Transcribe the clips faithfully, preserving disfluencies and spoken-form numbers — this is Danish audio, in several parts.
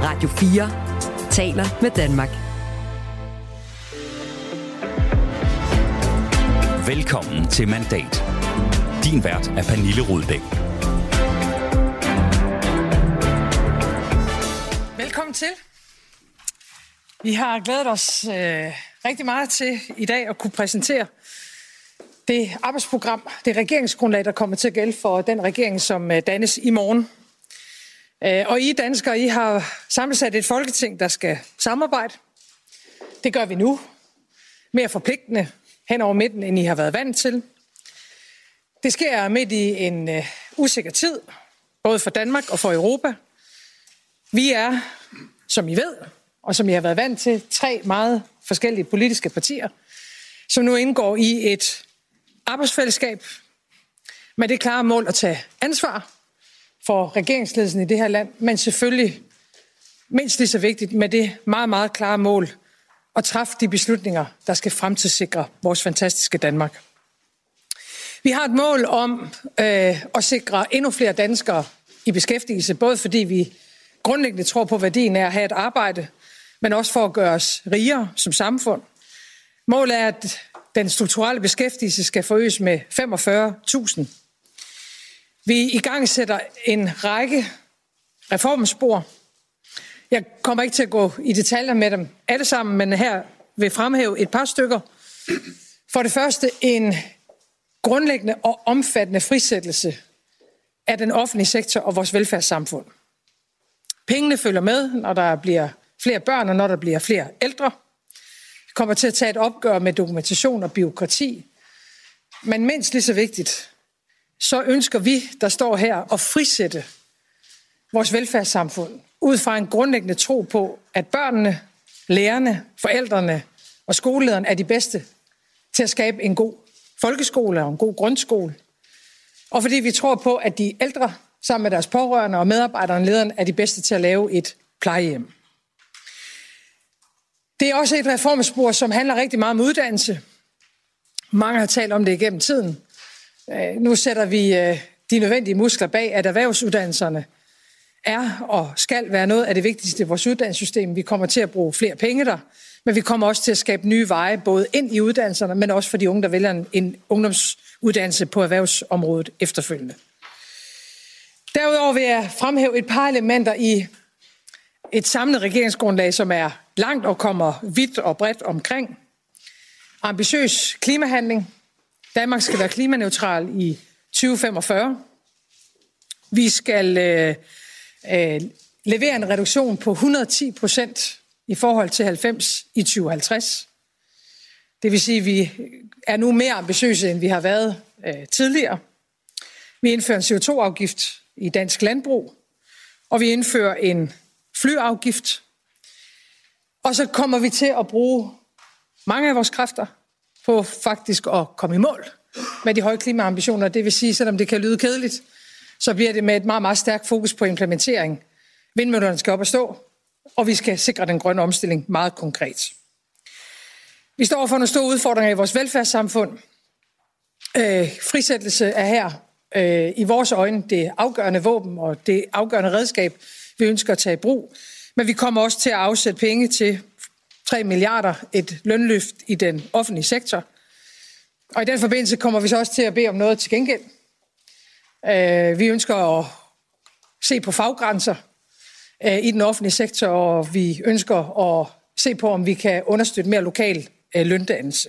Radio fire taler med Danmark. Velkommen til Mandat. Din vært er Pernille Rudbæk. Velkommen til. Vi har glædet os øh, rigtig meget til i dag at kunne præsentere det arbejdsprogram, det regeringsgrundlag, der kommer til at gælde for den regering, som øh, dannes i morgen. Øh, og I danskere, I har sammensat et folketing, der skal samarbejde. Det gør vi nu. Mere forpligtende hen over midten, end I har været vant til. Det sker midt i en øh, usikker tid, både for Danmark og for Europa. Vi er, som I ved, og som I har været vant til, tre meget forskellige politiske partier, som nu indgår i et arbejdsfællesskab med det klare mål at tage ansvar for regeringsledelsen i det her land, men selvfølgelig mindst lige så vigtigt med det meget, meget klare mål at træffe de beslutninger, der skal fremtidssikre vores fantastiske Danmark. Vi har et mål om øh, at sikre endnu flere danskere i beskæftigelse, både fordi vi grundlæggende tror på værdien af at have et arbejde, men også for at gøre os rigere som samfund. Målet er, at den strukturelle beskæftigelse skal forøges med femogfyrre tusind. Vi i gang sætter en række reformspor. Jeg kommer ikke til at gå i detaljer med dem alle sammen, men her vil fremhæve et par stykker. For det første en grundlæggende og omfattende frisættelse af den offentlige sektor og vores velfærdssamfund. Pengene følger med, når der bliver flere børn og når der bliver flere ældre. Vi kommer til at tage et opgør med dokumentation og bureaukrati. Men mindst lige så vigtigt, så ønsker vi, der står her, at frisætte vores velfærdssamfund ud fra en grundlæggende tro på, at børnene, lærerne, forældrene og skolelederne er de bedste til at skabe en god folkeskole og en god grundskole. Og fordi vi tror på, at de ældre sammen med deres pårørende og medarbejderne og lederne er de bedste til at lave et plejehjem. Det er også et reformspor, som handler rigtig meget om uddannelse. Mange har talt om det igennem tiden. Nu sætter vi de nødvendige muskler bag, at erhvervsuddannelserne er og skal være noget af det vigtigste i vores uddannelsessystem. Vi kommer til at bruge flere penge der, men vi kommer også til at skabe nye veje, både ind i uddannelserne, men også for de unge, der vælger en ungdomsuddannelse på erhvervsområdet efterfølgende. Derudover vil jeg fremhæve et par elementer i et samlet regeringsgrundlag, som er langt og kommer vidt og bredt omkring. Ambitiøs klimahandling. Danmark skal være klimaneutral i tyve femogfyrre. Vi skal øh, øh, levere en reduktion på et hundrede og ti procent i forhold til halvfems i tyve halvtreds. Det vil sige, at vi er nu mere ambitiøse, end vi har været øh, tidligere. Vi indfører en C O to afgift i dansk landbrug, og vi indfører en flyafgift. Og så kommer vi til at bruge mange af vores kræfter på faktisk at komme i mål med de høje klimaambitioner. Det vil sige, selvom det kan lyde kedeligt, så bliver det med et meget, meget stærkt fokus på implementering. Vindmøllerne skal op og stå, og vi skal sikre den grønne omstilling meget konkret. Vi står for nogle store udfordringer i vores velfærdssamfund. Øh, frisættelse er her øh, i vores øjne det afgørende våben og det afgørende redskab, vi ønsker at tage i brug. Men vi kommer også til at afsætte penge til tre milliarder, et lønløft i den offentlige sektor. Og i den forbindelse kommer vi så også til at bede om noget til gengæld. Øh, vi ønsker at se på faggrænser øh, i den offentlige sektor, og vi ønsker at se på, om vi kan understøtte mere lokal øh, løndannelse.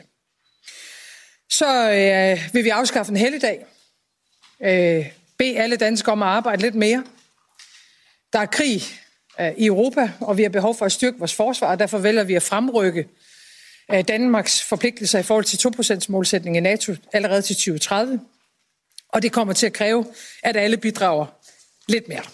Så øh, vil vi afskaffe en helligdag. Øh, bede alle danskere om at arbejde lidt mere. Der er krig øh, i Europa, og vi har behov for at styrke vores forsvar, og derfor vælger vi at fremrykke øh, Danmarks forpligtelser i forhold til to procent målsætning i NATO allerede til tyve tredive. Og det kommer til at kræve, at alle bidrager lidt mere.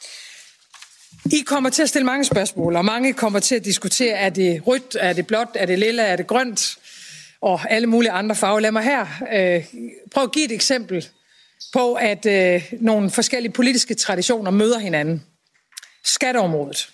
I kommer til at stille mange spørgsmål, og mange kommer til at diskutere, er det rødt, er det blåt, er det lilla, er det grønt, og alle mulige andre farver. Lad mig her øh, prøve at give et eksempel på, at øh, nogle forskellige politiske traditioner møder hinanden. Skatteområdet.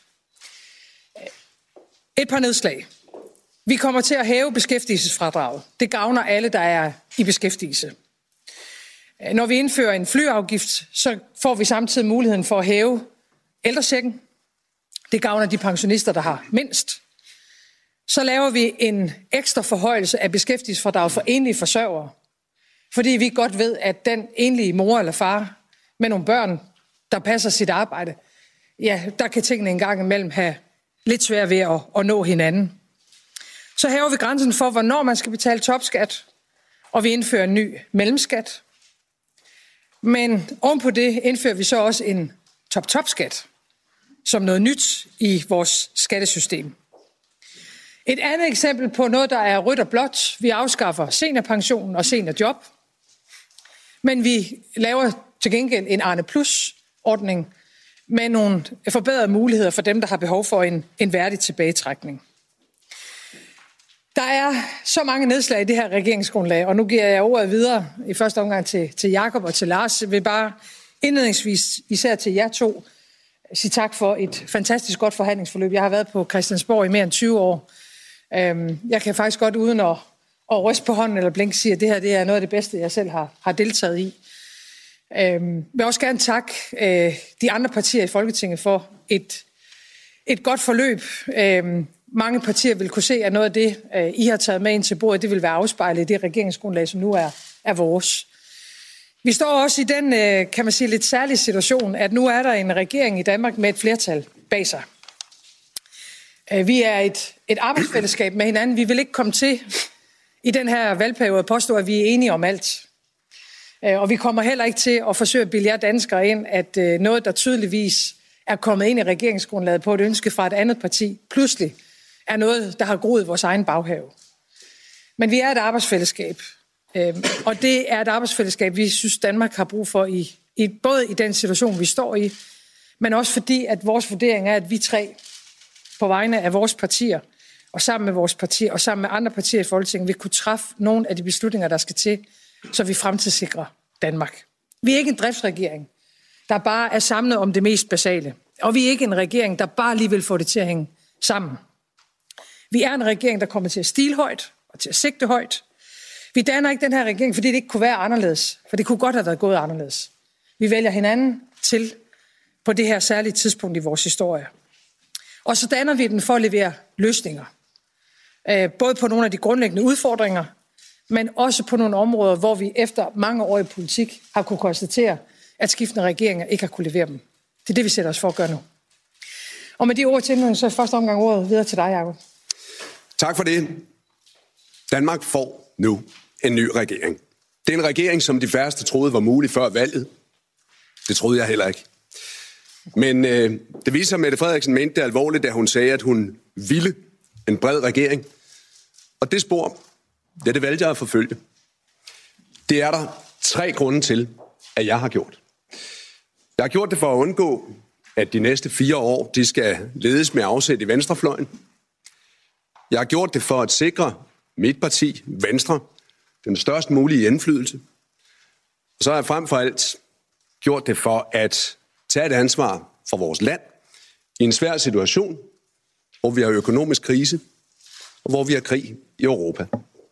Et par nedslag. Vi kommer til at hæve beskæftigelsesfradraget. Det gavner alle, der er i beskæftigelse. Når vi indfører en flyafgift, så får vi samtidig muligheden for at hæve ældrechecken. Det gavner de pensionister, der har mindst. Så laver vi en ekstra forhøjelse af beskæftigelsesfradraget for enlige forsørgere. Fordi vi godt ved, at den enlige mor eller far med nogle børn, der passer sit arbejde, ja, der kan tingene en gang imellem have lidt svært ved at, at nå hinanden. Så hæver vi grænsen for, hvornår man skal betale topskat, og vi indfører en ny mellemskat. Men ovenpå det indfører vi så også en top-top-skat, som noget nyt i vores skattesystem. Et andet eksempel på noget, der er rødt og blåt. Vi afskaffer seniorpensionen og seniorjob. Men vi laver til gengæld en Arne Plus-ordning med nogle forbedrede muligheder for dem, der har behov for en, en værdig tilbagetrækning. Der er så mange nedslag i det her regeringsgrundlag, og nu giver jeg ordet videre i første omgang til, til Jakob og til Lars. Jeg vil bare indledningsvis, især til jer to, sige tak for et fantastisk godt forhandlingsforløb. Jeg har været på Christiansborg i mere end tyve år. Jeg kan faktisk godt uden at, at ryste på hånden eller blinke sige, at det her det er noget af det bedste, jeg selv har, har deltaget i. Jeg vil også gerne takke de andre partier i Folketinget for et, et godt forløb. Mange partier vil kunne se, at noget af det, I har taget med ind til bordet, det vil være afspejlet i det regeringsgrundlag, som nu er, er vores. Vi står også i den, kan man sige, lidt særlige situation, at nu er der en regering i Danmark med et flertal bag sig. Vi er et, et arbejdsfællesskab med hinanden. Vi vil ikke komme til i den her valgperiode at påstå, at vi er enige om alt. Og vi kommer heller ikke til at forsøge at bilde jer danskere ind, at noget, der tydeligvis er kommet ind i regeringsgrundlaget på et ønske fra et andet parti, pludselig er noget, der har groet i vores egen baghave. Men vi er et arbejdsfællesskab, og det er et arbejdsfællesskab, vi synes, Danmark har brug for, i, i, både i den situation, vi står i, men også fordi, at vores vurdering er, at vi tre på vegne af vores partier, og sammen med vores partier, og sammen med andre partier i Folketinget, vil kunne træffe nogle af de beslutninger, der skal til, så vi fremtidssikrer Danmark. Vi er ikke en driftsregering, der bare er samlet om det mest basale. Og vi er ikke en regering, der bare lige vil få det til at hænge sammen. Vi er en regering, der kommer til at stile højt og til at sigte højt. Vi danner ikke den her regering, fordi det ikke kunne være anderledes. For det kunne godt have været gået anderledes. Vi vælger hinanden til på det her særlige tidspunkt i vores historie. Og så danner vi den for at levere løsninger. Både på nogle af de grundlæggende udfordringer, men også på nogle områder, hvor vi efter mange år i politik har kunne konstatere, at skiftende regeringer ikke har kunne levere dem. Det er det, vi sætter os for at gøre nu. Og med de ord til indledning, så er første omgang ordet videre til dig, Jacob. Tak for det. Danmark får nu en ny regering. Det er en regering, som de færreste troede var mulig før valget. Det troede jeg heller ikke. Men øh, det viser, at Mette Frederiksen mente det alvorligt, da hun sagde, at hun ville en bred regering. Og det spor, det er det valgte jeg at forfølge. Det er der tre grunde til, at jeg har gjort. Jeg har gjort det for at undgå, at de næste fire år, de skal ledes med afsæt i venstrefløjen. Jeg har gjort det for at sikre mit parti, Venstre, den størst mulige indflydelse. Og så har jeg frem for alt gjort det for at tage et ansvar for vores land i en svær situation, hvor vi har økonomisk krise, og hvor vi har krig i Europa.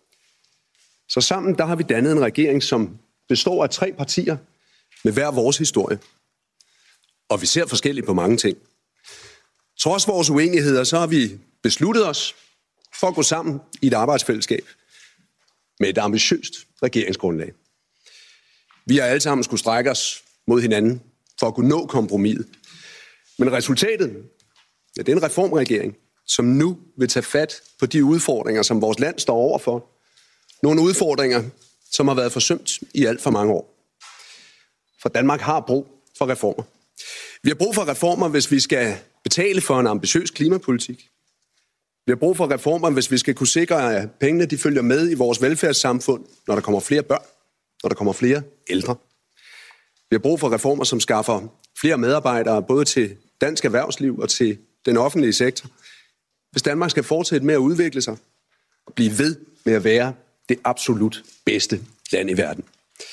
Så sammen der har vi dannet en regering, som består af tre partier med hver vores historie. Og vi ser forskelligt på mange ting. Trods vores uenigheder, så har vi besluttet os for at gå sammen i et arbejdsfællesskab med et ambitiøst regeringsgrundlag. Vi har alle sammen skulle strække os mod hinanden for at kunne nå kompromiset. Men resultatet, ja, det er en reformregering, som nu vil tage fat på de udfordringer, som vores land står overfor. Nogle udfordringer, som har været forsømt i alt for mange år. For Danmark har brug for reformer. Vi har brug for reformer, hvis vi skal betale for en ambitiøs klimapolitik. Vi har brug for reformer, hvis vi skal kunne sikre, at pengene de følger med i vores velfærdssamfund, når der kommer flere børn, når der kommer flere ældre. Vi har brug for reformer, som skaffer flere medarbejdere, både til dansk erhvervsliv og til den offentlige sektor. Hvis Danmark skal fortsætte med at udvikle sig og blive ved med at være det absolut bedste land i verden.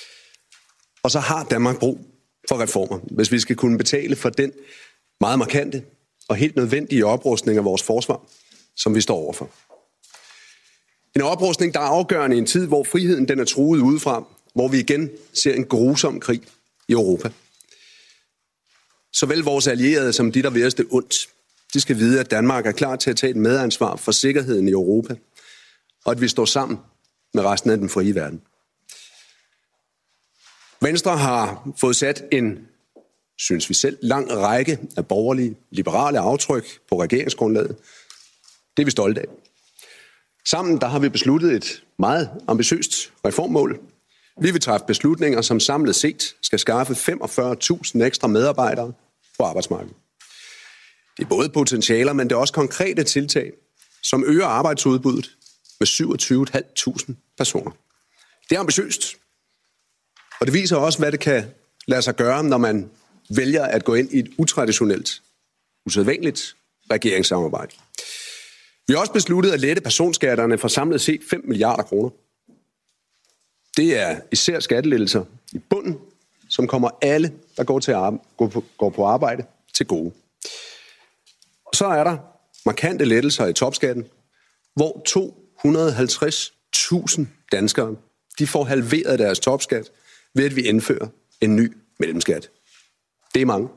Og så har Danmark brug for reformer, hvis vi skal kunne betale for den meget markante og helt nødvendige oprustning af vores forsvar, som vi står overfor. En oprustning, der er afgørende i en tid, hvor friheden den er truet udefra, hvor vi igen ser en grusom krig i Europa. Såvel vores allierede som de, der vil os det ondt, de skal vide, at Danmark er klar til at tage et medansvar for sikkerheden i Europa, og at vi står sammen med resten af den frie verden. Venstre har fået sat en, synes vi selv, lang række af borgerlige, liberale aftryk på regeringsgrundlaget. Det er vi stolte af. Sammen der har vi besluttet et meget ambitiøst reformmål. Vi vil træffe beslutninger, som samlet set skal skaffe femogfyrre tusind ekstra medarbejdere på arbejdsmarkedet. Det er både potentialer, men det er også konkrete tiltag, som øger arbejdsudbuddet med syvogtyve tusind fem hundrede personer. Det er ambitiøst, og det viser også, hvad det kan lade sig gøre, når man vælger at gå ind i et utraditionelt, usædvanligt regeringssamarbejde. Vi har også besluttet at lette personskatterne for samlet set fem milliarder kroner. Det er især skattelettelser i bunden, som kommer alle, der går, til arbejde, går, på, går på arbejde, til gode. Og så er der markante lettelser i topskatten, hvor to hundrede og halvtreds tusind danskere de får halveret deres topskat ved, at vi indfører en ny mellemskat. Det er mange.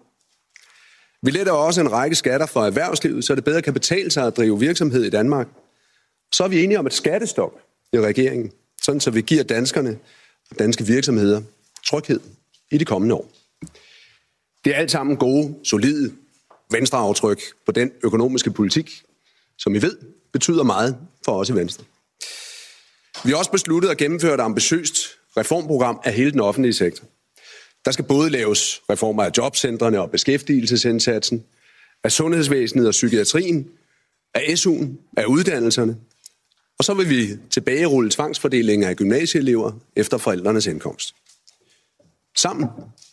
Vi letter også en række skatter for erhvervslivet, så det bedre kan betale sig at drive virksomhed i Danmark. Så er vi enige om et skattestop i regeringen, sådan så vi giver danskerne og danske virksomheder tryghed i de kommende år. Det er alt sammen gode, solide venstreaftryk på den økonomiske politik, som I ved betyder meget for os i Venstre. Vi har også besluttet at gennemføre et ambitiøst reformprogram af hele den offentlige sektor. Der skal både laves reformer af jobcentrene og beskæftigelsesindsatsen, af sundhedsvæsenet og psykiatrien, af S U'en, af uddannelserne. Og så vil vi tilbagerulle tvangsfordelingen af gymnasieelever efter forældrenes indkomst. Sammen,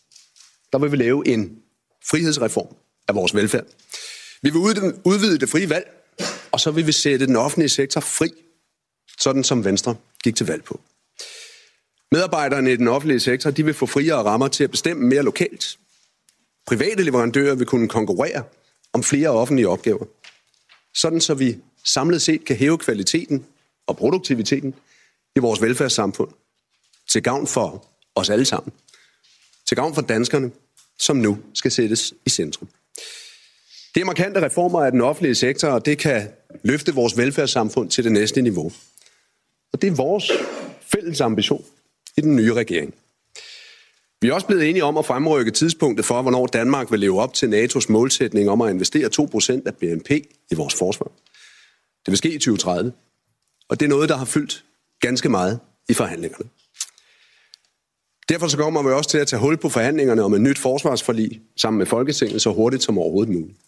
der vil vi lave en frihedsreform af vores velfærd. Vi vil udvide det frie valg, og så vil vi sætte den offentlige sektor fri, sådan som Venstre gik til valg på. Medarbejderne i den offentlige sektor, de vil få friere rammer til at bestemme mere lokalt. Private leverandører vil kunne konkurrere om flere offentlige opgaver, sådan så vi samlet set kan hæve kvaliteten og produktiviteten i vores velfærdssamfund til gavn for os alle sammen. Til gavn for danskerne, som nu skal sættes i centrum. Det er markante reformer af den offentlige sektor, og det kan løfte vores velfærdssamfund til det næste niveau. Og det er vores fælles ambition i den nye regering. Vi er også blevet enige om at fremrykke tidspunktet for, hvornår Danmark vil leve op til N A T O's målsætning om at investere to procent af B N P i vores forsvar. Det vil ske i tyve tredive, og det er noget, der har fyldt ganske meget i forhandlingerne. Derfor så kommer vi også til at tage hul på forhandlingerne om et nyt forsvarsforlig sammen med Folketinget så hurtigt som overhovedet muligt.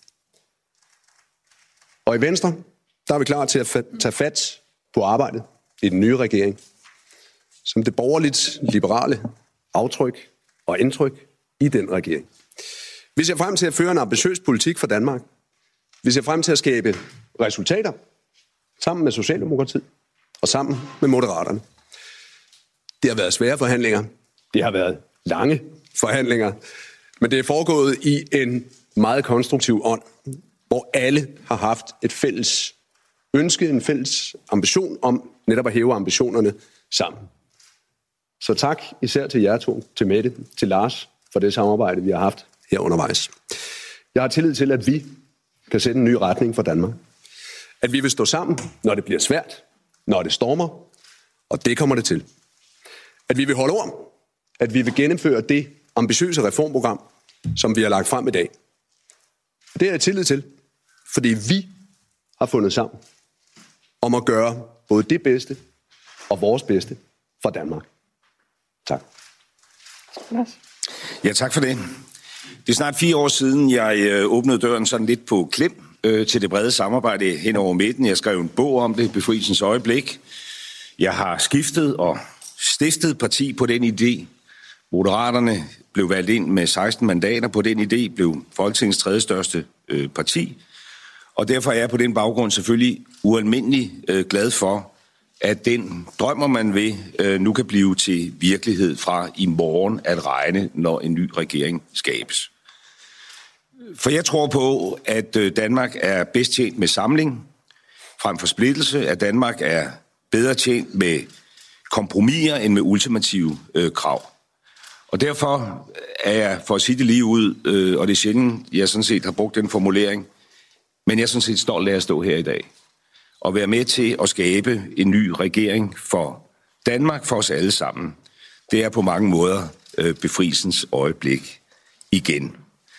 Og i Venstre, der er vi klar til at tage fat på arbejdet i den nye regering, som det borgerligt liberale aftryk og indtryk i den regering. Vi ser frem til at føre en ambitiøs politik for Danmark. Vi ser frem til at skabe resultater sammen med Socialdemokratiet og sammen med Moderaterne. Det har været svære forhandlinger. Det har været lange forhandlinger. Men det er foregået i en meget konstruktiv ånd, hvor alle har haft et fælles ønske, en fælles ambition om netop at hæve ambitionerne sammen. Så tak især til jer to, til Mette, til Lars, for det samarbejde, vi har haft her undervejs. Jeg har tillid til, at vi kan sætte en ny retning for Danmark. At vi vil stå sammen, når det bliver svært, når det stormer, og det kommer det til. At vi vil holde ord, at vi vil gennemføre det ambitiøse reformprogram, som vi har lagt frem i dag. Det er jeg tillid til, fordi vi har fundet sammen om at gøre både det bedste og vores bedste for Danmark. Tak. Ja, tak for det. Det er snart fire år siden, jeg åbnede døren sådan lidt på klem øh, til det brede samarbejde hen over midten. Jeg skrev en bog om det, Befrielsens øjeblik. Jeg har skiftet og stiftet parti på den idé. Moderaterne blev valgt ind med seksten mandater på den idé, blev Folketingets tredje største øh, parti. Og derfor er jeg på den baggrund selvfølgelig ualmindelig øh, glad for, at den drømmer man ved øh, nu kan blive til virkelighed fra i morgen at regne, når en ny regering skabes. For jeg tror på, at øh, Danmark er bedst tjent med samling frem for splittelse, at Danmark er bedre tjent med kompromiser end med ultimative øh, krav. Og derfor er jeg, for at sige det lige ud, øh, og det er sjældent, jeg sådan set har brugt den formulering, Men jeg er sådan set stolt af at stå her i dag og være med til at skabe en ny regering for Danmark, for os alle sammen. Det er på mange måder øh, befrielsens øjeblik igen.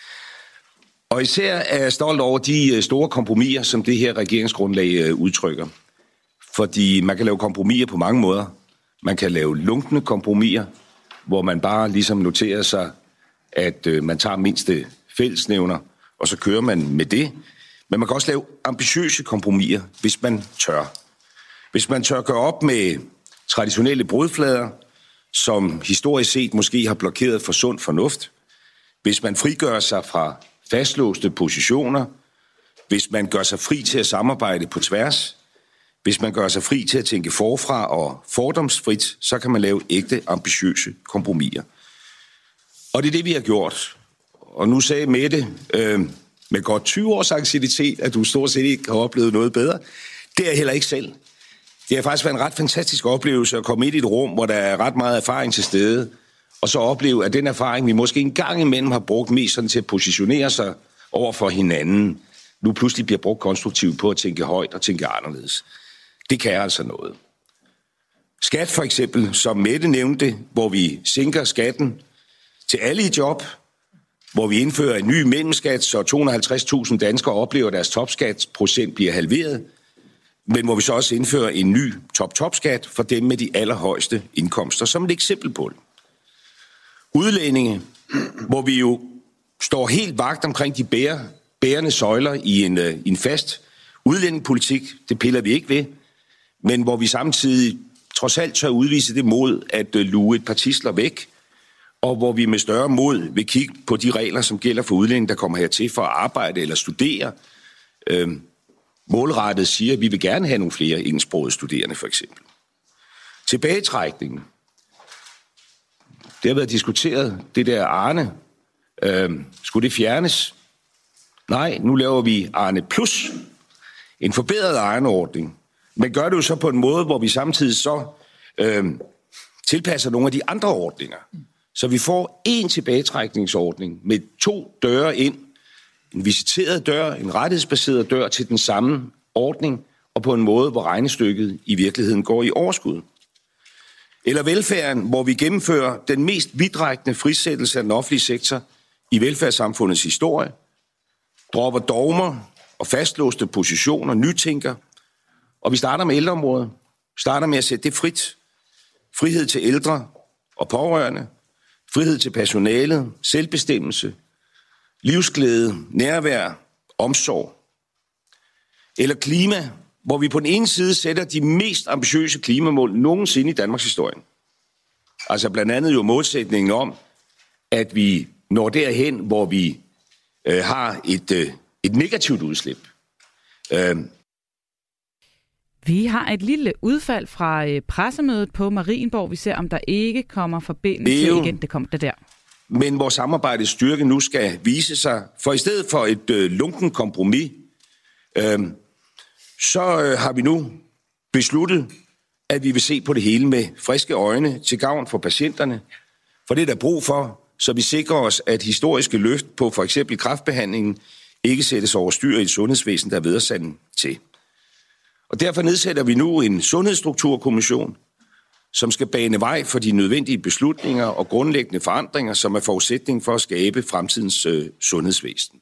Og især er jeg stolt over de store kompromiser, som det her regeringsgrundlag øh, udtrykker. Fordi man kan lave kompromiser på mange måder. Man kan lave lunkne kompromiser, hvor man bare ligesom noterer sig, at øh, man tager mindste fællesnævner, og så kører man med det. Men man kan også lave ambitiøse kompromiser, hvis man tør. Hvis man tør gøre op med traditionelle brudflader, som historisk set måske har blokeret for sund fornuft. Hvis man frigør sig fra fastlåste positioner. Hvis man gør sig fri til at samarbejde på tværs. Hvis man gør sig fri til at tænke forfra og fordomsfrit, så kan man lave ægte ambitiøse kompromiser. Og det er det, vi har gjort. Og nu sagde Mette øh, med godt tyve års anciennitet, at du stort set ikke har oplevet noget bedre. Det er jeg heller ikke selv. Det har faktisk været en ret fantastisk oplevelse at komme ind i et rum, hvor der er ret meget erfaring til stede, og så opleve, at den erfaring, vi måske en gang imellem har brugt mest sådan til at positionere sig over for hinanden, nu pludselig bliver brugt konstruktivt på at tænke højt og tænke anderledes. Det kan altså noget. Skat for eksempel, som Mette nævnte, hvor vi sænker skatten til alle i job, hvor vi indfører en ny mellemskat, så to hundrede og halvtreds tusind danskere oplever, at deres topskatsprocent bliver halveret, men hvor vi så også indfører en ny top-top-skat for dem med de allerhøjeste indkomster, som et eksempel på det. Udlændinge, hvor vi jo står helt vagt omkring de bære, bærende søjler i en, i en fast udlændingepolitik, det piller vi ikke ved, men hvor vi samtidig trods alt tør udvise det mod at luge et par tidsler væk, og hvor vi med større mod vil kigge på de regler, som gælder for udlændinge, der kommer hertil for at arbejde eller studere. Øhm, målrettet siger, at vi vil gerne have nogle flere engelsksprogede studerende, for eksempel. Tilbagetrækningen. Det har været diskuteret, det der Arne. Øhm, skulle det fjernes? Nej, nu laver vi Arne Plus. En forbedret Arne-ordning. Men gør det jo så på en måde, hvor vi samtidig så øhm, tilpasser nogle af de andre ordninger. Så vi får en tilbagetrækningsordning med to døre ind. En visiteret dør, en rettighedsbaseret dør til den samme ordning, og på en måde, hvor regnestykket i virkeligheden går i overskud. Eller velfærden, hvor vi gennemfører den mest vidtrækkende frisættelse af den offentlige sektor i velfærdssamfundets historie, dropper dogmer og fastlåste positioner, nytænker, og vi starter med ældreområdet. Vi starter med at sætte det frit. Frihed til ældre og pårørende, frihed til personalet, selvbestemmelse, livsglæde, nærvær, omsorg. Eller klima, hvor vi på den ene side sætter de mest ambitiøse klimamål nogensinde i Danmarks historie. Altså blandt andet jo målsætningen om, at vi når derhen, hvor vi øh, har et, øh, et negativt udslip. Øh. Vi har et lille udfald fra øh, pressemødet på Marienborg. Vi ser, om der ikke kommer forbindelse jo, igen. Det kommer der der. Men hvor samarbejdets styrke nu skal vise sig. For i stedet for et øh, lunken kompromis, øh, så øh, har vi nu besluttet, at vi vil se på det hele med friske øjne til gavn for patienterne. For det er der brug for, så vi sikrer os, at historiske løft på for eksempel kræftbehandlingen ikke sættes over styr i et sundhedsvæsen, der er vedersandet til. Og derfor nedsætter vi nu en sundhedsstrukturkommission, som skal bane vej for de nødvendige beslutninger og grundlæggende forandringer, som er forudsætning for at skabe fremtidens øh, sundhedsvæsen.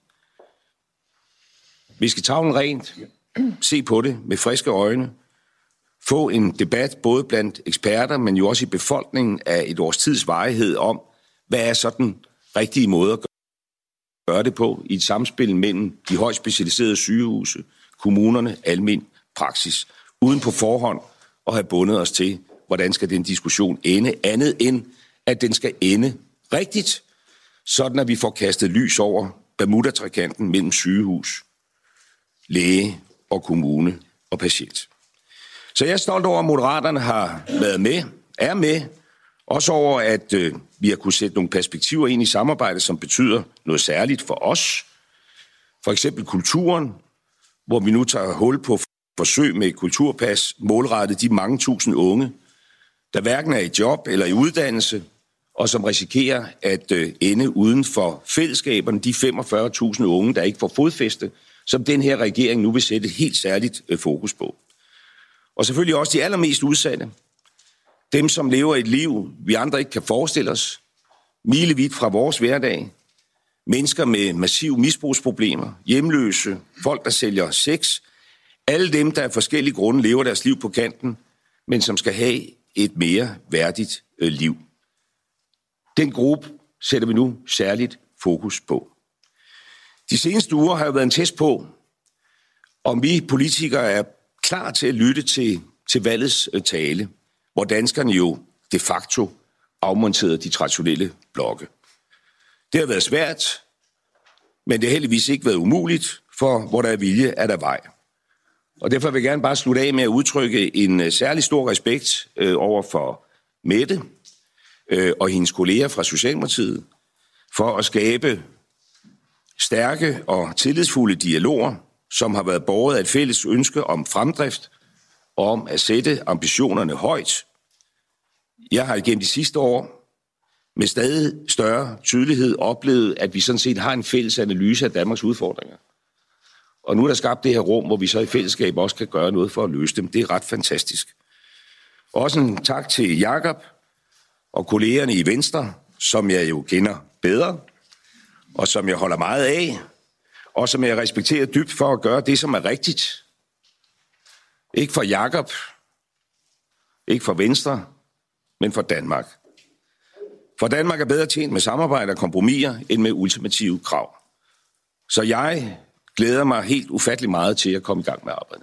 Vi skal tavlen rent, se på det med friske øjne, få en debat både blandt eksperter, men jo også i befolkningen af et års tids varighed om, hvad er så den rigtige måde at gøre det på i et samspil mellem de højt specialiserede sygehuse, kommunerne, almen praksis, uden på forhånd at have bundet os til, hvordan skal den diskussion ende, andet end at den skal ende rigtigt, sådan at vi får kastet lys over Bermuda-trekanten mellem sygehus, læge og kommune og patient. Så jeg er stolt over, at Moderaterne har været med, er med, også over, at øh, vi har kunnet sætte nogle perspektiver ind i samarbejdet, som betyder noget særligt for os. For eksempel kulturen, hvor vi nu tager hul på forsøg med kulturpas, målrettet de mange tusind unge, der hverken er i job eller i uddannelse, og som risikerer at øh, ende uden for fællesskaberne, de femogfyrre tusind unge, der ikke får fodfæste, som den her regering nu vil sætte et helt særligt fokus på. Og selvfølgelig også de allermest udsatte. Dem, som lever et liv, vi andre ikke kan forestille os. Milevidt fra vores hverdag. Mennesker med massive misbrugsproblemer. Hjemløse. Folk, der sælger sex. Alle dem, der af forskellige grunde lever deres liv på kanten, men som skal have et mere værdigt øh, liv. Den gruppe sætter vi nu særligt fokus på. De seneste uger har jo været en test på, om vi politikere er klar til at lytte til, til valgets øh, tale, hvor danskerne jo de facto afmonterede de traditionelle blokke. Det har været svært, men det har heldigvis ikke været umuligt, for hvor der er vilje, er der vej. Og derfor vil jeg gerne bare slutte af med at udtrykke en særlig stor respekt øh, over for Mette øh, og hendes kolleger fra Socialdemokratiet for at skabe stærke og tillidsfulde dialoger, som har været båret af et fælles ønske om fremdrift og om at sætte ambitionerne højt. Jeg har igennem de sidste år med stadig større tydelighed oplevet, at vi sådan set har en fælles analyse af Danmarks udfordringer. Og nu er der skabt det her rum, hvor vi så i fællesskab også kan gøre noget for at løse dem. Det er ret fantastisk. Også en tak til Jakob og kollegerne i Venstre, som jeg jo kender bedre, og som jeg holder meget af, og som jeg respekterer dybt for at gøre det, som er rigtigt. Ikke for Jakob, ikke for Venstre, men for Danmark. For Danmark er bedre tjent med samarbejde og kompromiser, end med ultimative krav. Så jeg glæder mig helt ufattelig meget til at komme i gang med arbejdet.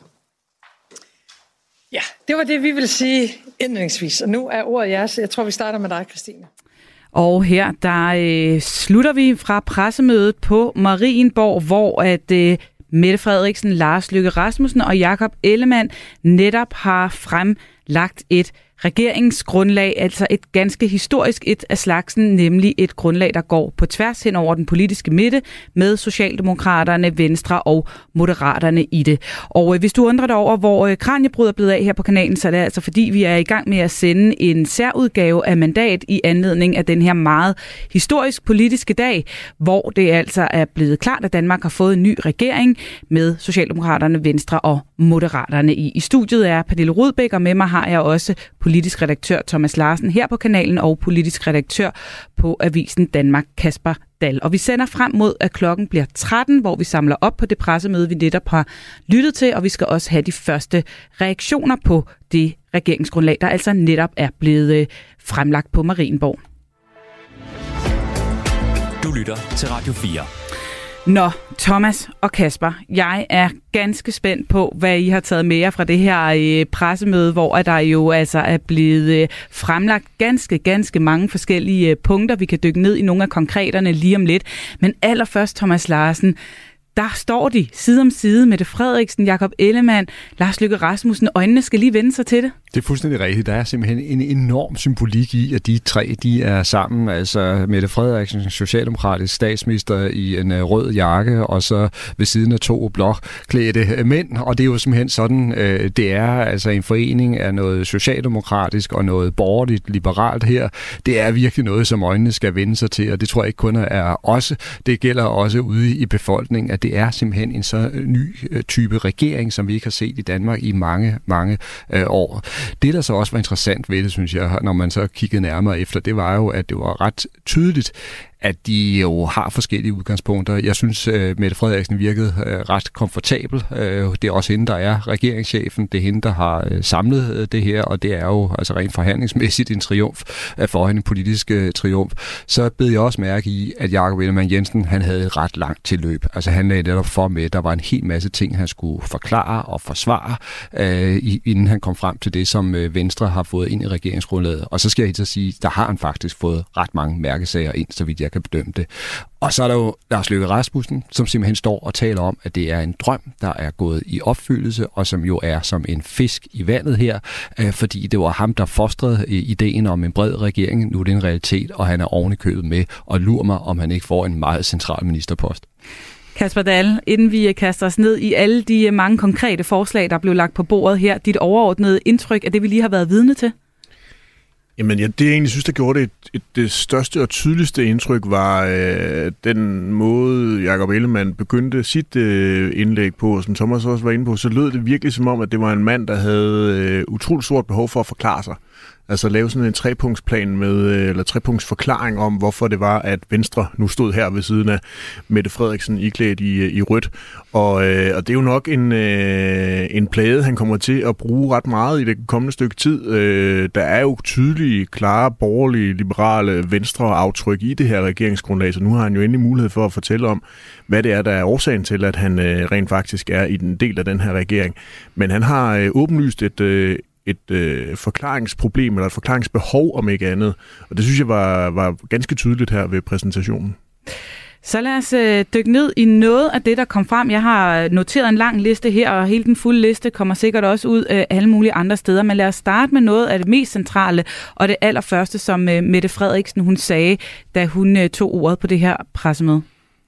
Ja, det var det, vi ville sige indledningsvis. Og nu er ordet jeres. Jeg tror, vi starter med dig, Christine. Og her, der øh, slutter vi fra pressemødet på Marienborg, hvor at øh, Mette Frederiksen, Lars Løkke Rasmussen og Jakob Ellemann netop har fremlagt et regeringsgrundlag, altså et ganske historisk et af slagsen, nemlig et grundlag, der går på tværs hen over den politiske midte med Socialdemokraterne, Venstre og Moderaterne i det. Og øh, hvis du undrer dig over, hvor øh, Kraniebrud er blevet af her på kanalen, så er det altså fordi, vi er i gang med at sende en særudgave af Mandat i anledning af den her meget historisk politiske dag, hvor det altså er blevet klart, at Danmark har fået en ny regering med Socialdemokraterne, Venstre og Moderaterne i. I studiet er Pernille Rudbæk, og med mig har jeg også politisk redaktør Thomas Larsen her på kanalen og politisk redaktør på Avisen Danmark, Kasper Dahl. Og vi sender frem mod, at klokken bliver tretten, hvor vi samler op på det pressemøde, vi netop har lyttet til, og vi skal også have de første reaktioner på det regeringsgrundlag, der altså netop er blevet fremlagt på Marienborg. Du lytter til Radio fire. Nå, Thomas og Kasper, jeg er ganske spændt på, hvad I har taget med jer fra det her øh, pressemøde, hvor der jo altså er blevet øh, fremlagt ganske, ganske mange forskellige øh, punkter. Vi kan dykke ned i nogle af konkreterne lige om lidt. Men allerførst, Thomas Larsen, der står de side om side, Mette Frederiksen, Jakob Ellemann, Lars Løkke Rasmussen. Øjnene skal lige vende sig til det. Det er fuldstændig rigtigt. Der er simpelthen en enorm symbolik i, at de tre de er sammen. Altså Mette Frederiksen, socialdemokratisk statsminister i en rød jakke, og så ved siden af to blåklædte mænd. Og det er jo simpelthen sådan, det er altså en forening af noget socialdemokratisk og noget borgerligt liberalt her. Det er virkelig noget, som øjnene skal vende sig til, og det tror jeg ikke kun er os. Det gælder også ude i befolkningen, at det er simpelthen en så ny type regering, som vi ikke har set i Danmark i mange, mange år. Det, der så også var interessant ved det, synes jeg, når man så kiggede nærmere efter, det var jo, at det var ret tydeligt, at de jo har forskellige udgangspunkter. Jeg synes, at Mette Frederiksen virkede ret komfortabel. Det er også hende, der er regeringschefen. Det er hende, der har samlet det her, og det er jo altså rent forhandlingsmæssigt en triumf for hende, en politisk triumf. Så bed jeg også mærke i, at Jakob Ellemann Jensen, han havde et ret langt tilløb. Altså han lagde netop for med, der var en hel masse ting, han skulle forklare og forsvare, inden han kom frem til det, som Venstre har fået ind i regeringsgrundlaget. Og så skal jeg helt at sige, der har han faktisk fået ret mange mærkesager ind, så vidt jeg kan bedømme det. Og så er der jo Lars Løkke Rasmussen, som simpelthen står og taler om, at det er en drøm, der er gået i opfyldelse, og som jo er som en fisk i vandet her, øh, fordi det var ham, der fostrede ideen om en bred regering. Nu er det en realitet, og han er oven i købet med, og lurer mig, om han ikke får en meget central ministerpost. Kasper Dahl, inden vi kaster os ned i alle de mange konkrete forslag, der blev lagt på bordet her, dit overordnede indtryk af det, vi lige har været vidne til? Jamen, ja, det jeg egentlig synes, der gjorde det et, et, det største og tydeligste indtryk, var øh, den måde, Jakob Ellemann begyndte sit øh, indlæg på, som Thomas også var inde på, så lød det virkelig som om, at det var en mand, der havde øh, utroligt stort behov for at forklare sig. Altså lave sådan en trepunktsplan med, eller trepunktsforklaring om, hvorfor det var, at Venstre nu stod her ved siden af Mette Frederiksen iklædt i, i rødt. Og, øh, og det er jo nok en, øh, en plade, han kommer til at bruge ret meget i det kommende stykke tid. Øh, der er jo tydelige, klare, borgerlige, liberale Venstre-aftryk i det her regeringsgrundlag, så nu har han jo endelig mulighed for at fortælle om, hvad det er, der er årsagen til, at han øh, rent faktisk er i den del af den her regering. Men han har øh, åbenlyst et... Øh, et øh, forklaringsproblem eller et forklaringsbehov om ikke andet. Og det synes jeg var, var ganske tydeligt her ved præsentationen. Så lad os øh, dykke ned i noget af det, der kom frem. Jeg har noteret en lang liste her, og hele den fulde liste kommer sikkert også ud øh, alle mulige andre steder. Men lad os starte med noget af det mest centrale, og det allerførste, som øh, Mette Frederiksen hun sagde, da hun øh, tog ordet på det her pressemøde.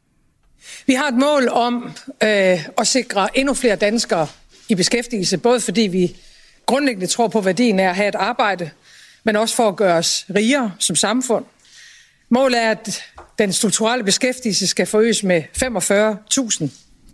Vi har et mål om øh, at sikre endnu flere danskere i beskæftigelse, både fordi vi grundlæggende tror på værdien af at have et arbejde, men også for at gøre os rigere som samfund. Målet er, at den strukturelle beskæftigelse skal forøges med femogfyrre tusind.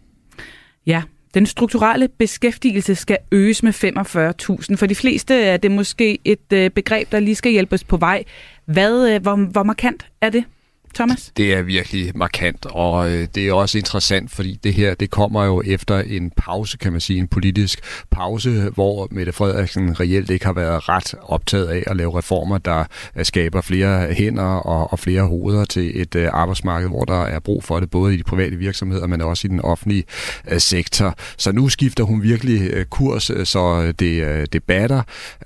Ja, den strukturelle beskæftigelse skal øges med femogfyrre tusind. For de fleste er det måske et begreb, der lige skal hjælpes på vej. Hvad, hvor, hvor markant er det? Thomas? Det er virkelig markant, og øh, det er også interessant, fordi det her, det kommer jo efter en pause, kan man sige, en politisk pause, hvor Mette Frederiksen reelt ikke har været ret optaget af at lave reformer, der øh, skaber flere hænder og, og flere hoveder til et øh, arbejdsmarked, hvor der er brug for det, både i de private virksomheder, men også i den offentlige øh, sektor. Så nu skifter hun virkelig øh, kurs, så det, øh, det batter.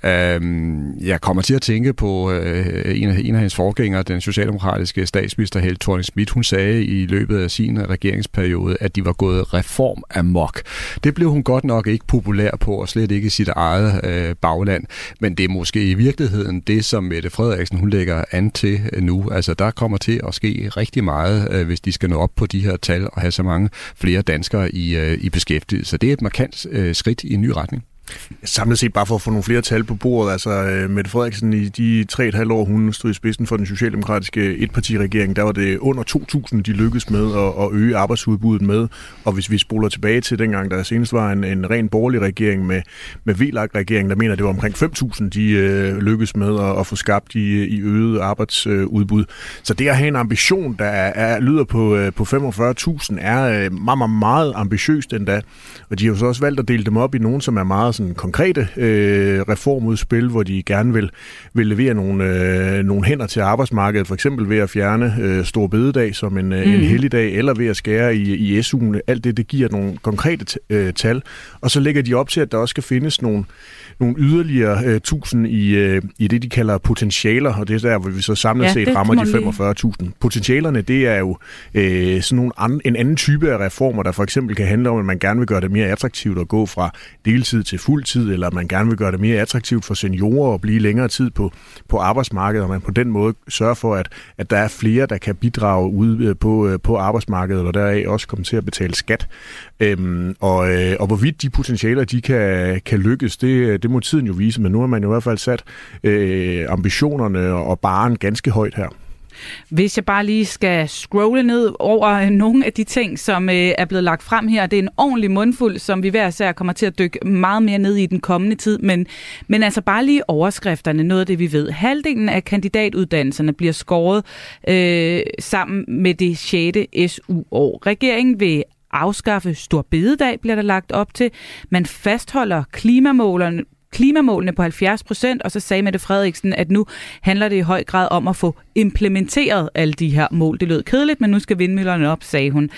Øh, jeg kommer til at tænke på øh, en, af, en af hendes forgængere, den socialdemokratiske statsminister, Helle Thorning-Schmidt, hun sagde i løbet af sin regeringsperiode, at de var gået reform amok. Det blev hun godt nok ikke populær på, og slet ikke i sit eget øh, bagland. Men det er måske i virkeligheden det, som Mette Frederiksen hun lægger an til nu. Altså, der kommer til at ske rigtig meget, øh, hvis de skal nå op på de her tal og have så mange flere danskere i, øh, i beskæftigelse. Så det er et markant øh, skridt i en ny retning. Samlet set, bare for at få nogle flere tal på bordet, altså Mette Frederiksen i de tre og et halvt år, hun stod i spidsen for den socialdemokratiske etpartiregering, der var det under to tusind, de lykkedes med at, at øge arbejdsudbuddet med. Og hvis vi spoler tilbage til dengang, der senest var en, en ren borgerlig regering med, med V L A K-regeringen, der mener, det var omkring fem tusind, de øh, lykkedes med at, at få skabt i, i øget arbejdsudbud. Så det at have en ambition, der er, er, lyder på, øh, på femogfyrre tusind, er øh, meget, meget, meget ambitiøst endda. Og de har jo så også valgt at dele dem op i nogen, som er meget sådan konkrete øh, reformudspil, hvor de gerne vil, vil levere nogle, øh, nogle hænder til arbejdsmarkedet, for eksempel ved at fjerne øh, Store Bededag som en, mm. en helligdag, eller ved at skære i, i S U'en. Alt det, det giver nogle konkrete t- øh, tal. Og så lægger de op til, at der også skal findes nogle, nogle yderligere øh, tusind i, øh, i det, de kalder potentialer, og det er der, hvor vi så samlet ja, set rammer de femogfyrre tusind. Potentialerne, det er jo øh, sådan nogle an, en anden type af reformer, der for eksempel kan handle om, at man gerne vil gøre det mere attraktivt at gå fra deltid til fuld tid, eller man gerne vil gøre det mere attraktivt for seniorer at blive længere tid på, på arbejdsmarkedet, og man på den måde sørger for, at, at der er flere, der kan bidrage ude på, på arbejdsmarkedet, og deraf også komme til at betale skat. Øhm, og, og hvorvidt de potentialer, de kan, kan lykkes, det, det må tiden jo vise, men nu har man jo i hvert fald sat øh, ambitionerne og barren ganske højt her. Hvis jeg bare lige skal scrolle ned over nogle af de ting, som øh, er blevet lagt frem her, det er en ordentlig mundfuld, som vi hver især kommer til at dykke meget mere ned i den kommende tid, men, men altså bare lige overskrifterne, noget af det vi ved. Halvdelen af kandidatuddannelserne bliver skåret øh, sammen med det sjette S U-år. Regeringen vil afskaffe Store Bededag, bliver der lagt op til. Man fastholder klimamålerne klimamålene på halvfjerds procent, og så sagde Mette Frederiksen, at nu handler det i høj grad om at få implementeret alle de her mål. Det lød kedeligt, men nu skal vindmøllerne op, sagde hun.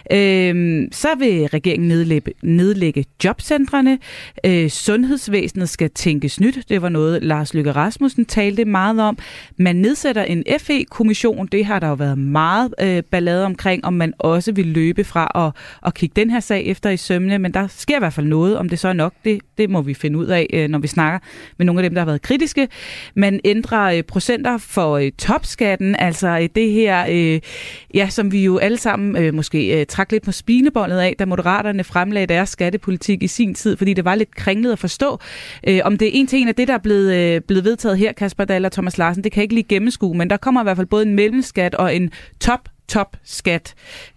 Øhm, så vil regeringen nedlægge, nedlægge jobcentrene. Øh, sundhedsvæsenet skal tænkes nyt. Det var noget, Lars Løkke Rasmussen talte meget om. Man nedsætter en F E-kommission. Det har der jo været meget øh, ballade omkring, om man også vil løbe fra at, at kigge den her sag efter i sømne, men der sker i hvert fald noget. Om det så er nok, det, det må vi finde ud af, når vi snakker med nogle af dem, der har været kritiske. Man ændrer procenter for top topskatten, altså det her, øh, ja, som vi jo alle sammen øh, måske øh, trak lidt på spinebollet af, da Moderaterne fremlagde deres skattepolitik i sin tid, fordi det var lidt kringlet at forstå. Øh, om det er en til en af det, der er blevet, øh, blevet vedtaget her, Kasper Dahl og Thomas Larsen, det kan jeg ikke lige gennemskue, men der kommer i hvert fald både en mellemskat og en top topskat.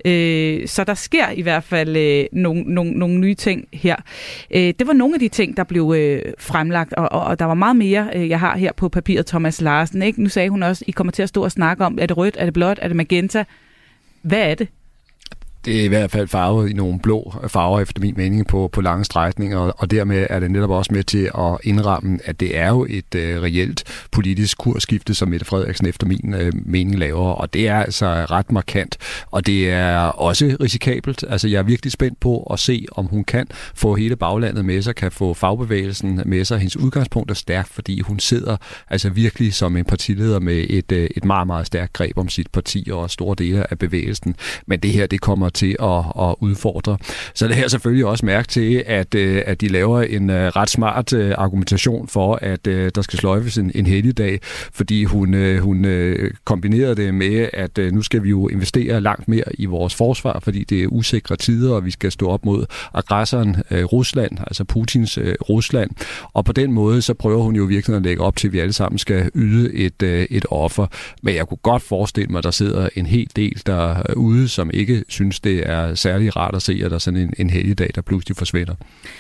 Øh, så der sker i hvert fald øh, nogle, nogle, nogle nye ting her. Øh, det var nogle af de ting, der blev øh, fremlagt, og, og, og der var meget mere, øh, jeg har her på papiret, Thomas Larsen. Ikke? Nu sagde hun også, I kommer til at stå og snakke om, er det rødt, er det blåt, er det magenta? Hvad er det? Det er i hvert fald farvet i nogle blå farver, efter min mening, på, på lange strækninger, og dermed er det netop også med til at indramme, at det er jo et øh, reelt politisk kursskifte, som Mette Frederiksen efter min øh, mening laver, og det er altså ret markant, og det er også risikabelt. Altså, jeg er virkelig spændt på at se, om hun kan få hele baglandet med sig, kan få fagbevægelsen med sig. Hendes udgangspunkt er stærkt, fordi hun sidder altså virkelig som en partileder med et, øh, et meget, meget stærkt greb om sit parti og store dele af bevægelsen. Men det her, det kommer til at, at udfordre. Så det her selvfølgelig også mærke til, at, at de laver en ret smart argumentation for, at der skal sløjfes en, en helligdag, fordi hun, hun kombinerede det med, at nu skal vi jo investere langt mere i vores forsvar, fordi det er usikre tider, og vi skal stå op mod aggressoren Rusland, altså Putins Rusland. Og på den måde, så prøver hun jo virkelig at lægge op til, at vi alle sammen skal yde et, et offer. Men jeg kunne godt forestille mig, at der sidder en hel del derude, som ikke synes, det er særlig rart at se, at der er sådan en, en helligdag, der pludselig forsvinder.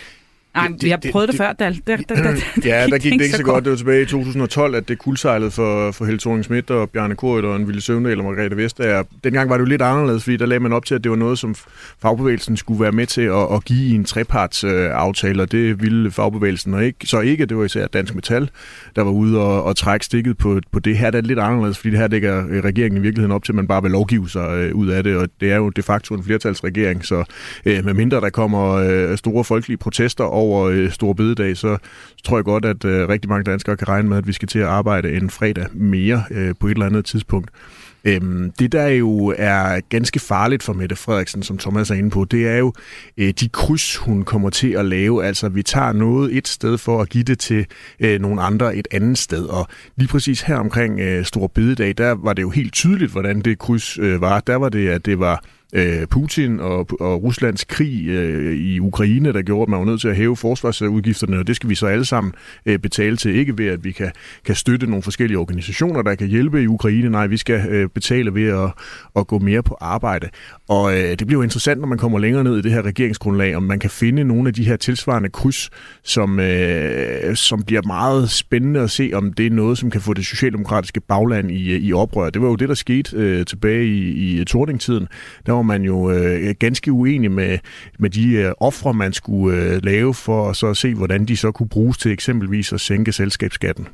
Ej, vi har prøvet det, det før, Dahl. Der, der, der, der, ja, der gik det ikke så godt. Det var tilbage i to tusind og tolv, at det kuldsejlede for, for Helle Thorning-Schmidt og Bjarne Corydon og Villy Søvndal og Margrethe Vestager. Dengang var det jo lidt anderledes, fordi der lagde man op til, at det var noget, som fagbevægelsen skulle være med til at, at give i en trepartsaftale, og det ville fagbevægelsen og ikke. Så ikke, det var især Dansk Metal, der var ude og, og trække stikket på, på det her. Det er lidt anderledes, fordi det her dækker regeringen i virkeligheden op til, at man bare vil lovgive sig ud af det, og det er jo de facto en flertalsregering, så øh, medmindre der kommer øh, store folkelige protester over øh, store bededag, så, så tror jeg godt, at øh, rigtig mange danskere kan regne med, at vi skal til at arbejde en fredag mere øh, på et eller andet tidspunkt. Øhm, det, der jo er ganske farligt for Mette Frederiksen, som Thomas er inde på, det er jo øh, de kryds, hun kommer til at lave. Altså, vi tager noget et sted for at give det til øh, nogle andre et andet sted. Og lige præcis her omkring øh, Store Bededag, der var det jo helt tydeligt, hvordan det kryds øh, var. Der var det, at det var Putin og, og Ruslands krig øh, i Ukraine, der gjorde, at man var nødt til at hæve forsvarsudgifterne, og det skal vi så alle sammen øh, betale til. Ikke ved, at vi kan, kan støtte nogle forskellige organisationer, der kan hjælpe i Ukraine. Nej, vi skal øh, betale ved at, at gå mere på arbejde. Og øh, det bliver jo interessant, når man kommer længere ned i det her regeringsgrundlag, om man kan finde nogle af de her tilsvarende kryds, som, øh, som bliver meget spændende at se, om det er noget, som kan få det socialdemokratiske bagland i, i oprør. Det var jo det, der skete øh, tilbage i, i Thorning-tiden. Der var man jo øh, ganske uenig med, med de øh, ofre, man skulle øh, lave for så at se, hvordan de så kunne bruges til eksempelvis at sænke selskabsskatten.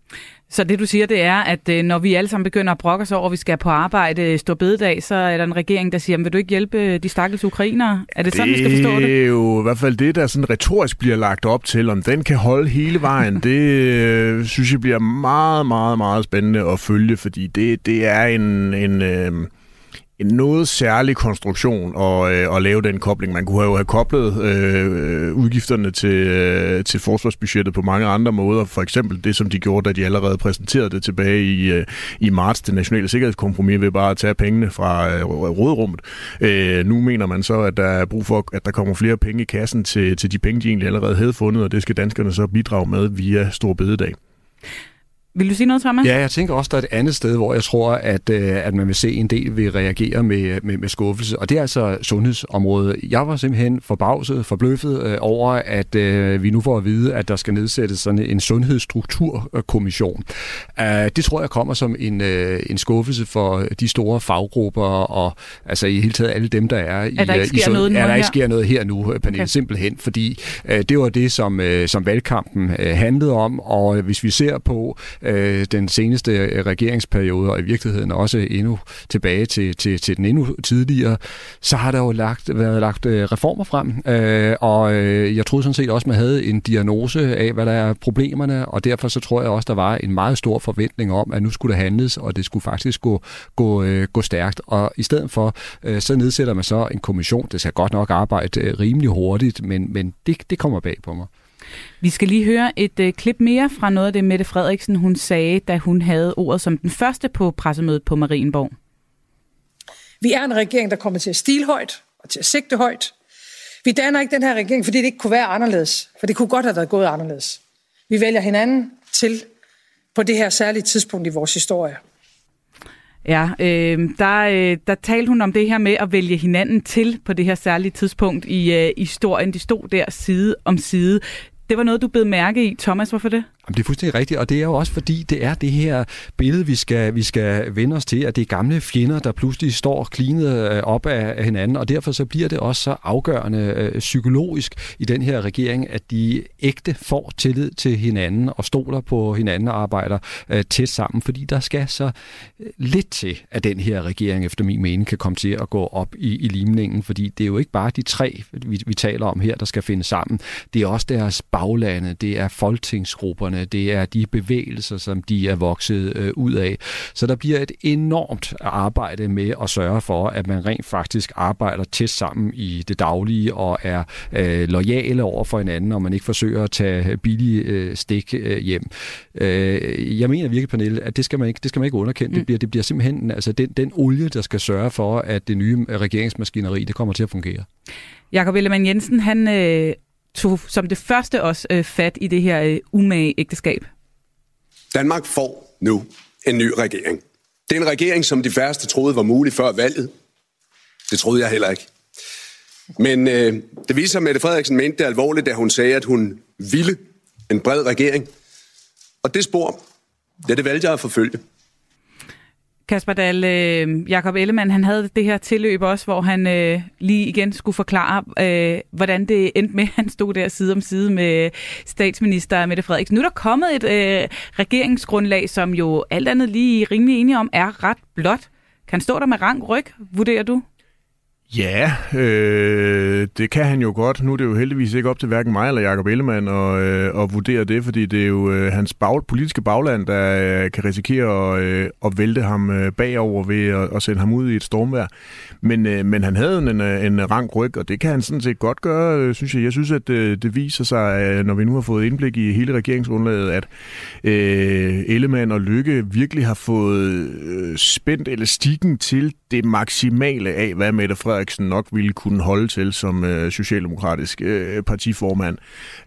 Så det, du siger, det er, at øh, når vi alle sammen begynder at brokke os over, at vi skal på arbejde Store Bededag, så er der en regering, der siger, vil du ikke hjælpe de stakkels ukrainere? Er det sådan, vi skal forstå det? Det er jo i hvert fald det, der sådan retorisk bliver lagt op til. Om den kan holde hele vejen, det øh, synes jeg bliver meget, meget, meget spændende at følge, fordi det, det er en... en øh, en noget særlig konstruktion at, øh, at lave den kobling. Man kunne jo have koblet øh, udgifterne til, øh, til forsvarsbudgettet på mange andre måder. For eksempel det, som de gjorde, da de allerede præsenterede det tilbage i, øh, i marts, det nationale sikkerhedskompromis, ved bare at tage pengene fra øh, råderummet. Øh, nu mener man så, at der er brug for, at der kommer flere penge i kassen til, til de penge, de egentlig allerede havde fundet, og det skal danskerne så bidrage med via Store Bededag. Vil du sige noget, Thomas? Ja, jeg tænker også, der er et andet sted, hvor jeg tror, at, at man vil se en del vil reagere med, med, med skuffelse, og det er altså sundhedsområdet. Jeg var simpelthen forbavset, forbløffet øh, over, at øh, vi nu får at vide, at der skal nedsættes sådan en sundhedsstrukturkommission. Uh, det tror jeg kommer som en, øh, en skuffelse for de store faggrupper, og altså i hele taget alle dem, der er i... At der ikke sker, i sund- noget, nu at der her? ikke sker noget her nu, Pernille, okay. Simpelthen, fordi øh, det var det, som, øh, som valgkampen øh, handlede om, og hvis vi ser på den seneste regeringsperiode, og i virkeligheden også endnu tilbage til, til, til den endnu tidligere, så har der jo lagt, været lagt reformer frem, og jeg troede sådan set også, man havde en diagnose af, hvad der er problemerne, og derfor så tror jeg også, der var en meget stor forventning om, at nu skulle der handles, og det skulle faktisk gå, gå, gå stærkt, og i stedet for, så nedsætter man så en kommission, det skal godt nok arbejde rimelig hurtigt, men, men det, det kommer bag på mig. Vi skal lige høre et øh, klip mere fra noget af det, Mette Frederiksen hun sagde, da hun havde ordet som den første på pressemødet på Marienborg. Vi er en regering, der kommer til at stile højt og til at sigte højt. Vi danner ikke den her regering, fordi det ikke kunne være anderledes. For det kunne godt have været gået anderledes. Vi vælger hinanden til på det her særlige tidspunkt i vores historie. Ja, øh, der, øh, der talte hun om det her med at vælge hinanden til på det her særlige tidspunkt i øh, historien. De stod der side om side. Det var noget, du bed mærke i. Thomas, hvorfor det? Det er fuldstændig rigtigt, og det er jo også fordi, det er det her billede, vi skal, vi skal vende os til, at det er gamle fjender, der pludselig står klinet op af hinanden, og derfor så bliver det også så afgørende øh, psykologisk i den her regering, at de ægte får tillid til hinanden og stoler på hinanden og arbejder øh, tæt sammen, fordi der skal så øh, lidt til, at den her regering efter min mening kan komme til at gå op i, i limningen, fordi det er jo ikke bare de tre, vi, vi taler om her, der skal finde sammen. Det er også deres baglande, det er folketingsgrupperne, det er de bevægelser, som de er vokset øh, ud af. Så der bliver et enormt arbejde med at sørge for, at man rent faktisk arbejder tæt sammen i det daglige og er øh, loyale over for hinanden, og man ikke forsøger at tage billige øh, stik øh, hjem. Øh, jeg mener virkelig, Pernille, at det skal man ikke, det skal man ikke underkende. Mm. Det, bliver, det bliver simpelthen altså, den, den olie, der skal sørge for, at det nye regeringsmaskineri det kommer til at fungere. Jakob Ellemann-Jensen, han øh, tog som det første også øh, fat i det her øh, umage ægteskab. Danmark får nu en ny regering. Det er en regering, som de færreste troede var mulig før valget. Det troede jeg heller ikke. Men øh, det viser sig, at Mette Frederiksen mente det alvorligt, da hun sagde, at hun ville en bred regering. Og det spor, ja, det valgte jeg at forfølge. Kasper Dahl, øh, Jakob Ellemann, han havde det her tilløb også, hvor han øh, lige igen skulle forklare, øh, hvordan det endte med, han stod der side om side med statsminister Mette Frederiksen. Nu er der kommet et øh, regeringsgrundlag, som jo alt andet lige rimelig enige om er ret blot. Kan han stå der med rank ryg, vurderer du? Ja, øh, det kan han jo godt. Nu er det jo heldigvis ikke op til hverken mig eller Jakob Ellemann at, øh, at vurdere det, fordi det er jo øh, hans bag, politiske bagland, der øh, kan risikere at, øh, at vælte ham øh, bagover ved at, at sende ham ud i et stormvejr. Men, øh, men han havde en, en rank ryg, og det kan han sådan set godt gøre, øh, synes jeg. Jeg synes, at øh, det viser sig, øh, når vi nu har fået indblik i hele regeringsgrundlaget, at øh, Ellemann og Løkke virkelig har fået øh, spændt elastikken til det maksimale af, hvad Mette Frederiksen nok ville kunne holde til som øh, socialdemokratisk øh, partiformand.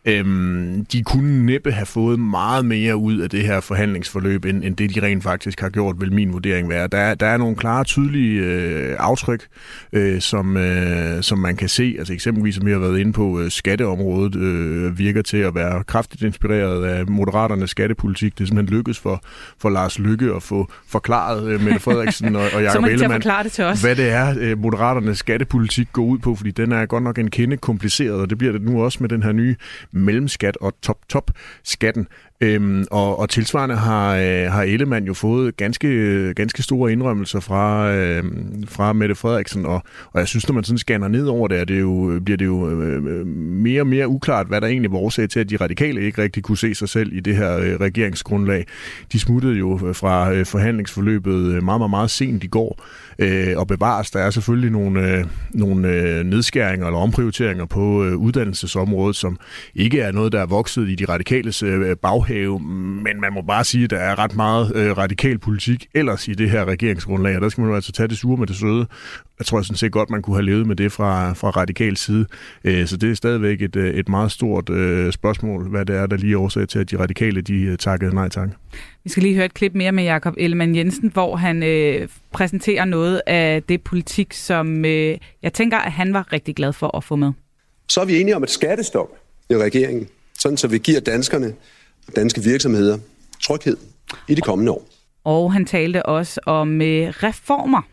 Øhm, de kunne næppe have fået meget mere ud af det her forhandlingsforløb, end, end det de rent faktisk har gjort, vil min vurdering være. Der, der er nogle klare, tydelige øh, aftryk, øh, som, øh, som man kan se. Altså eksempelvis, som vi har været inde på, øh, skatteområdet øh, virker til at være kraftigt inspireret af Moderaternes skattepolitik. Det er simpelthen lykkedes for, for Lars Løkke at få forklaret øh, Mette Frederiksen og, og Jakob Ellemann, det hvad det er, øh, Moderaternes skattepolitik går ud på, fordi den er godt nok en kende kompliceret, og det bliver det nu også med den her nye mellemskat og top-top-skatten. Øhm, og, og tilsvarende har, øh, har Ellemann jo fået ganske, ganske store indrømmelser fra, øh, fra Mette Frederiksen, og, og jeg synes, når man sådan scanner ned over det, det jo, bliver det jo øh, mere og mere uklart, hvad der egentlig var årsag til, at de radikale ikke rigtig kunne se sig selv i det her øh, regeringsgrundlag. De smuttede jo fra øh, forhandlingsforløbet meget, meget, meget sent i går, øh, og bevares. Der er selvfølgelig nogle, øh, nogle øh, nedskæringer eller omprioriteringer på øh, uddannelsesområdet, som ikke er noget, der er vokset i de radikales øh, baghave, men man må bare sige, at der er ret meget øh, radikal politik ellers i det her regeringsgrundlag, og der skal man jo altså tage det sure med det søde. Jeg tror sådan set godt, man kunne have levet med det fra, fra radikal side. Øh, så det er stadigvæk et, et meget stort øh, spørgsmål, hvad det er, der lige er årsag til, at de radikale de øh, takkede nej tak. Vi skal lige høre et klip mere med Jakob Ellemann-Jensen, hvor han øh, præsenterer noget af det politik, som øh, jeg tænker, at han var rigtig glad for at få med. Så er vi enige om et skattestop i regeringen, sådan så vi giver danskerne og danske virksomheder tryghed i de kommende år. Og han talte også om øh, reformer.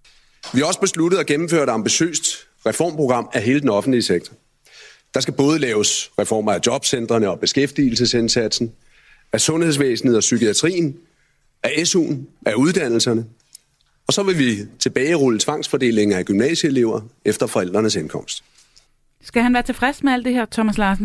Vi har også besluttet at gennemføre et ambitiøst reformprogram af hele den offentlige sektor. Der skal både laves reformer af jobcentrene og beskæftigelsesindsatsen, af sundhedsvæsenet og psykiatrien, af S U'en, af uddannelserne. Og så vil vi tilbagerulle tvangsfordelingen af gymnasieelever efter forældrenes indkomst. Skal han være tilfreds med alt det her, Thomas Larsen?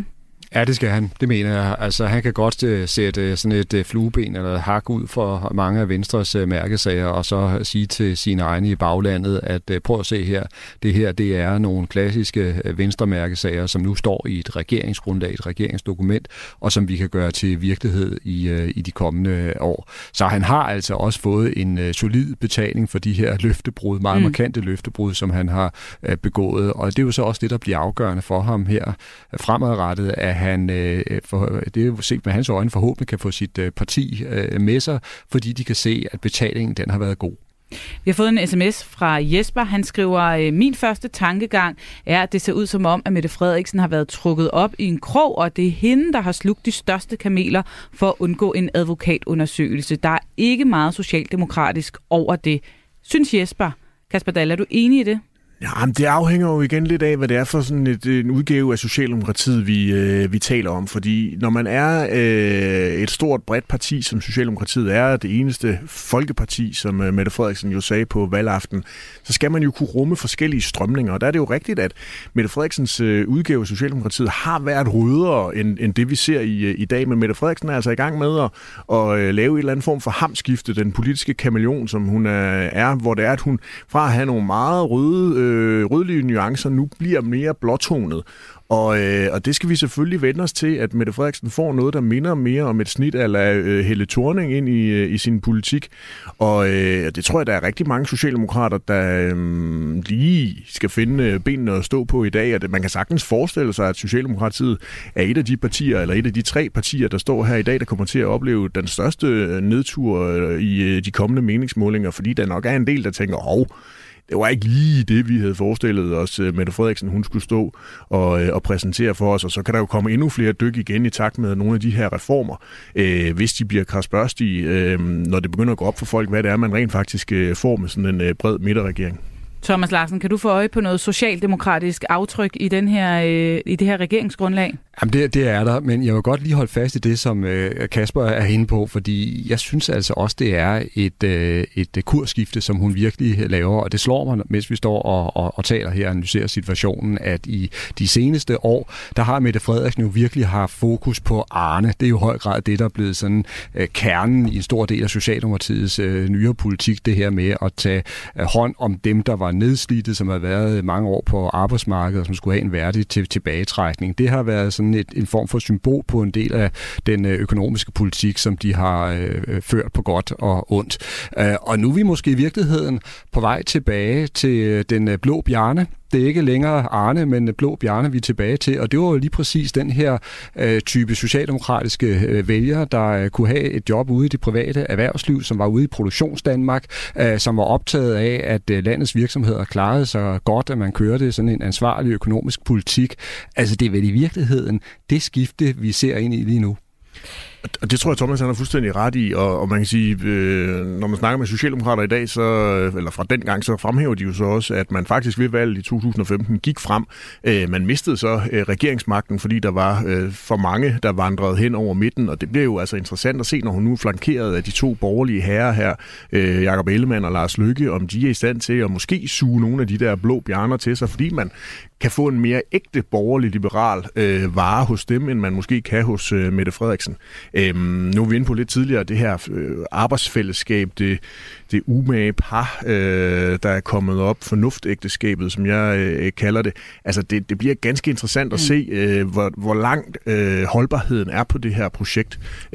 Ja, det skal han. Det mener jeg. Altså, han kan godt uh, sætte sådan et uh, flueben eller et hak ud for mange af Venstres uh, mærkesager, og så sige til sine egne i baglandet, at uh, prøv at se her, det her, det er nogle klassiske uh, Venstre-mærkesager, som nu står i et regeringsgrundlag, et regeringsdokument, og som vi kan gøre til virkelighed i, uh, i de kommende år. Så han har altså også fået en uh, solid betaling for de her løftebrud, meget mm. markante løftebrud, som han har uh, begået, og det er jo så også det, der bliver afgørende for ham her uh, fremadrettet, at han, øh, for, det er jo set med hans øjne, forhåbentlig kan få sit øh, parti øh, med sig, fordi de kan se, at betalingen den har været god. Vi har fået en sms fra Jesper. Han skriver, min første tankegang er, at det ser ud som om, at Mette Frederiksen har været trukket op i en krog, og det er hende, der har slugt de største kameler for at undgå en advokatundersøgelse. Der er ikke meget socialdemokratisk over det. Synes Jesper? Kasper Dahl, er du enig i det? Ja, men det afhænger jo igen lidt af, hvad det er for sådan et, en udgave af Socialdemokratiet, vi, øh, vi taler om. Fordi når man er øh, et stort, bredt parti, som Socialdemokratiet er, det eneste folkeparti, som øh, Mette Frederiksen jo sagde på valgaften, så skal man jo kunne rumme forskellige strømninger. Og der er det jo rigtigt, at Mette Frederiksens øh, udgave af Socialdemokratiet har været rødere end, end det, vi ser i, øh, i dag. Men Mette Frederiksen er altså i gang med at, at øh, lave en eller anden form for hamskifte, den politiske kameleon, som hun øh, er, hvor det er, at hun fra at have nogle meget røde øh, rødlige nuancer nu bliver mere blåtonet. Og, øh, og det skal vi selvfølgelig vende os til, at Mette Frederiksen får noget, der minder mere om et snit af øh, Helle Thorning ind i, øh, i sin politik. Og øh, det tror jeg, der er rigtig mange socialdemokrater, der øh, lige skal finde benene at stå på i dag. Og det, man kan sagtens forestille sig, at Socialdemokratiet er et af de partier, eller et af de tre partier, der står her i dag, der kommer til at opleve den største nedtur i de kommende meningsmålinger, fordi der nok er en del, der tænker, hov, det var ikke lige det, vi havde forestillet os, Mette Frederiksen, hun skulle stå og, og præsentere for os, og så kan der jo komme endnu flere dyk igen i takt med nogle af de her reformer, øh, hvis de bliver kradsbørstige, øh, når det begynder at gå op for folk, hvad det er, man rent faktisk øh, får med sådan en øh, bred midterregering. Thomas Larsen, kan du få øje på noget socialdemokratisk aftryk i, den her, øh, i det her regeringsgrundlag? Jamen det, det er der, men jeg vil godt lige holde fast i det, som øh, Kasper er inde på, fordi jeg synes altså også, det er et, øh, et kursskifte, som hun virkelig laver, og det slår mig, mens vi står og, og, og taler her og analyserer situationen, at i de seneste år, der har Mette Frederiksen jo virkelig haft fokus på Arne. Det er jo i høj grad det, der er blevet sådan øh, kernen i en stor del af Socialdemokratiets øh, nyere politik, det her med at tage øh, hånd om dem, der var nedslidte, som har været mange år på arbejdsmarkedet, og som skulle have en værdig til, tilbagetrækning. Det har været sådan et, en form for symbol på en del af den økonomiske politik, som de har øh, ført på godt og ondt. Øh, og nu er vi måske i virkeligheden på vej tilbage til den blå bjarne. Det er ikke længere Arne, men blå bjarne, vi er tilbage til. Og det var jo lige præcis den her øh, type socialdemokratiske øh, vælgere, der øh, kunne have et job ude i det private erhvervsliv, som var ude i Produktionsdanmark, øh, som var optaget af, at øh, landets virksomheder klarede sig godt, at man kørte sådan en ansvarlig økonomisk politik. Altså det er vel i virkeligheden det skifte, vi ser ind i lige nu. Og det tror jeg, Thomas han er fuldstændig ret i, og, og man kan sige, øh, når man snakker med socialdemokrater i dag, så, eller fra den gang, så fremhæver de jo så også, at man faktisk ved valget i to tusind og femten gik frem. Øh, man mistede så øh, regeringsmagten, fordi der var øh, for mange, der vandrede hen over midten, og det bliver jo altså interessant at se, når hun nu er flankeret af de to borgerlige herrer her, øh, Jakob Ellemann og Lars Løkke, om de er i stand til at måske suge nogle af de der blå bjerner til sig, fordi man kan få en mere ægte borgerlig-liberal øh, vare hos dem, end man måske kan hos øh, Mette Frederiksen. Øhm, nu er vi inde på lidt tidligere, det her øh, arbejdsfællesskab, det, det umage par, øh, der er kommet op, fornuftægteskabet, som jeg øh, kalder det. Altså, det, det bliver ganske interessant mm. at se, øh, hvor, hvor langt øh, holdbarheden er på det her projekt.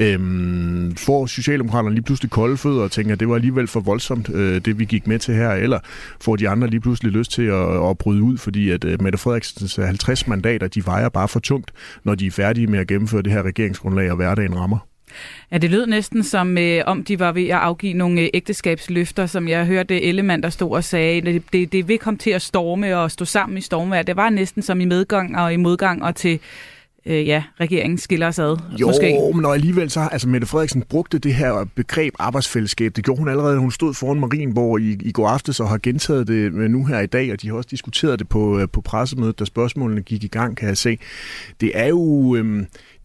Øhm, får Socialdemokraterne lige pludselig kolde fødder og tænker, at det var alligevel for voldsomt, øh, det vi gik med til her, eller får de andre lige pludselig lyst til at, at bryde ud, fordi at øh, Mette Frederiksens halvtreds mandater, de vejer bare for tungt, når de er færdige med at gennemføre det her regeringsgrundlag, og hverdagen rammer. Ja, det lød næsten som øh, om de var ved at afgive nogle øh, ægteskabsløfter, som jeg hørte Ellemann, der stod og sagde, det, det, det vil komme til at storme og stå sammen i stormvejr. Det var næsten som i medgang og i modgang og til øh, ja, regeringen skiller os ad. Jo, måske. Men når alligevel så, altså Mette Frederiksen brugte det her begreb arbejdsfællesskab. Det gjorde hun allerede, hun stod foran Marienborg i, i går aftes og har gentaget det nu her i dag, og de har også diskuteret det på, på pressemødet, da spørgsmålene gik i gang, kan jeg se. Det er jo... Øhm,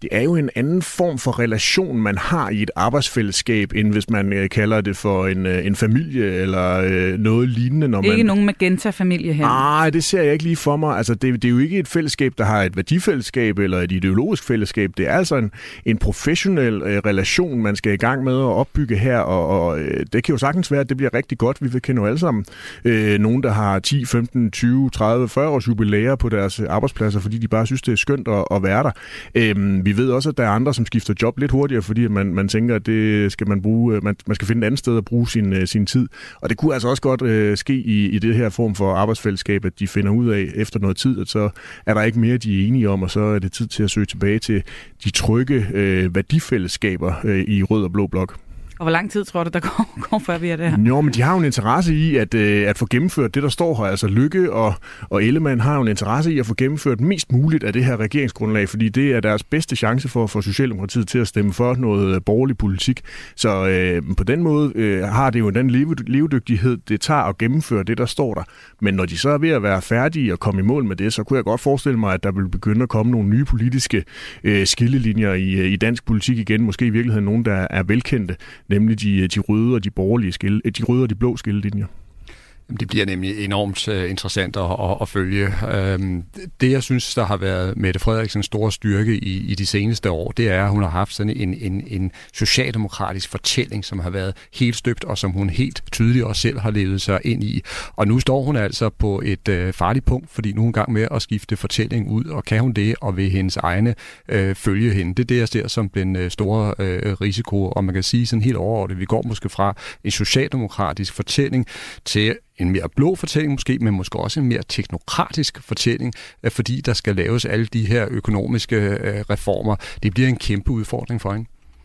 det er jo en anden form for relation, man har i et arbejdsfællesskab, end hvis man øh, kalder det for en, øh, en familie eller øh, noget lignende. Når ikke man... nogen Magenta-familie her. Nej, det ser jeg ikke lige for mig. Altså, det, det er jo ikke et fællesskab, der har et værdifællesskab eller et ideologisk fællesskab. Det er altså en, en professionel øh, relation, man skal i gang med at opbygge her, og, og øh, det kan jo sagtens være, at det bliver rigtig godt. Vi kender jo alle sammen øh, nogen, der har ti, femten, tyve, tredive, fyrre års jubilæer på deres arbejdspladser, fordi de bare synes, det er skønt at, at være der. Øh, vi ved også, at der er andre, som skifter job lidt hurtigere, fordi man, man tænker, at det skal man bruge, man, man skal finde et andet sted at bruge sin, sin tid. Og det kunne altså også godt øh, ske i, i det her form for arbejdsfællesskab, at de finder ud af efter noget tid, at så er der ikke mere, de er enige om, og så er det tid til at søge tilbage til de trygge øh, værdifællesskaber øh, i rød og blå blok. Og hvor lang tid tror du, der går, går før vi er der? Jo, men de har jo en interesse i at, øh, at få gennemført det, der står her. Altså Lykke og, og Ellemann har jo en interesse i at få gennemført mest muligt af det her regeringsgrundlag, fordi det er deres bedste chance for at få Socialdemokratiet til at stemme for noget borgerlig politik. Så øh, på den måde øh, har det jo den levedygtighed, det tager at gennemføre det, der står der. Men når de så er ved at være færdige og komme i mål med det, så kunne jeg godt forestille mig, at der vil begynde at komme nogle nye politiske øh, skillelinjer i, i dansk politik igen. Måske i virkeligheden nogen, der er velkendte, nemlig de, de røde og de borgerlige skille, de røde og de blå skillelinjer. Det bliver nemlig enormt uh, interessant at, at, at følge. Um, det, jeg synes, der har været Mette Frederiksens store styrke i, i de seneste år, det er, at hun har haft sådan en, en, en socialdemokratisk fortælling, som har været helt støbt, og som hun helt tydeligt også selv har levet sig ind i. Og nu står hun altså på et uh, farligt punkt, fordi nu er hun i gang med at skifte fortælling ud, og kan hun det, og vil hendes egne uh, følge hende. Det er det, jeg ser som den uh, store uh, risiko, og man kan sige sådan helt overordnet, vi går måske fra en socialdemokratisk fortælling til en mere blå fortælling måske, men måske også en mere teknokratisk fortælling, fordi der skal laves alle de her økonomiske reformer. Det bliver en kæmpe udfordring for hende.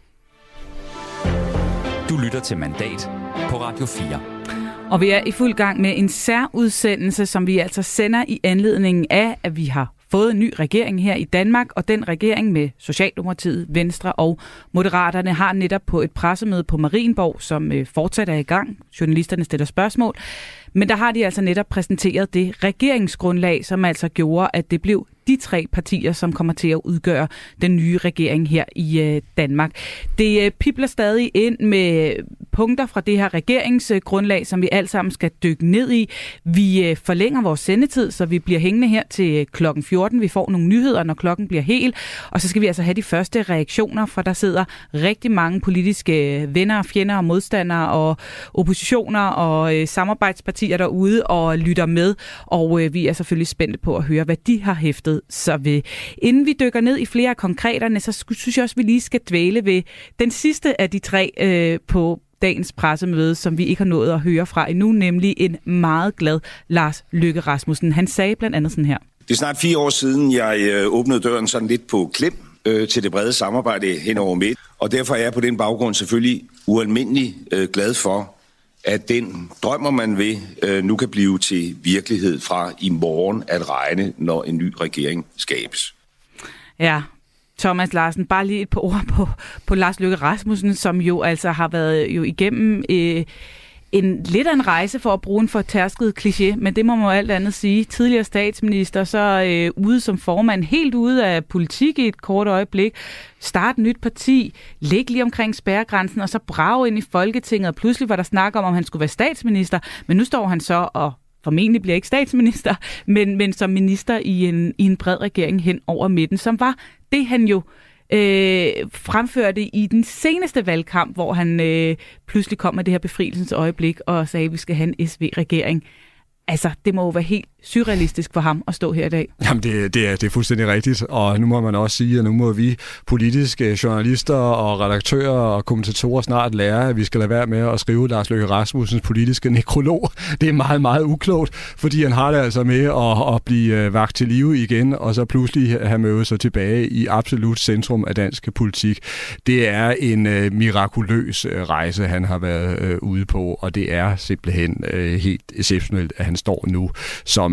Du lytter til Mandat på Radio fire. Og vi er i fuld gang med en særudsendelse, som vi altså sender i anledningen af, at vi har fået en ny regering her i Danmark, og den regering med Socialdemokratiet, Venstre og Moderaterne har netop på et pressemøde på Marienborg, som fortsat er i gang. Journalisterne stiller spørgsmål. Men der har de altså netop præsenteret det regeringsgrundlag, som altså gjorde, at det blev de tre partier, som kommer til at udgøre den nye regering her i øh, Danmark. Det øh, pibler stadig ind med punkter fra det her regeringsgrundlag, som vi alle sammen skal dykke ned i. Vi øh, forlænger vores sendetid, så vi bliver hængende her til klokken fjorten. Vi får nogle nyheder, når klokken bliver hel. Og så skal vi altså have de første reaktioner, for der sidder rigtig mange politiske venner, fjender og modstandere og oppositioner og øh, samarbejdspartier derude og lytter med. Og øh, vi er selvfølgelig spændte på at høre, hvad de har hæftet så ved. Inden vi dykker ned i flere af konkreterne, så synes jeg også, at vi lige skal dvæle ved den sidste af de tre øh, på dagens pressemøde, som vi ikke har nået at høre fra endnu, nemlig en meget glad Lars Løkke Rasmussen. Han sagde blandt andet sådan her. Det er snart fire år siden, jeg øh, åbnede døren sådan lidt på klem øh, til det brede samarbejde hen over midt, og derfor er jeg på den baggrund selvfølgelig ualmindelig øh, glad for, at den drømmer man ved øh, nu kan blive til virkelighed fra i morgen at regne, når en ny regering skabes. Ja, Thomas Larsen, bare lige et par ord på, på Lars Løkke Rasmussen, som jo altså har været jo igennem øh, en lidt af en rejse for at bruge en fortærsket kliché, men det må man jo alt andet sige. Tidligere statsminister, så øh, ude som formand, helt ude af politik i et kort øjeblik, starte et nyt parti, ligge lige omkring spærregrænsen, og så brage ind i Folketinget, og pludselig var der snak om, om han skulle være statsminister, men nu står han så og formentlig bliver ikke statsminister, men, men som minister i en, i en bred regering hen over midten, som var det, han jo øh, fremførte i den seneste valgkamp, hvor han øh, pludselig kom med det her befrielsens øjeblik og sagde, at vi skal have en S V-regering. Altså, det må jo være helt surrealistisk for ham at stå her i dag. Jamen, det, det, er, det er fuldstændig rigtigt, og nu må man også sige, at nu må vi politiske journalister og redaktører og kommentatorer snart lære, at vi skal lade være med at skrive Lars Løkke Rasmussens politiske nekrolog. Det er meget, meget uklogt, fordi han har det altså med at, at blive vakt til live igen, og så pludselig have mødet sig tilbage i absolut centrum af dansk politik. Det er en uh, mirakuløs rejse, han har været uh, ude på, og det er simpelthen uh, helt exceptionelt, at han står nu som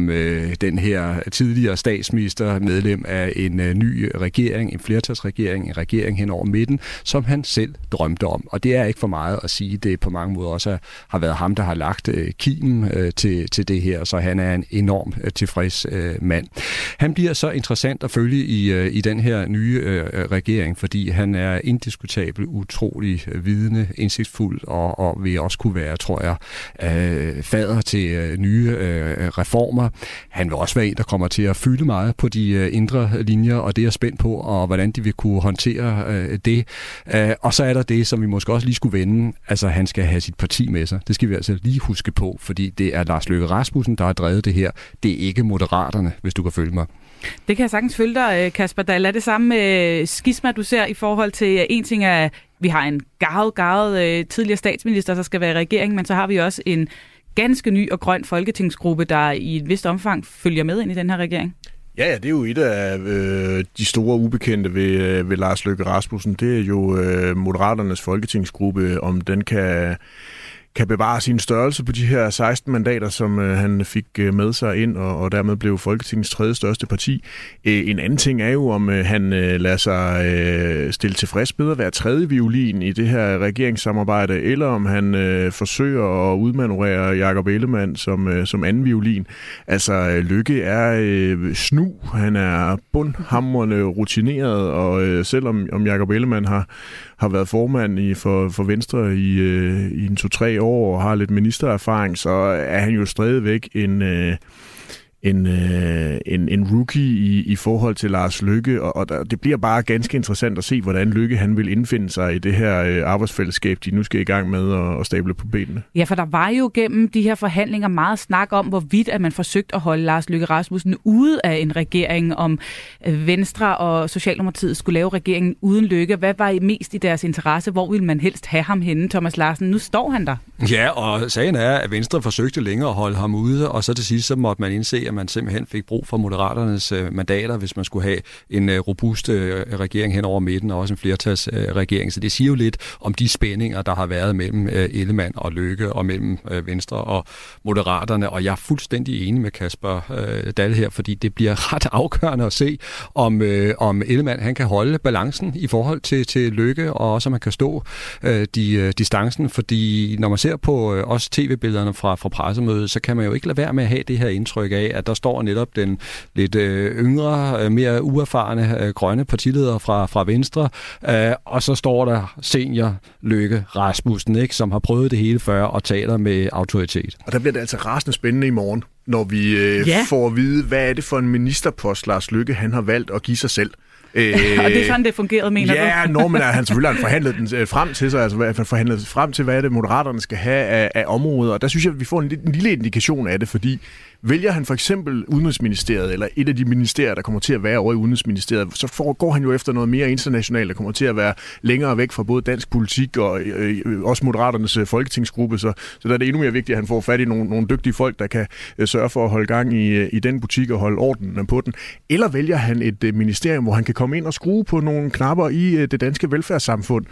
som øh, den her tidligere statsminister, medlem af en øh, ny regering, en flertalsregering, en regering hen over midten, som han selv drømte om. Og det er ikke for meget at sige, det på mange måder også har været ham, der har lagt øh, kimen øh, til, til det her, så han er en enormt øh, tilfreds øh, mand. Han bliver så interessant at følge i, øh, i den her nye øh, regering, fordi han er indiskutabel, utrolig øh, vidende, indsigtsfuld og, og vil også kunne være, tror jeg, øh, fader til øh, nye øh, reformer. Han vil også være en, der kommer til at fylde meget på de øh, indre linjer, og det er jeg spændt på, og hvordan de vil kunne håndtere øh, det. Øh, og så er der det, som vi måske også lige skulle vende. Altså, han skal have sit parti med sig. Det skal vi altså lige huske på, fordi det er Lars Løkke Rasmussen, der har drevet det her. Det er ikke Moderaterne, hvis du kan følge mig. Det kan jeg sagtens følge dig, Kasper Dahl. Er det samme øh, skisma, du ser i forhold til en ting af, vi har en garvet, garvet øh, tidligere statsminister, der skal være i regeringen, men så har vi også en ganske ny og grøn folketingsgruppe, der i et vist omfang følger med ind i den her regering? Ja, ja, det er jo et af øh, de store ubekendte ved, øh, ved Lars Løkke Rasmussen. Det er jo øh, Moderaternes folketingsgruppe, om den kan... kan bevare sin størrelse på de her seksten mandater, som øh, han fik øh, med sig ind, og, og dermed blev Folketingets tredje største parti. Æ, en anden ting er jo, om øh, han øh, lader sig øh, stille tilfreds med at være tredje violin i det her regeringssamarbejde, eller om han øh, forsøger at udmanøvrere Jakob Ellemann som, øh, som anden violin. Altså, øh, Løkke er øh, snu, han er bundhamrende rutineret, og øh, selvom om Jakob Ellemann har har været formand i, for, for Venstre i, øh, i en to-tre år og har lidt ministererfaring, så er han jo stadigvæk en, øh, en, øh, en, en rookie i, i forhold til Lars Løkke, og, og der, det bliver bare ganske interessant at se, hvordan Løkke han vil indfinde sig i det her øh, arbejdsfællesskab, de nu skal i gang med at, at stable på benene. Ja, for der var jo gennem de her forhandlinger meget snak om, hvorvidt at man forsøgte at holde Lars Løkke Rasmussen ude af en regering, om Venstre og Socialdemokratiet skulle lave regeringen uden Løkke. Hvad var mest i deres interesse? Hvor ville man helst have ham henne, Thomas Larsen? Nu står han der. Ja, og sagen er, at Venstre forsøgte længere at holde ham ude, og så til sidst så måtte man indse, at man simpelthen fik brug for Moderaternes mandater, hvis man skulle have en robust regering hen over midten, og også en flertalsregering. Så det siger jo lidt om de spændinger, der har været mellem Ellemann og Løkke, og mellem Venstre og Moderaterne. Og jeg er fuldstændig enig med Kasper Dahl her, fordi det bliver ret afgørende at se, om, om Ellemann han kan holde balancen i forhold til, til Løkke, og også om man kan stå de, distancen, fordi når man ser på også tv-billederne fra, fra pressemødet, så kan man jo ikke lade være med at have det her indtryk af, at der står netop den lidt øh, yngre, mere uerfarne øh, grønne partileder fra, fra Venstre, øh, og så står der senior Løkke Rasmussen, ikke, som har prøvet det hele før og taler med autoritet. Og der bliver det altså rasende spændende i morgen, når vi øh, ja. får at vide, hvad er det for en ministerpost, Lars Løkke han har valgt at give sig selv. Øh, og det er sådan, det fungerede, mener ja, du? Ja, når man er, han selvfølgelig har forhandlet den øh, frem til sig, altså han forhandlet frem til, hvad det Moderaterne skal have af, af områder, og der synes jeg, at vi får en, en lille indikation af det, fordi vælger han for eksempel Udenrigsministeriet, eller et af de ministerier, der kommer til at være over i Udenrigsministeriet, så får, går han jo efter noget mere internationalt, der kommer til at være længere væk fra både dansk politik og øh, også Moderaternes øh, folketingsgruppe, så, så der er det endnu mere vigtigt, at han får fat i nogle, nogle dygtige folk, der kan øh, sørge for at holde gang i, i den butik og holde orden på den. Eller vælger han et øh, ministerium, hvor han kan komme ind og skrue på nogle knapper i øh, det danske velfærdssamfund,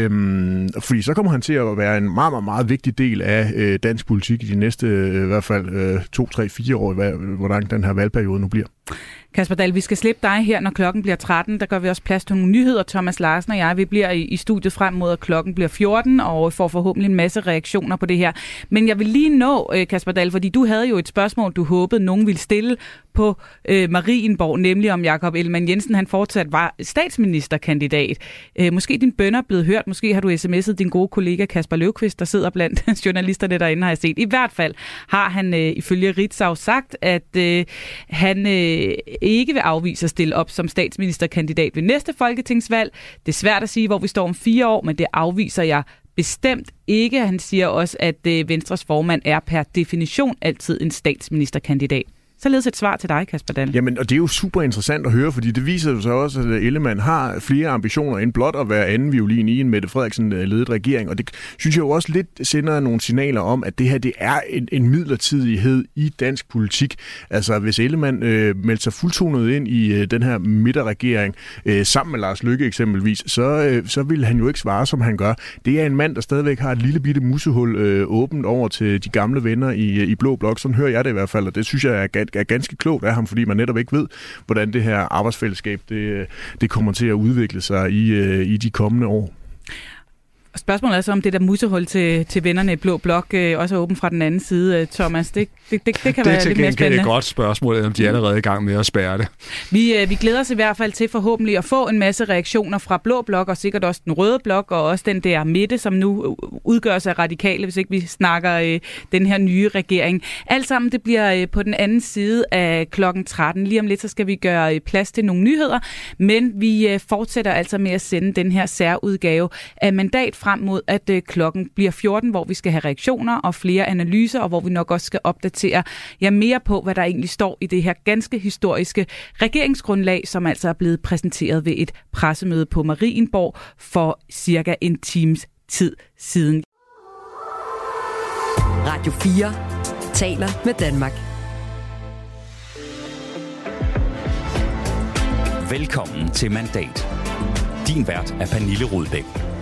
øhm, fordi så kommer han til at være en meget, meget, meget vigtig del af øh, dansk politik i de næste øh, i hvert fald øh, to, tre, fire år, hvor lang den her valgperiode nu bliver. Kasper Dahl, vi skal slippe dig her, når klokken bliver tretten. Der gør vi også plads til nogle nyheder. Thomas Larsen og jeg, vi bliver i, i studiet frem mod, at klokken bliver fjorten, og får forhåbentlig en masse reaktioner på det her. Men jeg vil lige nå, Kasper Dahl, fordi du havde jo et spørgsmål, du håbede, nogen ville stille på øh, Marienborg, nemlig om Jakob Ellemann-Jensen, han fortsat var statsministerkandidat. Øh, måske din bønner er blevet hørt, måske har du sms'et din gode kollega Kasper Løvqvist, der sidder blandt journalisterne derinde, har jeg set. I hvert fald har han øh, ifølge Ritzau sagt, at øh, han øh, ikke vil afvise at stille op som statsministerkandidat ved næste folketingsvalg. Det er svært at sige, hvor vi står om fire år, men det afviser jeg bestemt ikke. Han siger også, at øh, Venstres formand er per definition altid en statsministerkandidat. Således et svar til dig, Kasper Dahl. Jamen, og det er jo super interessant at høre, fordi det viser jo så også, at Ellemann har flere ambitioner end blot at være anden violin i en Mette Frederiksen-ledet regering, og det synes jeg jo også lidt sender nogle signaler om, at det her det er en, en midlertidighed i dansk politik. Altså, hvis Ellemann øh, meldte sig fuldtonet ind i øh, den her midterregering, øh, sammen med Lars Løkke eksempelvis, så, øh, så vil han jo ikke svare, som han gør. Det er en mand, der stadigvæk har et lille bitte musehul øh, åbent over til de gamle venner i, i Blå Blok. Sådan hører jeg det i hvert fald, og det synes jeg er er ganske klogt af ham, fordi man netop ikke ved, hvordan det her arbejdsfællesskab det, det kommer til at udvikle sig i, i de kommende år. Spørgsmålet er så, om det der musehul til, til vennerne i Blå Blok øh, også er åben fra den anden side, Thomas. Det, det, det, det kan det være lidt mere spændende. Det er et godt spørgsmål, om de er allerede i gang med at spærre det. Vi, øh, vi glæder os i hvert fald til forhåbentlig at få en masse reaktioner fra Blå Blok, og sikkert også den røde blok, og også den der midte, som nu udgør sig radikale, hvis ikke vi snakker øh, den her nye regering. Alt sammen, det bliver øh, på den anden side af klokken tretten. Lige om lidt, så skal vi gøre øh, plads til nogle nyheder, men vi øh, fortsætter altså med at sende den her særudgave af Mandat frem mod, at øh, klokken bliver fjorten, hvor vi skal have reaktioner og flere analyser, og hvor vi nok også skal opdatere jer mere på, hvad der egentlig står i det her ganske historiske regeringsgrundlag, som altså er blevet præsenteret ved et pressemøde på Marienborg for cirka en times tid siden. Radio fire taler med Danmark. Velkommen til Mandat. Din vært er Pernille Rudbæk.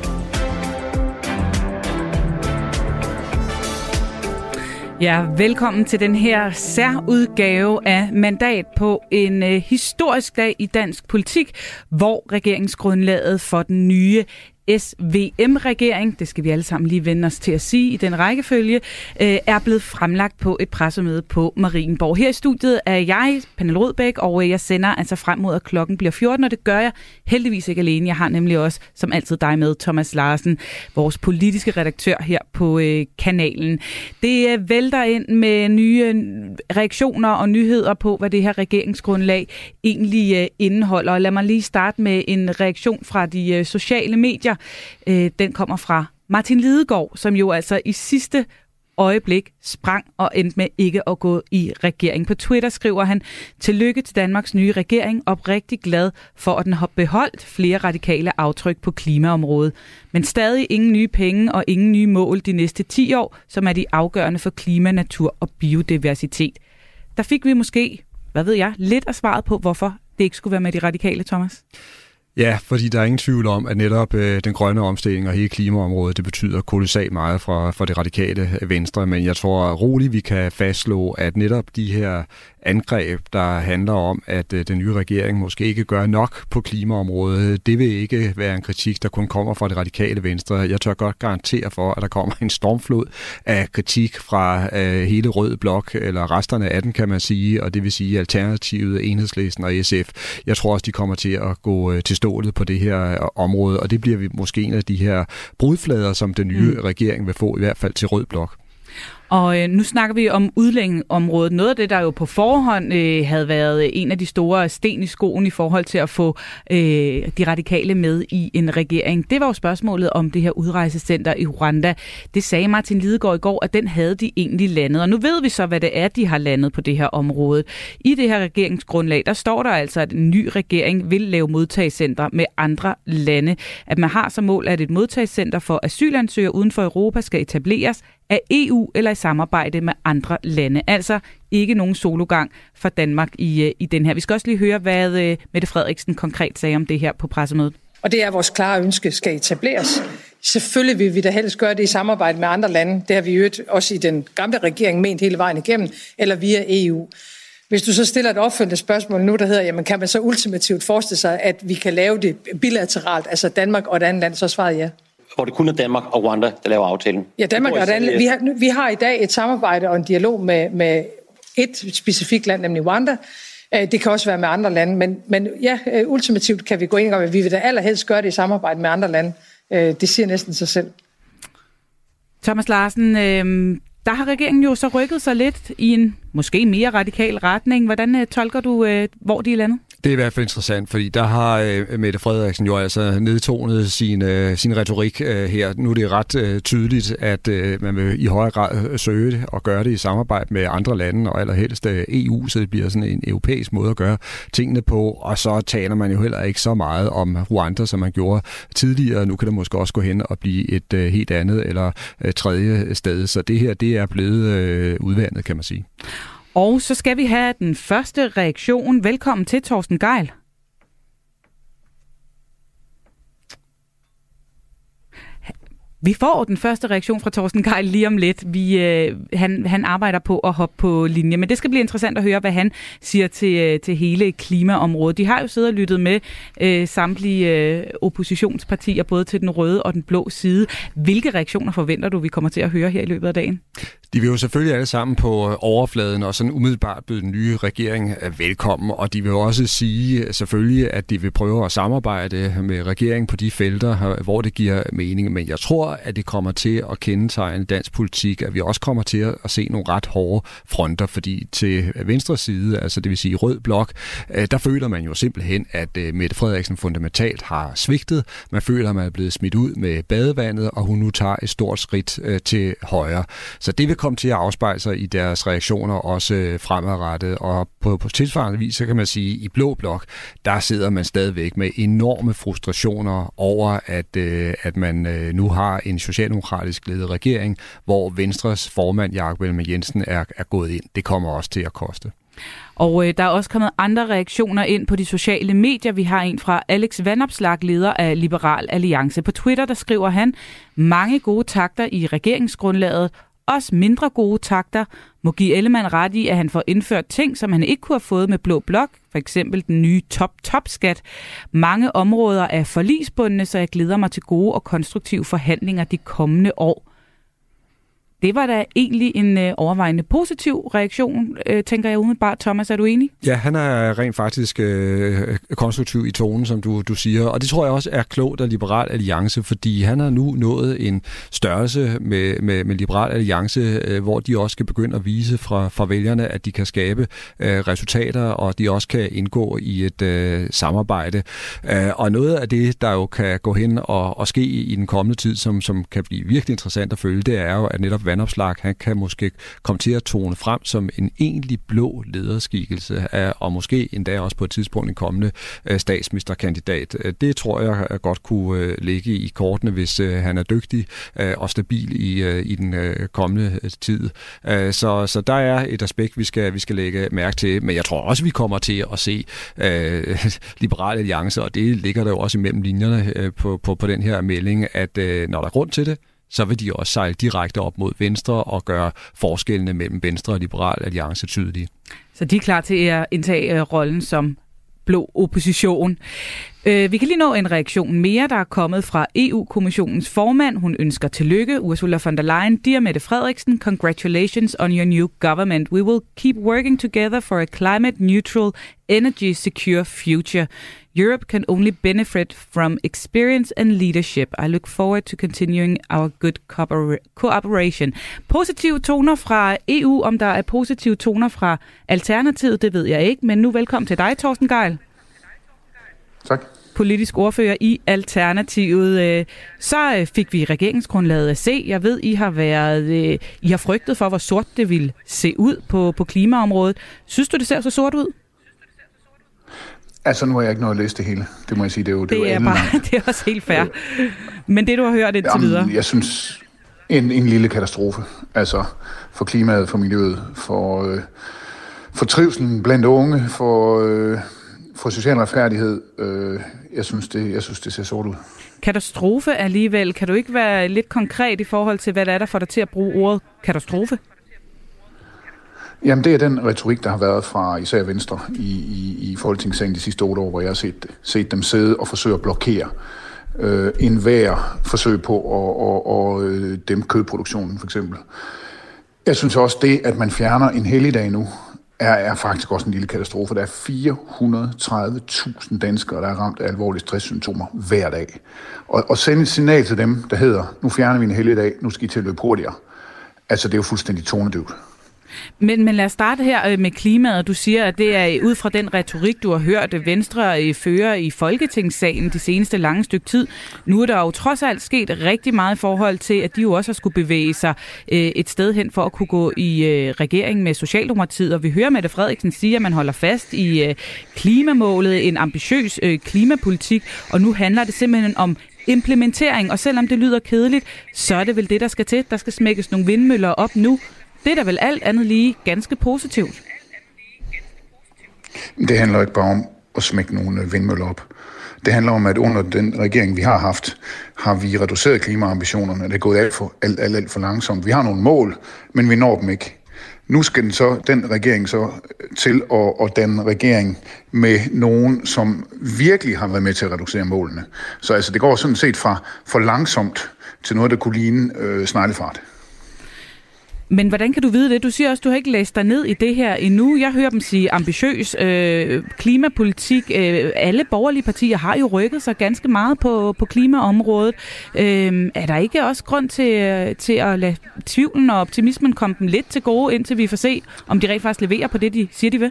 Ja, velkommen til den her særudgave af Mandat på en øh, historisk dag i dansk politik, hvor regeringsgrundlaget for den nye S V M-regering, det skal vi alle sammen lige vende os til at sige i den rækkefølge, øh, er blevet fremlagt på et pressemøde på Marienborg. Her i studiet er jeg, Pernille Rudbæk, og jeg sender altså frem mod, at klokken bliver fjorten, og det gør jeg heldigvis ikke alene. Jeg har nemlig også, som altid, dig med, Thomas Larsen, vores politiske redaktør her på øh, kanalen. Det øh, vælter ind med nye reaktioner og nyheder på, hvad det her regeringsgrundlag egentlig øh, indeholder. Og lad mig lige starte med en reaktion fra de øh, sociale medier. Den kommer fra Martin Lidegaard, som jo altså i sidste øjeblik sprang og endte med ikke at gå i regering. På Twitter skriver han: "Tillykke til Danmarks nye regering. Oprigtig glad for, at den har beholdt flere radikale aftryk på klimaområdet. Men stadig ingen nye penge og ingen nye mål de næste ti år, som er de afgørende for klima, natur og biodiversitet." Der fik vi måske, hvad ved jeg, lidt af svaret på, hvorfor det ikke skulle være med de radikale, Thomas. Ja, fordi der er ingen tvivl om, at netop øh, den grønne omstilling og hele klimaområdet, det betyder kolossalt meget for, for det radikale Venstre, men jeg tror roligt, vi kan fastslå, at netop de her angreb, der handler om, at øh, den nye regering måske ikke gør nok på klimaområdet, det vil ikke være en kritik, der kun kommer fra det radikale Venstre. Jeg tør godt garantere for, at der kommer en stormflod af kritik fra øh, hele Rød Blok, eller resterne af den, kan man sige, og det vil sige Alternativet, Enhedslisten og S F. Jeg tror også, de kommer til at gå øh, til stålet på det her område, og det bliver vi måske en af de her brudflader, som den nye mm. regering vil få, i hvert fald til Rød Blok. Og øh, nu snakker vi om udlændingeområdet. Noget af det, der jo på forhånd øh, havde været en af de store sten i skoen i forhold til at få øh, de radikale med i en regering, det var jo spørgsmålet om det her udrejsecenter i Rwanda. Det sagde Martin Lidegaard i går, at den havde de egentlig landet. Og nu ved vi så, hvad det er, de har landet på det her område. I det her regeringsgrundlag, der står der altså, at en ny regering vil lave modtagscenter med andre lande. At man har som mål, at et modtagscenter for asylansøgere uden for Europa skal etableres af E U eller i samarbejde med andre lande. Altså ikke nogen sologang for Danmark i, i den her. Vi skal også lige høre, hvad Mette Frederiksen konkret sagde om det her på pressemødet. Og det er vores klare ønske, skal etableres. Selvfølgelig vil vi da helst gøre det i samarbejde med andre lande. Det har vi jo også i den gamle regering ment hele vejen igennem, eller via E U. Hvis du så stiller et opfølgende spørgsmål nu, der hedder, jamen kan man så ultimativt forestille sig, at vi kan lave det bilateralt, altså Danmark og et andet land, så svaret ja. Hvor det kun er Danmark og Rwanda, der laver aftalen. Ja, Danmark og et andet land. Vi har, vi har i dag et samarbejde og en dialog med, med et specifikt land, nemlig Rwanda. Det kan også være med andre lande, men, men ja, ultimativt kan vi gå ind og vi vil da allerhelst gøre det i samarbejde med andre lande. Det siger næsten sig selv. Thomas Larsen, øh, der har regeringen jo så rykket sig lidt i en måske mere radikal retning. Hvordan øh, tolker du, øh, hvor de er landet? Det er i hvert fald interessant, fordi der har øh, Mette Frederiksen jo altså nedtonet sin, øh, sin retorik øh, her. Nu er det ret øh, tydeligt, at øh, man vil i højere grad søge det og gøre det i samarbejde med andre lande, og allerhelst øh, E U, så det bliver sådan en europæisk måde at gøre tingene på. Og så taler man jo heller ikke så meget om Rwanda, som man gjorde tidligere. Nu kan det måske også gå hen og blive et øh, helt andet eller øh, tredje sted. Så det her, det er blevet øh, udvandet, kan man sige. Og så skal vi have den første reaktion. Velkommen til, Torsten Gejl. Vi får den første reaktion fra Torsten Gejl lige om lidt. Vi, øh, han, han arbejder på at hoppe på linje, men det skal blive interessant at høre, hvad han siger til, til hele klimaområdet. De har jo siddet og lyttet med øh, samtlige øh, oppositionspartier, både til den røde og den blå side. Hvilke reaktioner forventer du, vi kommer til at høre her i løbet af dagen? De vil jo selvfølgelig alle sammen på overfladen og sådan umiddelbart byde den nye regering velkommen, og de vil også sige selvfølgelig, at de vil prøve at samarbejde med regeringen på de felter, hvor det giver mening. Men jeg tror, at det kommer til at kendetegne dansk politik, at vi også kommer til at se nogle ret hårde fronter, fordi til venstre side, altså det vil sige rød blok, der føler man jo simpelthen, at Mette Frederiksen fundamentalt har svigtet. Man føler, at man er blevet smidt ud med badevandet, og hun nu tager et stort skridt til højre. Så det vil komme til at afspejle sig i deres reaktioner også fremadrettet, og på, på tilsvarende vis, så kan man sige, at i blå blok, der sidder man stadigvæk med enorme frustrationer over, at, øh, at man øh, nu har en socialdemokratisk ledet regering, hvor Venstres formand, Jakob Ellemann-Jensen, er, er gået ind. Det kommer også til at koste. Og øh, der er også kommet andre reaktioner ind på de sociale medier. Vi har en fra Alex Vanopslagh, leder af Liberal Alliance. På Twitter, der skriver han, mange gode takter i regeringsgrundlaget, også mindre gode takter, må give Ellemann ret i, at han får indført ting, som han ikke kunne have fået med blå blok, for eksempel den nye top-top-skat. Mange områder er forligsbundne, så jeg glæder mig til gode og konstruktive forhandlinger de kommende år. Det var da egentlig en øh, overvejende positiv reaktion, øh, tænker jeg umiddelbart. Thomas, er du enig? Ja, han er rent faktisk øh, konstruktiv i tonen, som du, du siger. Og det tror jeg også er klogt af Liberal Alliance, fordi han har nu nået en størrelse med, med, med Liberal Alliance, øh, hvor de også skal begynde at vise fra, fra vælgerne, at de kan skabe øh, resultater, og de også kan indgå i et øh, samarbejde. Øh, og noget af det, der jo kan gå hen og, og ske i den kommende tid, som, som kan blive virkelig interessant at følge, det er jo, at netop Vanopslagh, han kan måske komme til at tone frem som en egentlig blå lederskikkelse, og måske endda også på et tidspunkt en kommende statsministerkandidat. Det tror jeg godt kunne ligge i kortene, hvis han er dygtig og stabil i, i den kommende tid. Så, så der er et aspekt, vi skal, vi skal lægge mærke til, men jeg tror også, vi kommer til at se uh, Liberal Alliance, og det ligger der jo også imellem linjerne uh, på, på, på den her melding, at uh, når der er grund til det, så vil de også sejle direkte op mod Venstre og gøre forskellene mellem Venstre og Liberal Alliance tydelige. Så de er klar til at indtage rollen som blå opposition. Vi kan lige nå en reaktion mere, der er kommet fra E U-kommissionens formand. Hun ønsker tillykke, Ursula von der Leyen. Dear Mette Frederiksen, congratulations on your new government. We will keep working together for a climate-neutral, energy-secure future. Europe can only benefit from experience and leadership. I look forward to continuing our good cooperation. Positive toner fra E U, om der er positive toner fra Alternativet, det ved jeg ikke. Men nu velkommen til dig, Torsten Gejl. Tak. Politisk ordfører i Alternativet. Så fik vi regeringsgrundlaget at se. Jeg ved, I har været, I har frygtet for, hvor sort det ville se ud på, på klimaområdet. Synes du, det ser så sort ud? Altså, nu har jeg ikke noget at læse det hele. Det må jeg sige, det er jo det, det er, jo bare, det er også helt fair. Men det, du har hørt indtil Jamen, videre? Jeg synes, en, en lille katastrofe. Altså, for klimaet, for miljøet, for, øh, for trivselen blandt unge, for, øh, for social retfærdighed. Øh, jeg, synes, det, jeg synes, det ser sort ud. Katastrofe alligevel. Kan du ikke være lidt konkret i forhold til, hvad det er, der får dig til at bruge ordet katastrofe? Jamen, det er den retorik, der har været fra især Venstre i, i, i Folketingssalen de sidste otte år, hvor jeg har set, set dem sidde og forsøge at blokere øh, enhver forsøg på at, at, at, at dæmpe kødproduktionen, for eksempel. Jeg synes også, det, at man fjerner en helligdag nu, er, er faktisk også en lille katastrofe. Der er fire hundrede og tredive tusind danskere, der er ramt af alvorlige stresssymptomer hver dag. Og, og sende et signal til dem, der hedder, nu fjerner vi en helligdag, nu skal I til at løbe hurtigere. Altså, det er jo fuldstændig tonedøvt. Men, men lad os starte her med klimaet. Du siger, at det er ud fra den retorik, du har hørt Venstre føre i Folketingssalen de seneste lange stykke tid. Nu er der jo trods alt sket rigtig meget i forhold til, at de jo også har skulle bevæge sig et sted hen for at kunne gå i regering med Socialdemokratiet. Og vi hører Mette Frederiksen sige, at man holder fast i klimamålet, en ambitiøs klimapolitik, og nu handler det simpelthen om implementering. Og selvom det lyder kedeligt, så er det vel det, der skal til. Der skal smækkes nogle vindmøller op nu. Det er da vel alt andet lige ganske positivt. Det handler ikke bare om at smække nogle vindmøller op. Det handler om, at under den regering, vi har haft, har vi reduceret klimaambitionerne. Det er gået alt for, alt, alt, alt for langsomt. Vi har nogle mål, men vi når dem ikke. Nu skal den, så, den regering så til at, at danne regering med nogen, som virkelig har været med til at reducere målene. Så altså, det går sådan set fra for langsomt til noget, der kunne ligne øh, sneglefart. Men hvordan kan du vide det? Du siger også, at du har ikke læst dig ned i det her endnu. Jeg hører dem sige ambitiøs øh, klimapolitik. Øh, alle borgerlige partier har jo rykket sig ganske meget på, på klimaområdet. Øh, er der ikke også grund til, til at lade tvivlen og optimismen komme dem lidt til gode, indtil vi får se, om de rent faktisk leverer på det, de siger, de vil?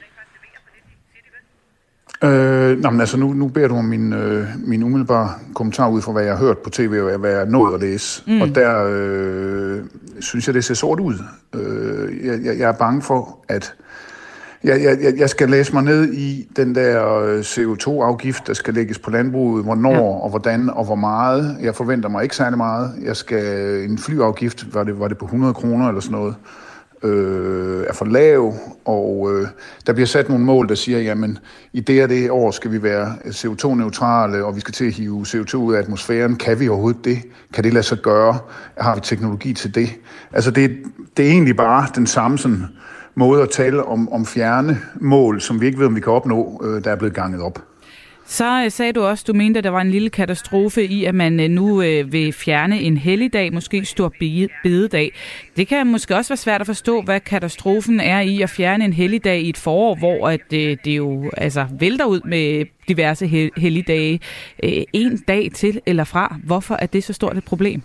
Øh, nej, men altså nu, nu beder du om min, øh, min umiddelbare kommentar ud fra, hvad jeg har hørt på tv, og hvad jeg har nået at læse. Mm. Og der øh, synes jeg, det ser sort ud. Øh, jeg, jeg, jeg er bange for, at jeg, jeg, jeg skal læse mig ned i den der C O to afgift, der skal lægges på landbruget, hvornår ja. og hvordan og hvor meget. Jeg forventer mig ikke særlig meget. Jeg skal en flyafgift, var det, var det på hundrede kroner eller sådan noget, Øh, er for lav, og øh, der bliver sat nogle mål, der siger, jamen i det og det år skal vi være C O to neutrale, og vi skal til at hive C O to ud af atmosfæren. Kan vi overhovedet det? Kan det lade sig gøre? Har vi teknologi til det? Altså det, det er egentlig bare den samme sådan, måde at tale om, om fjerne mål, som vi ikke ved, om vi kan opnå, øh, der er blevet ganget op. Så sagde du også, du mente, at der var en lille katastrofe i, at man nu øh, vil fjerne en helligdag, måske stor bededag. Det kan måske også være svært at forstå, hvad katastrofen er i at fjerne en helligdag i et forår, hvor at, øh, det jo altså, vælter ud med diverse hel- helligdage. Øh, en dag til eller fra. Hvorfor er det så stort et problem?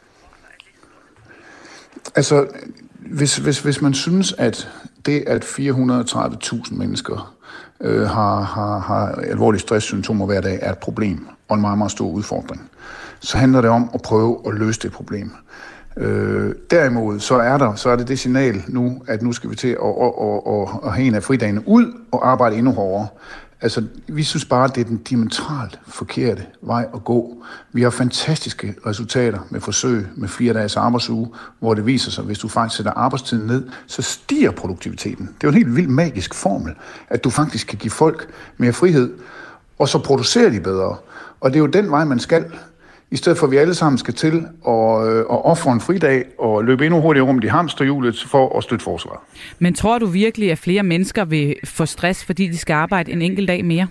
Altså, hvis, hvis, hvis man synes, at det, at fire hundrede og tredive tusind mennesker øh, har, har, har alvorlige stresssymptomer hver dag, er et problem og en meget, meget stor udfordring, så handler det om at prøve at løse det problem. Øh, derimod så er der så er det det signal nu, at nu skal vi til at, at, at, at, at have en af fridagene ud og arbejde endnu hårdere. Altså, vi synes bare, at det er den diametralt forkerte vej at gå. Vi har fantastiske resultater med forsøg med fire dages arbejdsuge, hvor det viser sig, at hvis du faktisk sætter arbejdstiden ned, så stiger produktiviteten. Det er jo en helt vild magisk formel, at du faktisk kan give folk mere frihed, og så producerer de bedre. Og det er jo den vej, man skal. I stedet for, at vi alle sammen skal til at, øh, at ofre en fridag og løbe endnu hurtigere rundt i hamsterhjulet for at støtte forsvaret. Men tror du virkelig, at flere mennesker vil få stress, fordi de skal arbejde en enkelt dag mere?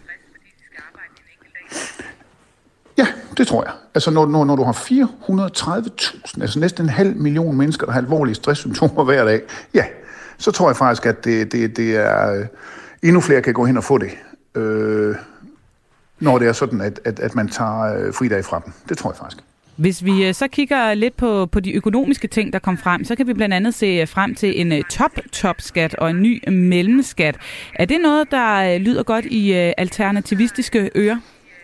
Ja, det tror jeg. Altså når, når, når du har fire hundrede og tredive tusind, altså næsten en halv million mennesker, der har alvorlige stresssymptomer hver dag, ja, så tror jeg faktisk, at det, det, det er øh, endnu flere kan gå hen og få det. Øh, når det er sådan, at, at, at man tager fridag fra dem. Det tror jeg faktisk. Hvis vi så kigger lidt på, på de økonomiske ting, der kom frem, så kan vi blandt andet se frem til en top-top-skat og en ny mellemskat. Er det noget, der lyder godt i alternativistiske ører?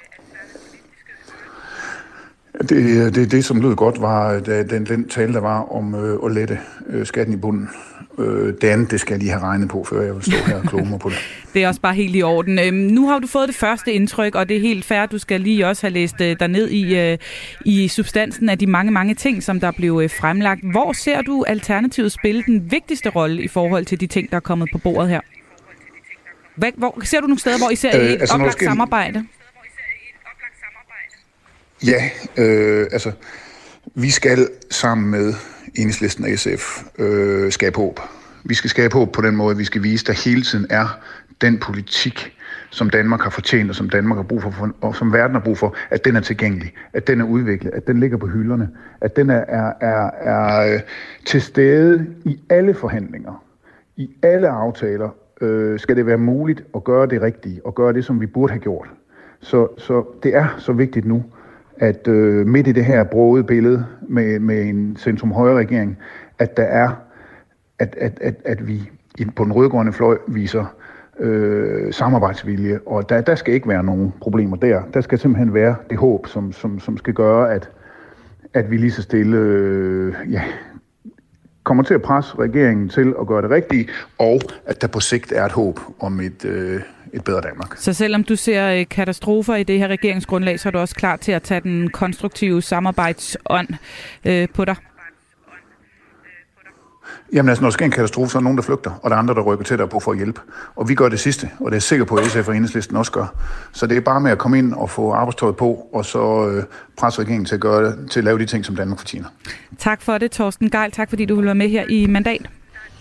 Det, det, det som lød godt, var den, den tale, der var om øh, at lette øh, skatten i bunden. Øh, det andet, det skal jeg lige have regnet på, før jeg vil stå her og kloge mig på det. Det er også bare helt i orden. Øhm, nu har du fået det første indtryk, og det er helt fair. Du skal lige også have læst øh, dig ned i, øh, i substansen af de mange, mange ting, som der blev øh, fremlagt. Hvor ser du Alternativet spille den vigtigste rolle i forhold til de ting, der er kommet på bordet her? Hvor, hvor ser du nogle steder, hvor I ser øh, et altså, oplagt skal... samarbejde? Ja, øh, altså, vi skal sammen med Enhedslisten og S F øh, skabe håb. Vi skal skabe håb på den måde, at vi skal vise, at der hele tiden er den politik, som Danmark har fortjent, og som Danmark har brug for, og som verden har brug for, at den er tilgængelig, at den er udviklet, at den ligger på hylderne, at den er, er, er, er til stede i alle forhandlinger, i alle aftaler, øh, skal det være muligt at gøre det rigtige, og gøre det, som vi burde have gjort. Så, så det er så vigtigt nu, at øh, midt i det her brogede billede med, med en centrum-højre-regering, at der er, at, at, at, at vi på den rødgrønne fløj viser øh, samarbejdsvilje, og der, der skal ikke være nogen problemer der. Der skal simpelthen være det håb, som, som, som skal gøre, at, at vi lige så stille øh, ja, kommer til at presse regeringen til at gøre det rigtige, og at der på sigt er et håb om et... Øh, et bedre Danmark. Så selvom du ser katastrofer i det her regeringsgrundlag, så er du også klar til at tage den konstruktive samarbejdsånd øh, på dig? Jamen altså, når der sker en katastrofe, så er der nogen, der flygter, og der er andre, der rykker til der på for at hjælpe. Og vi gør det sidste, og det er sikker på, at S F og Enhedslisten også gør. Så det er bare med at komme ind og få arbejdstøjet på, og så øh, presse regeringen til at, gøre det, til at lave de ting, som Danmark fortjener. Tak for det, Torsten Gejl. Tak fordi du vil være med her i Mandat.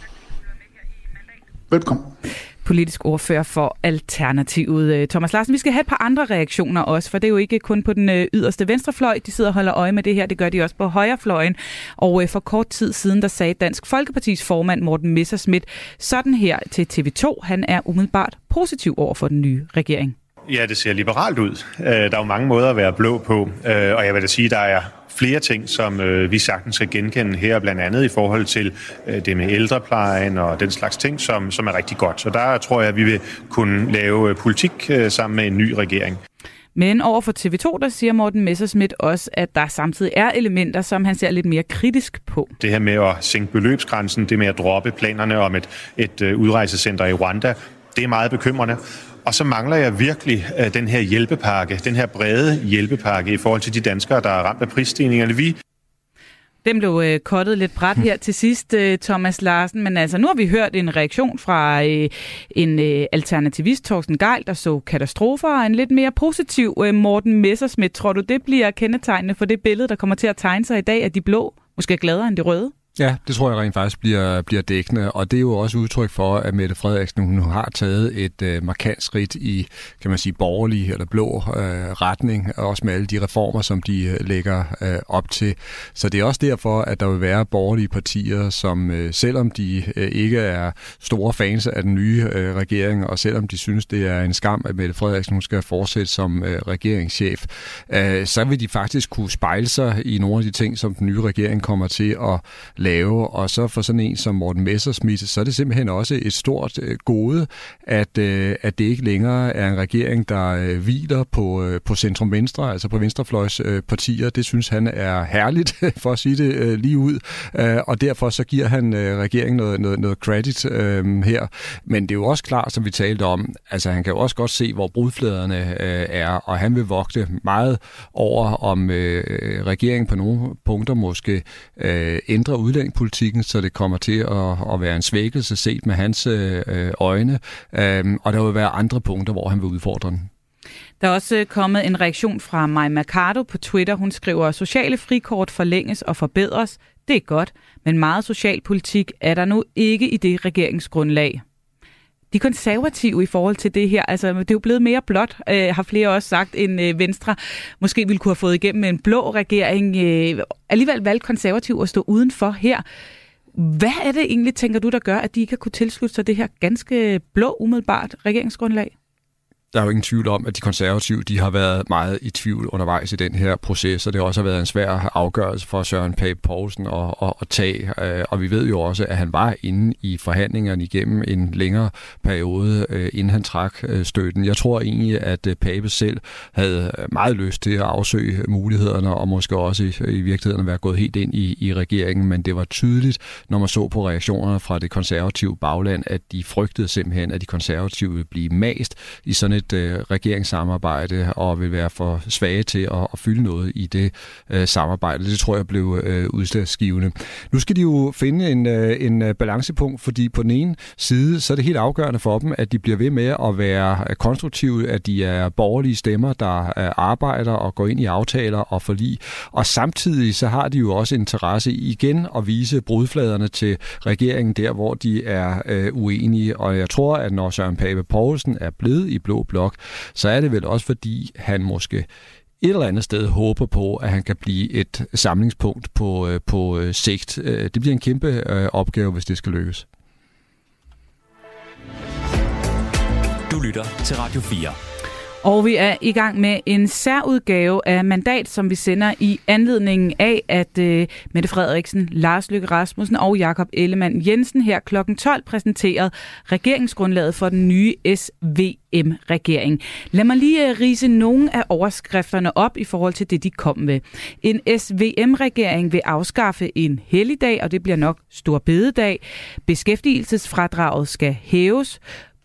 Velkommen. Politisk ordfører for Alternativet. Thomas Larsen, vi skal have et par andre reaktioner også, for det er jo ikke kun på den yderste venstrefløj, de sidder og holder øje med det her, det gør de også på højrefløjen. Og for kort tid siden, der sagde Dansk Folkepartis formand Morten Messerschmidt sådan her til T V to. Han er umiddelbart positiv over for den nye regering. Ja, det ser liberalt ud. Der er jo mange måder at være blå på, og jeg vil da sige, der er flere ting, som øh, vi sagtens skal genkende her, blandt andet i forhold til øh, det med ældreplejen og den slags ting, som, som er rigtig godt. Så der tror jeg, at vi vil kunne lave politik øh, sammen med en ny regering. Men over for T V to, der siger Morten Messerschmidt også, at der samtidig er elementer, som han ser lidt mere kritisk på. Det her med at sænke beløbsgrænsen, det med at droppe planerne om et, et øh, udrejsecenter i Rwanda, det er meget bekymrende. Og så mangler jeg virkelig uh, den her hjælpepakke, den her brede hjælpepakke i forhold til de danskere, der er ramt af prisstigningerne. Vi Den blev øh, kottet lidt bræt her til sidst, øh, Thomas Larsen, men altså nu har vi hørt en reaktion fra øh, en øh, alternativist, Torsten Gejl, der så katastrofer, og en lidt mere positiv øh, Morten Messerschmidt. Tror du, det bliver kendetegnende for det billede, der kommer til at tegne sig i dag, at de blå måske er gladere end de røde? Ja, det tror jeg rent faktisk bliver, bliver dækkende, og det er jo også udtryk for, at Mette Frederiksen hun har taget et øh, markant skridt i, kan man sige, borgerlig eller blå øh, retning, også med alle de reformer, som de øh, lægger øh, op til. Så det er også derfor, at der vil være borgerlige partier, som øh, selvom de øh, ikke er store fans af den nye øh, regering, og selvom de synes, det er en skam, at Mette Frederiksen hun skal fortsætte som øh, regeringschef, øh, så vil de faktisk kunne spejle sig i nogle af de ting, som den nye regering kommer til at lave, og så for sådan en som Morten Messerschmidt, så er det simpelthen også et stort øh, gode, at, øh, at det ikke længere er en regering, der øh, hviler på, øh, på centrum-venstre, altså på venstrefløjspartier. Øh, det synes han er herligt, for at sige det øh, lige ud, øh, og derfor så giver han øh, regeringen noget, noget, noget credit øh, her. Men det er jo også klart, som vi talte om, altså han kan jo også godt se, hvor brudfladerne øh, er, og han vil vogte meget over, om øh, regeringen på nogle punkter måske øh, ændrer udlændingepolitikken, så det kommer til at, at være en svækkelse set med hans øh, øjne, øhm, og der vil være andre punkter, hvor han vil udfordre den. Der er også kommet en reaktion fra Maja Mercado på Twitter. Hun skriver, sociale frikort forlænges og forbedres. Det er godt, men meget socialpolitik er der nu ikke i det regeringsgrundlag. De konservative i forhold til det her, altså det er jo blevet mere blåt, øh, har flere også sagt, end øh, Venstre måske ville kunne have fået igennem en blå regering. Øh, alligevel valgte konservative at stå udenfor her. Hvad er det egentlig, tænker du, der gør, at de ikke har kunne tilslutte sig det her ganske blå, umiddelbart regeringsgrundlag? Der er jo ingen tvivl om, at de konservative de har været meget i tvivl undervejs i den her proces, og det har også været en svær afgørelse for Søren Pape Poulsen at, at, at tage. Og vi ved jo også, at han var inde i forhandlingerne igennem en længere periode, inden han trak støtten. Jeg tror egentlig, at Pape selv havde meget lyst til at afsøge mulighederne, og måske også i, i virkeligheden være gået helt ind i, i regeringen, men det var tydeligt, når man så på reaktionerne fra det konservative bagland, at de frygtede simpelthen, at de konservative ville blive mast i sådan et øh, regeringssamarbejde og vil være for svage til at, at fylde noget i det øh, samarbejde. Det tror jeg blev øh, udslagsgivende. Nu skal de jo finde en, øh, en balancepunkt, fordi på den ene side, så er det helt afgørende for dem, at de bliver ved med at være konstruktive, at de er borgerlige stemmer, der øh, arbejder og går ind i aftaler og forlig. Og samtidig så har de jo også interesse i igen at vise brudfladerne til regeringen der, hvor de er øh, uenige. Og jeg tror, at når Søren Pape Poulsen er blevet i blå blok, så er det vel også fordi, han måske et eller andet sted håber på, at han kan blive et samlingspunkt på, på sigt. Det bliver en kæmpe opgave, hvis det skal lykkes. Du lytter til Radio fire. Og vi er i gang med en særudgave af Mandat, som vi sender i anledningen af, at uh, Mette Frederiksen, Lars Løkke Rasmussen og Jakob Ellemann-Jensen her klokken tolv præsenterede regeringsgrundlaget for den nye S V M-regering. Lad mig lige uh, rise nogle af overskrifterne op i forhold til det, de kom med. En S V M-regering vil afskaffe en helligdag, og det bliver nok stor bededag. Beskæftigelsesfradraget skal hæves.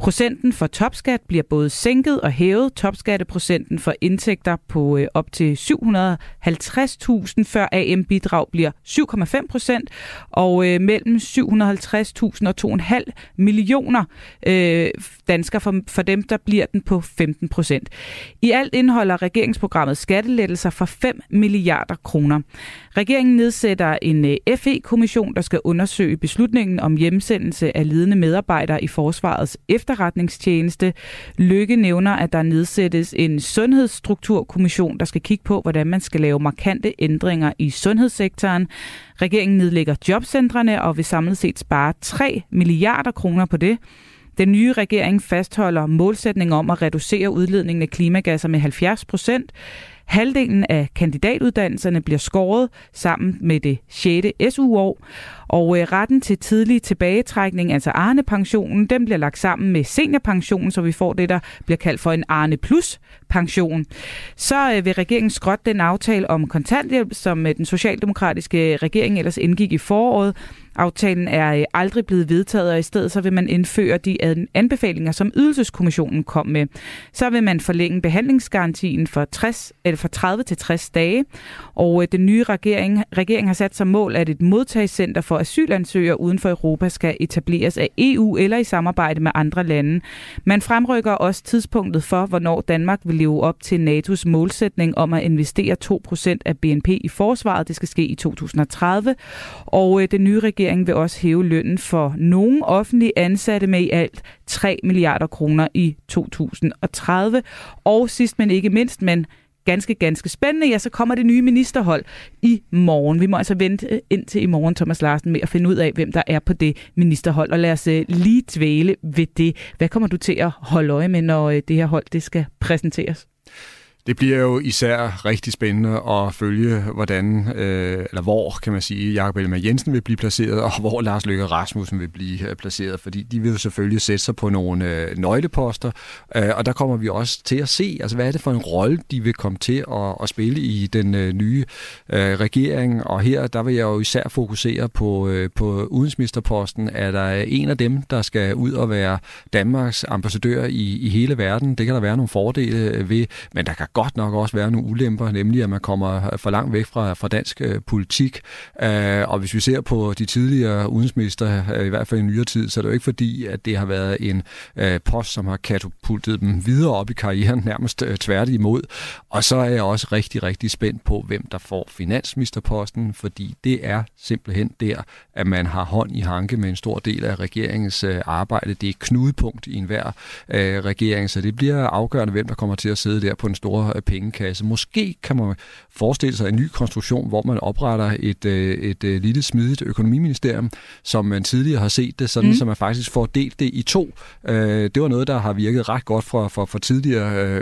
Procenten for topskat bliver både sænket og hævet. Topskatteprocenten for indtægter på øh, op til syv hundrede og halvtreds tusind før A M-bidrag bliver syv komma fem procent, og øh, mellem syv hundrede og halvtreds tusind og to komma fem millioner øh, danskere, for, for dem der bliver den på femten procent. I alt indeholder regeringsprogrammet skattelettelser for fem milliarder kroner. Regeringen nedsætter en øh, F E-kommission, der skal undersøge beslutningen om hjemsendelse af ledende medarbejdere i Forsvarets efterretningstjeneste. Løkke nævner, at der nedsættes en sundhedsstrukturkommission, der skal kigge på, hvordan man skal lave markante ændringer i sundhedssektoren. Regeringen nedlægger jobcentrene og vil samlet set spare tre milliarder kroner på det. Den nye regering fastholder målsætningen om at reducere udledningen af klimagasser med halvfjerds procent. Halvdelen af kandidatuddannelserne bliver skåret sammen med det sjette S U-år, og retten til tidlig tilbagetrækning, altså Arne-pensionen, den bliver lagt sammen med seniorpensionen, så vi får det, der bliver kaldt for en Arne Plus-pension. Så vil regeringen skrotte den aftale om kontanthjælp, som den socialdemokratiske regering ellers indgik i foråret. Aftalen er aldrig blevet vedtaget, og i stedet så vil man indføre de anbefalinger, som Ydelseskommissionen kom med. Så vil man forlænge behandlingsgarantien for, tres, eller for tredive til tres dage, og den nye regering, regering har sat som mål, at et modtagscenter for asylansøgere uden for Europa skal etableres af E U eller i samarbejde med andre lande. Man fremrykker også tidspunktet for, hvornår Danmark vil leve op til NATO's målsætning om at investere to procent af B N P i forsvaret. Det skal ske i to tusind og tredive, og den nye regering vil også hæve lønnen for nogle offentlige ansatte med i alt tre milliarder kroner i to tusind og tredive. Og sidst men ikke mindst, men ganske, ganske spændende, ja, så kommer det nye ministerhold i morgen. Vi må altså vente indtil i morgen, Thomas Larsen, med at finde ud af, hvem der er på det ministerhold. Og lad os lige dvæle ved det. Hvad kommer du til at holde øje med, når det her hold det skal præsenteres? Det bliver jo især rigtig spændende at følge, hvordan, øh, eller hvor, kan man sige, Jakob Ellemann-Jensen vil blive placeret, og hvor Lars Løkke Rasmussen vil blive øh, placeret, fordi de vil jo selvfølgelig sætte sig på nogle øh, nøgleposter, øh, og der kommer vi også til at se, altså hvad er det for en rolle, de vil komme til at, at spille i den øh, nye øh, regering, og her, der vil jeg jo især fokusere på, øh, på udenrigsministerposten. Er der en af dem, der skal ud og være Danmarks ambassadør i, i hele verden? Det kan der være nogle fordele ved, men der kan godt nok også være nogle ulemper, nemlig at man kommer for langt væk fra, fra dansk øh, politik. Øh, og hvis vi ser på de tidligere udenrigsminister, øh, i hvert fald i nyere tid, så er det jo ikke fordi, at det har været en øh, post, som har katapultet dem videre op i karrieren, nærmest øh, tværtimod. Og så er jeg også rigtig, rigtig spændt på, hvem der får finansministerposten, fordi det er simpelthen der, at man har hånd i hanke med en stor del af regeringens øh, arbejde. Det er et knudepunkt i enhver øh, regering, så det bliver afgørende, hvem der kommer til at sidde der på den store pengekasse. Måske kan man forestille sig en ny konstruktion, hvor man opretter et, et, et lille smidigt økonomiministerium, som man tidligere har set det, sådan mm. så man faktisk får delt det i to. Det var noget, der har virket ret godt for, for, for tidligere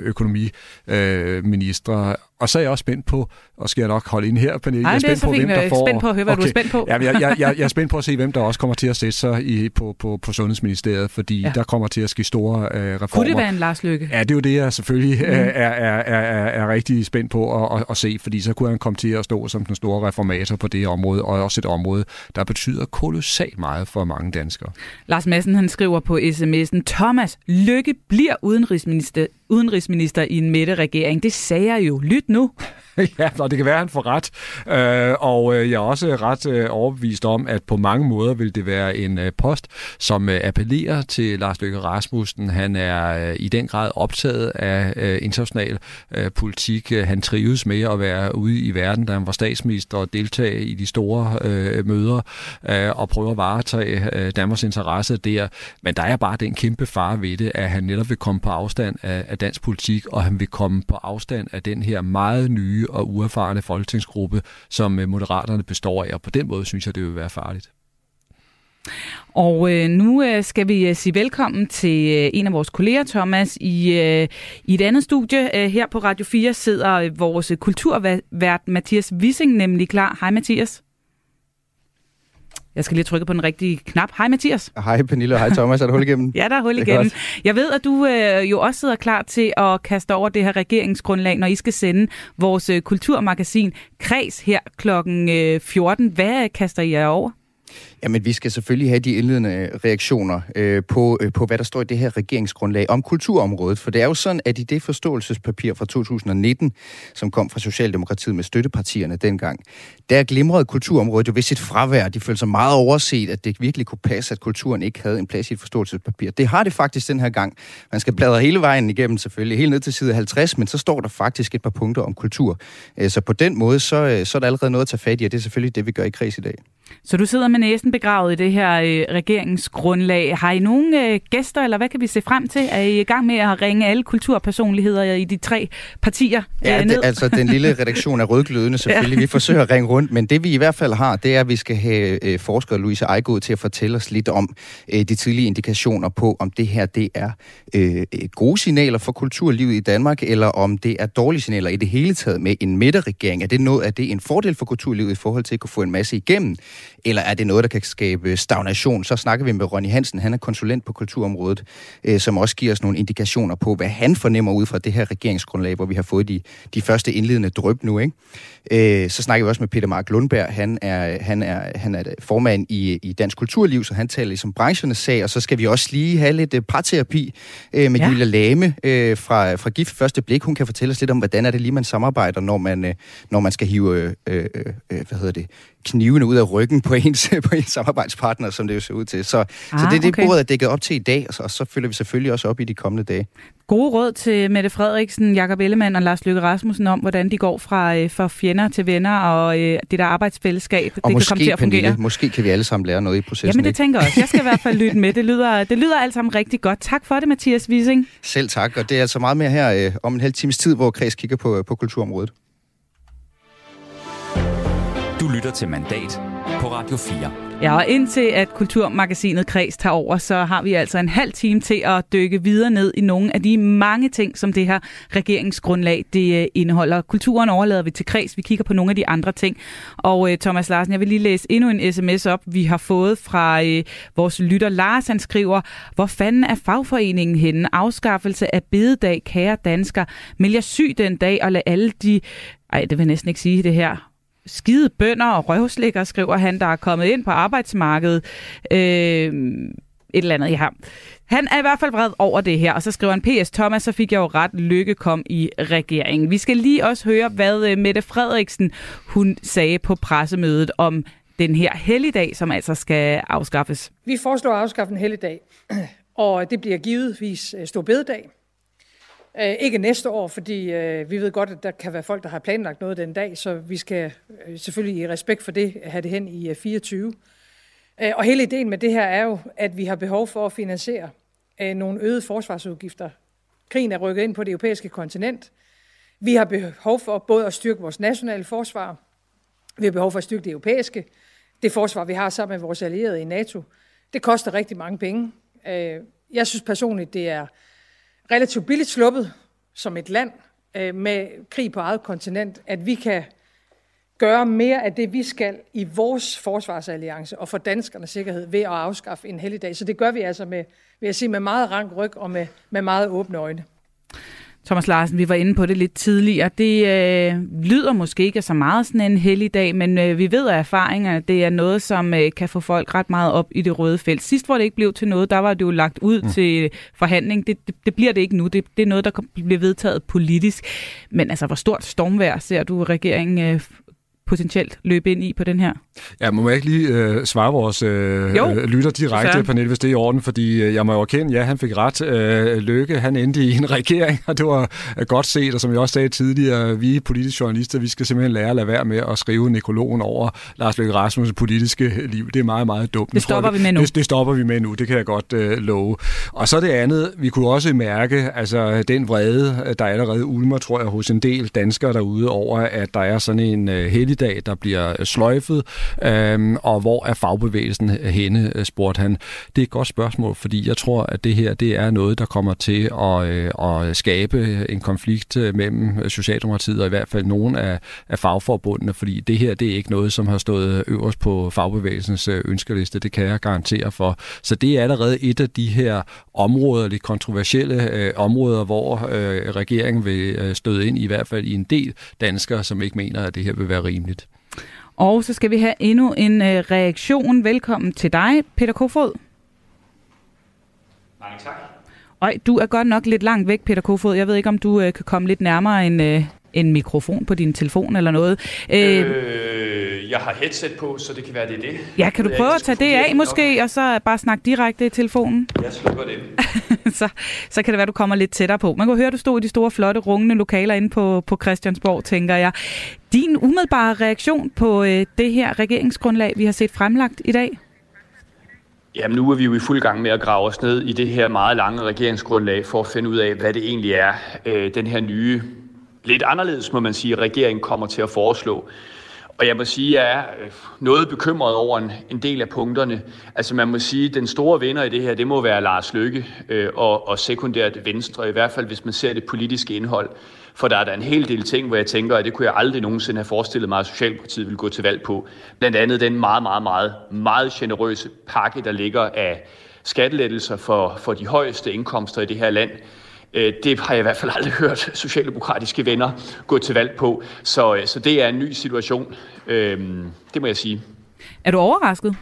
økonomiministre. Og så er jeg også spændt på, og skal jeg nok holde ind her, Pernille. Ej, jeg er spændt er på, hvem der får... spændt på at høre, hvad okay. du er spændt på. Ja, jeg, jeg, jeg, jeg er spændt på at se, hvem der også kommer til at sætte sig i, på, på, på Sundhedsministeriet, fordi ja. der kommer til at ske store øh, reformer. Kunne det være en Lars Løkke? Ja, det er jo det, jeg selvfølgelig mm. er, er, er, er, er rigtig spændt på at, at, at se, fordi så kunne han komme til at stå som den store reformator på det område, og også et område, der betyder kolossalt meget for mange danskere. Lars Madsen, han skriver på sms'en, Thomas, Løkke bliver udenrigsminister, udenrigsminister i en midterregering. Det sagde jeg jo. Lyt nu. Ja, og det kan være, at han får ret. Øh, og jeg er også ret øh, overbevist om, at på mange måder vil det være en øh, post, som øh, appellerer til Lars Løkke Rasmussen. Han er øh, i den grad optaget af øh, international øh, politik. Han trives med at være ude i verden, da han var statsminister, og deltage i de store øh, møder øh, og prøve at varetage øh, Danmarks interesse der. Men der er bare den kæmpe fare ved det, at han netop vil komme på afstand af, af dansk politik, og han vil komme på afstand af den her meget nye og uerfarne folketingsgruppe, som Moderaterne består af, og på den måde synes jeg, det vil være farligt. Og øh, nu øh, skal vi øh, sige velkommen til øh, en af vores kolleger, Thomas. I, øh, i et andet studie øh, her på Radio fire sidder øh, vores kulturvært Mathias Wissing nemlig klar. Hej Mathias. Jeg skal lige trykke på den rigtige knap. Hej Mathias. Hej Pernille, hej Thomas. Er der hul igennem? Ja, der er hul igennem. Jeg ved, at du øh, jo også sidder klar til at kaste over det her regeringsgrundlag, når I skal sende vores øh, kulturmagasin Kreds her klokken fjorten. Hvad kaster I jer over? Jamen, vi skal selvfølgelig have de indledende reaktioner øh, på, øh, på, hvad der står i det her regeringsgrundlag om kulturområdet. For det er jo sådan, at i det forståelsespapir fra to tusind nitten, som kom fra Socialdemokratiet med støttepartierne dengang, der glimrede kulturområdet jo ved sit fravær. De følte sig meget overset, at det virkelig kunne passe, at kulturen ikke havde en plads i et forståelsespapir. Det har det faktisk den her gang. Man skal bladre hele vejen igennem selvfølgelig, helt ned til side halvtreds, men så står der faktisk et par punkter om kultur. Så på den måde, så, så er der allerede noget at tage fat i, og det er selvfølgelig det, vi gør i Kreds i dag. Så du sidder med næsen begravet i det her øh, regeringsgrundlag. Har I nogen øh, gæster, eller hvad kan vi se frem til? Er I i gang med at ringe alle kulturpersonligheder i de tre partier ja, øh, ned? Det, altså den lille redaktion er rødglødende selvfølgelig. Ja. Vi forsøger at ringe rundt, men det vi i hvert fald har, det er, at vi skal have øh, forsker Louise Ejgaard til at fortælle os lidt om øh, de tidlige indikationer på, om det her det er øh, gode signaler for kulturlivet i Danmark, eller om det er dårlige signaler i det hele taget med en midterregering. Er det noget, er det en fordel for kulturlivet i forhold til at kunne få en masse igennem? Eller er det noget, der kan skabe stagnation? Så snakker vi med Ronny Hansen, han er konsulent på kulturområdet, øh, som også giver os nogle indikationer på, hvad han fornemmer ud fra det her regeringsgrundlag, hvor vi har fået de, de første indledende dryp nu, ikke? Øh, så snakker vi også med Peter Mark Lundberg, han er, han er, han er formand i, i Dansk Kulturliv, så han taler ligesom branchernes sag, og så skal vi også lige have lidt uh, parterapi øh, med ja. Julia Lame øh, fra, fra Gift Første Blik. Hun kan fortælle os lidt om, hvordan er det lige, man samarbejder, når man, øh, når man skal hive øh, øh, hvad hedder det, knivene ud af ryggen på ens, på ens samarbejdspartner, som det jo ser ud til. Så, ah, så det er det, okay. bordet er dækket op til i dag, og så, og så følger vi selvfølgelig også op i de kommende dage. Gode råd til Mette Frederiksen, Jakob Ellemann og Lars Løkke Rasmussen om, hvordan de går fra, øh, fra fjender til venner, og øh, det der arbejdsfællesskab, og det måske, kan komme til at fungere. Pernille, måske kan vi alle sammen lære noget i processen. Jamen det tænker jeg også. Jeg skal i hvert fald lytte med. Det lyder, det lyder alt sammen rigtig godt. Tak for det, Mathias Wissing. Selv tak, og det er altså meget mere her øh, om en halv times tid, hvor Kreds kigger på, på kulturområdet. Du lytter til Mandat på Radio fire. Ja, og indtil at Kulturmagasinet Kreds tager over, så har vi altså en halv time til at dykke videre ned i nogle af de mange ting, som det her regeringsgrundlag det indeholder. Kulturen overlader vi til Kreds. Vi kigger på nogle af de andre ting. Og Thomas Larsen, jeg vil lige læse endnu en sms op, vi har fået fra øh, vores lytter Lars. Han skriver, hvor fanden er fagforeningen henne? Afskaffelse af bededag, kære dansker. Meld jer syg den dag og lad alle de... Ej, det vil jeg næsten ikke sige det her... skide bønder og røvslikker, skriver han, der er kommet ind på arbejdsmarkedet. Øh, et eller andet, ja. Han er i hvert fald vred over det her, og så skriver han, P S Thomas, så fik jeg jo ret, Lykke kom i regeringen. Vi skal lige også høre, hvad Mette Frederiksen, hun sagde på pressemødet om den her helligdag, som altså skal afskaffes. Vi foreslår at afskaffe en helligdag, og det bliver givetvis stor bededag. Uh, ikke næste år, fordi uh, vi ved godt, at der kan være folk, der har planlagt noget den dag, så vi skal uh, selvfølgelig i respekt for det have det hen i uh, fireogtyve. Uh, og hele ideen med det her er jo, at vi har behov for at finansiere uh, nogle øgede forsvarsudgifter. Krigen er rykket ind på det europæiske kontinent. Vi har behov for både at styrke vores nationale forsvar, vi har behov for at styrke det europæiske, det forsvar, vi har sammen med vores allierede i NATO. Det koster rigtig mange penge. Uh, jeg synes personligt, det er relativt billigt sluppet som et land øh, med krig på eget kontinent, at vi kan gøre mere af det, vi skal i vores forsvarsalliance og for danskernes sikkerhed ved at afskaffe en helligdag. Så det gør vi altså med, vil jeg sige, med meget rank ryg og med, med meget åbne øjne. Thomas Larsen, vi var inde på det lidt tidligere. Det øh, lyder måske ikke så meget sådan en helligdag, men øh, vi ved af erfaringer, at det er noget, som øh, kan få folk ret meget op i det røde felt. Sidst, hvor det ikke blev til noget, der var det jo lagt ud mm. til forhandling. Det, det, det bliver det ikke nu. Det, det er noget, der bliver vedtaget politisk. Men altså, hvor stort stormvejr ser du regeringen øh, potentielt løbe ind i på den her? Ja, må jeg ikke lige øh, svare vores øh, lytter direkte, Pernille, hvis det er i orden, fordi øh, jeg må jo erkende, ja, han fik ret. Øh, Løkke, han endte i en regering, og det var øh, godt set, og som jeg også sagde tidligere, vi politiske journalister, vi skal simpelthen lære at lade være med at skrive nekrologen over Lars Løkke Rasmussens politiske liv. Det er meget, meget dumt. Det stopper vi med nu. Det, det stopper vi med nu, det kan jeg godt øh, love. Og så det andet, vi kunne også mærke, altså den vrede, der allerede ulmer, tror jeg, hos en del danskere derude over, at der er sådan en øh, helligdag, der bliver sløjfet, Øhm, og hvor er fagbevægelsen henne, spurgte han. Det er et godt spørgsmål, fordi jeg tror, at det her det er noget, der kommer til at, øh, at skabe en konflikt mellem Socialdemokratiet og i hvert fald nogle af, af fagforbundene, fordi det her det er ikke noget, som har stået øverst på fagbevægelsens ønskeliste, det kan jeg garantere for. Så det er allerede et af de her områder, lidt kontroversielle øh, områder, hvor øh, regeringen vil støde ind, i hvert fald i en del danskere, som ikke mener, at det her vil være rimeligt. Og så skal vi have endnu en øh, reaktion. Velkommen til dig, Peter Kofod. Mange tak. Øj, du er godt nok lidt langt væk, Peter Kofod. Jeg ved ikke, om du øh, kan komme lidt nærmere en, øh, en mikrofon på din telefon eller noget. Øh, øh, jeg har headset på, så det kan være, det er det. Ja, kan du prøve at tage det af måske, og så bare snakke direkte i telefonen? Jeg slukker det. så, så kan det være, du kommer lidt tættere på. Man kan høre, at du stod i de store, flotte, rungende lokaler inde på, på Christiansborg, tænker jeg. Din umiddelbare reaktion på øh, det her regeringsgrundlag, vi har set fremlagt i dag? Jamen, nu er vi jo i fuld gang med at grave os ned i det her meget lange regeringsgrundlag for at finde ud af, hvad det egentlig er, øh, den her nye, lidt anderledes, må man sige, regering kommer til at foreslå. Og jeg må sige, at jeg er noget bekymret over en, en del af punkterne. Altså man må sige, at den store vinder i det her, det må være Lars Løkke øh, og, og sekundært Venstre, i hvert fald hvis man ser det politiske indhold. For der er der en hel del ting, hvor jeg tænker, at det kunne jeg aldrig nogensinde have forestillet mig, at Socialdemokratiet ville gå til valg på. Blandt andet den meget, meget, meget, meget generøse pakke, der ligger af skattelettelser for, for de højeste indkomster i det her land. Det har jeg i hvert fald aldrig hørt socialdemokratiske venner gå til valg på. Så, så det er en ny situation. Øhm, det må jeg sige. Er du overrasket?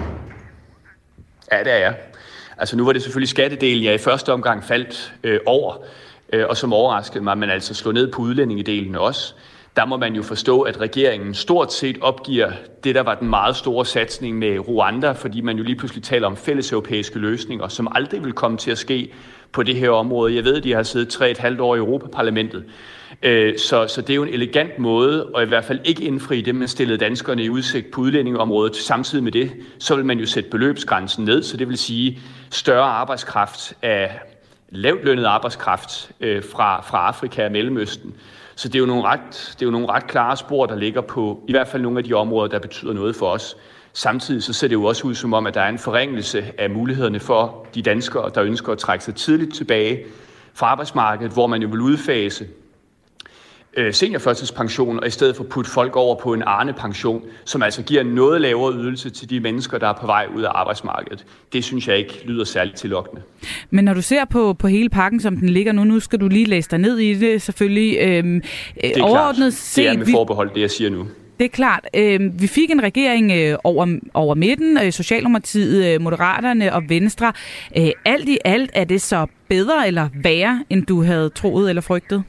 Ja, det er jeg. Altså nu var det selvfølgelig skattedelen, jeg i første omgang faldt øh, over, øh, og som overraskede mig, men altså slå ned på udlændingedelen også. Der må man jo forstå, at regeringen stort set opgiver det, der var den meget store satsning med Rwanda, fordi man jo lige pludselig taler om fælles europæiske løsninger, som aldrig vil komme til at ske på det her område. Jeg ved, at de har siddet tre et halvt år i Europaparlamentet. Så, så det er jo en elegant måde, og i hvert fald ikke indfri det, man stillede danskerne i udsigt på udlændingeområdet. Samtidig med det, så vil man jo sætte beløbsgrænsen ned, så det vil sige større arbejdskraft af lavt lønnet arbejdskraft fra, fra Afrika og Mellemøsten. Så det er jo nogle ret, det er jo nogle ret klare spor, der ligger på i hvert fald nogle af de områder, der betyder noget for os. Samtidig så ser det jo også ud som om, at der er en forringelse af mulighederne for de danskere, der ønsker at trække sig tidligt tilbage fra arbejdsmarkedet, hvor man jo vil udfase øh, seniorførtidspension, og i stedet for putte folk over på en Arne-pension, som altså giver en noget lavere ydelse til de mennesker, der er på vej ud af arbejdsmarkedet. Det synes jeg ikke lyder særligt tillokkende. Men når du ser på, på hele pakken, som den ligger nu, nu skal du lige læse dig ned i det selvfølgelig. Øhm, det er overordnet klart. Set, det er med forbehold, det jeg siger nu. Det er klart. Vi fik en regering over, over midten, Socialdemokratiet, Moderaterne og Venstre. Alt i alt, er det så bedre eller værre, end du havde troet eller frygtet?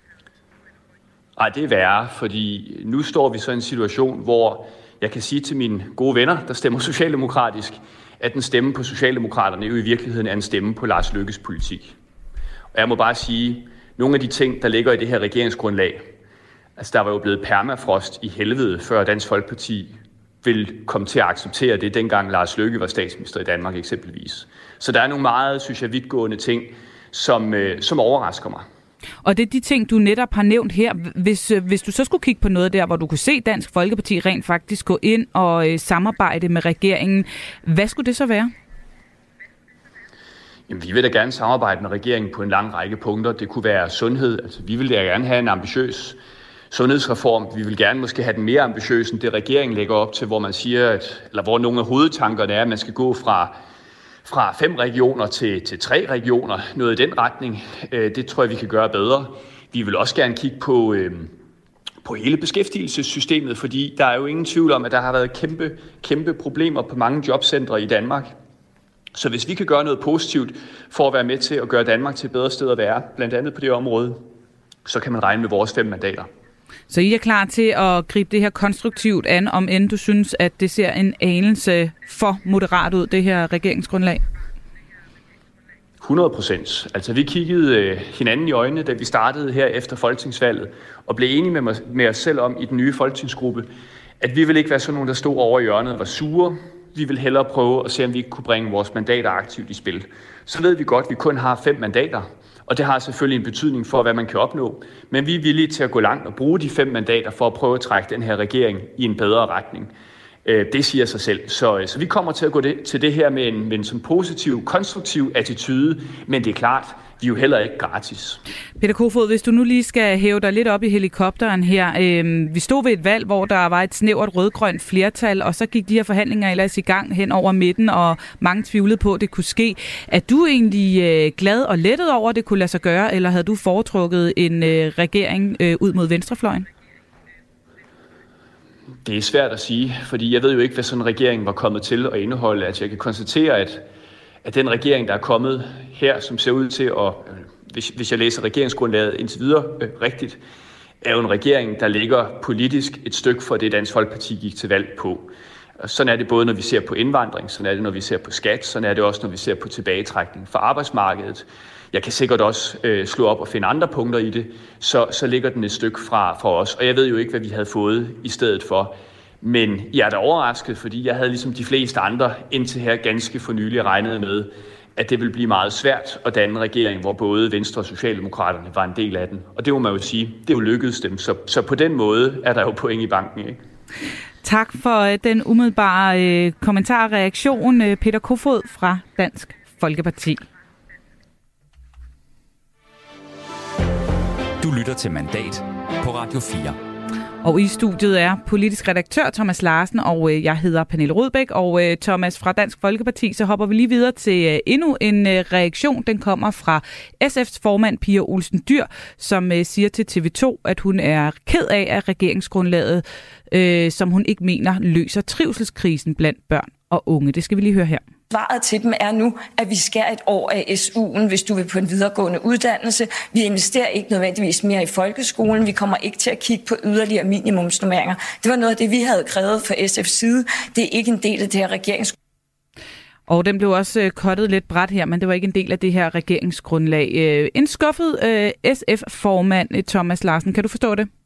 Nej, det er værre, fordi nu står vi så i en situation, hvor jeg kan sige til mine gode venner, der stemmer socialdemokratisk, at den stemme på Socialdemokraterne jo i virkeligheden er en stemme på Lars Løkkes politik. Og jeg må bare sige, nogle af de ting, der ligger i det her regeringsgrundlag, altså, der var jo blevet permafrost i helvede, før Dansk Folkeparti ville komme til at acceptere det, dengang Lars Løkke var statsminister i Danmark eksempelvis. Så der er nogle meget, synes jeg, vidtgående ting, som, øh, som overrasker mig. Og det er de ting, du netop har nævnt her. Hvis, hvis du så skulle kigge på noget der, hvor du kunne se Dansk Folkeparti rent faktisk gå ind og øh, samarbejde med regeringen, hvad skulle det så være? Jamen, vi vil da gerne samarbejde med regeringen på en lang række punkter. Det kunne være sundhed. Altså, vi vil da gerne have en ambitiøs sundhedsreform. Vi vil gerne måske have den mere ambitiøs end det, regeringen lægger op til, hvor man siger, at, eller hvor nogle af hovedtankerne er, at man skal gå fra, fra fem regioner til, til tre regioner. Noget i den retning. Det tror jeg, vi kan gøre bedre. Vi vil også gerne kigge på, øh, på hele beskæftigelsessystemet, fordi der er jo ingen tvivl om, at der har været kæmpe, kæmpe problemer på mange jobcentre i Danmark. Så hvis vi kan gøre noget positivt for at være med til at gøre Danmark til et bedre sted at være, blandt andet på det område, så kan man regne med vores fem mandater. Så I er klar til at gribe det her konstruktivt an, om end du synes, at det ser en anelse for moderat ud, det her regeringsgrundlag? hundrede procent. Altså vi kiggede hinanden i øjnene, da vi startede her efter folketingsvalget, og blev enige med, med os selv om i den nye folketingsgruppe, at vi ville ikke være sådan nogen, der stod over i hjørnet og var sure. Vi vil hellere prøve at se, om vi ikke kunne bringe vores mandater aktivt i spil. Så ved vi godt, at vi kun har fem mandater, og det har selvfølgelig en betydning for, hvad man kan opnå. Men vi er villige til at gå langt og bruge de fem mandater for at prøve at trække den her regering i en bedre retning. Det siger sig selv. Så, så vi kommer til at gå det, til det her med en, med en sådan positiv, konstruktiv attitude, men det er klart, vi er jo heller ikke gratis. Peter Kofod, hvis du nu lige skal hæve dig lidt op i helikopteren her. Øh, vi stod ved et valg, hvor der var et snævert rødgrønt flertal, og så gik de her forhandlinger ellers i gang hen over midten, og mange tvivlede på, at det kunne ske. Er du egentlig øh, glad og lettet over, at det kunne lade sig gøre, eller havde du foretrukket en øh, regering øh, ud mod venstrefløjen? Det er svært at sige, fordi jeg ved jo ikke, hvad sådan en regering var kommet til at indeholde. Altså jeg kan konstatere, at, at den regering, der er kommet her, som ser ud til at, hvis, hvis jeg læser regeringsgrundlaget indtil videre øh, rigtigt, er jo en regering, der ligger politisk et stykke for det, Dansk Folkeparti gik til valg på. Og sådan er det både, når vi ser på indvandring, sådan er det, når vi ser på skat, sådan er det også, når vi ser på tilbagetrækning fra arbejdsmarkedet. Jeg kan sikkert også øh, slå op og finde andre punkter i det, så, så ligger den et stykke fra, fra os. Og jeg ved jo ikke, hvad vi havde fået i stedet for. Men jeg er da overrasket, fordi jeg havde ligesom de fleste andre indtil her ganske for nylig regnet med, at det ville blive meget svært at danne en regering, hvor både Venstre og Socialdemokraterne var en del af den. Og det må man jo sige, det er jo lykkedes dem. Så, så på den måde er der jo point i banken, ikke? Tak for den umiddelbare øh, kommentar og reaktion, øh, Peter Kofod fra Dansk Folkeparti. Du lytter til Mandat på Radio fire. Og i studiet er politisk redaktør Thomas Larsen, og øh, jeg hedder Pernille Rudbæk. Og øh, Thomas, fra Dansk Folkeparti, så hopper vi lige videre til øh, endnu en øh, reaktion. Den kommer fra S F's formand Pia Olsen Dyhr, som øh, siger til T V to, at hun er ked af, at regeringsgrundlaget, øh, som hun ikke mener, løser trivselskrisen blandt børn og unge. Det skal vi lige høre her. Svaret til dem er nu, at vi skærer et år af S U'en, hvis du vil på en videregående uddannelse. Vi investerer ikke nødvendigvis mere i folkeskolen. Vi kommer ikke til at kigge på yderligere minimumsnormeringer. Det var noget af det, vi havde krævet fra S F's side. Det er ikke en del af det her regerings. Og den blev også kottet lidt bræt her, men det var ikke en del af det her regeringsgrundlag. En skuffet S F-formand, Thomas Larsen. Kan du forstå det?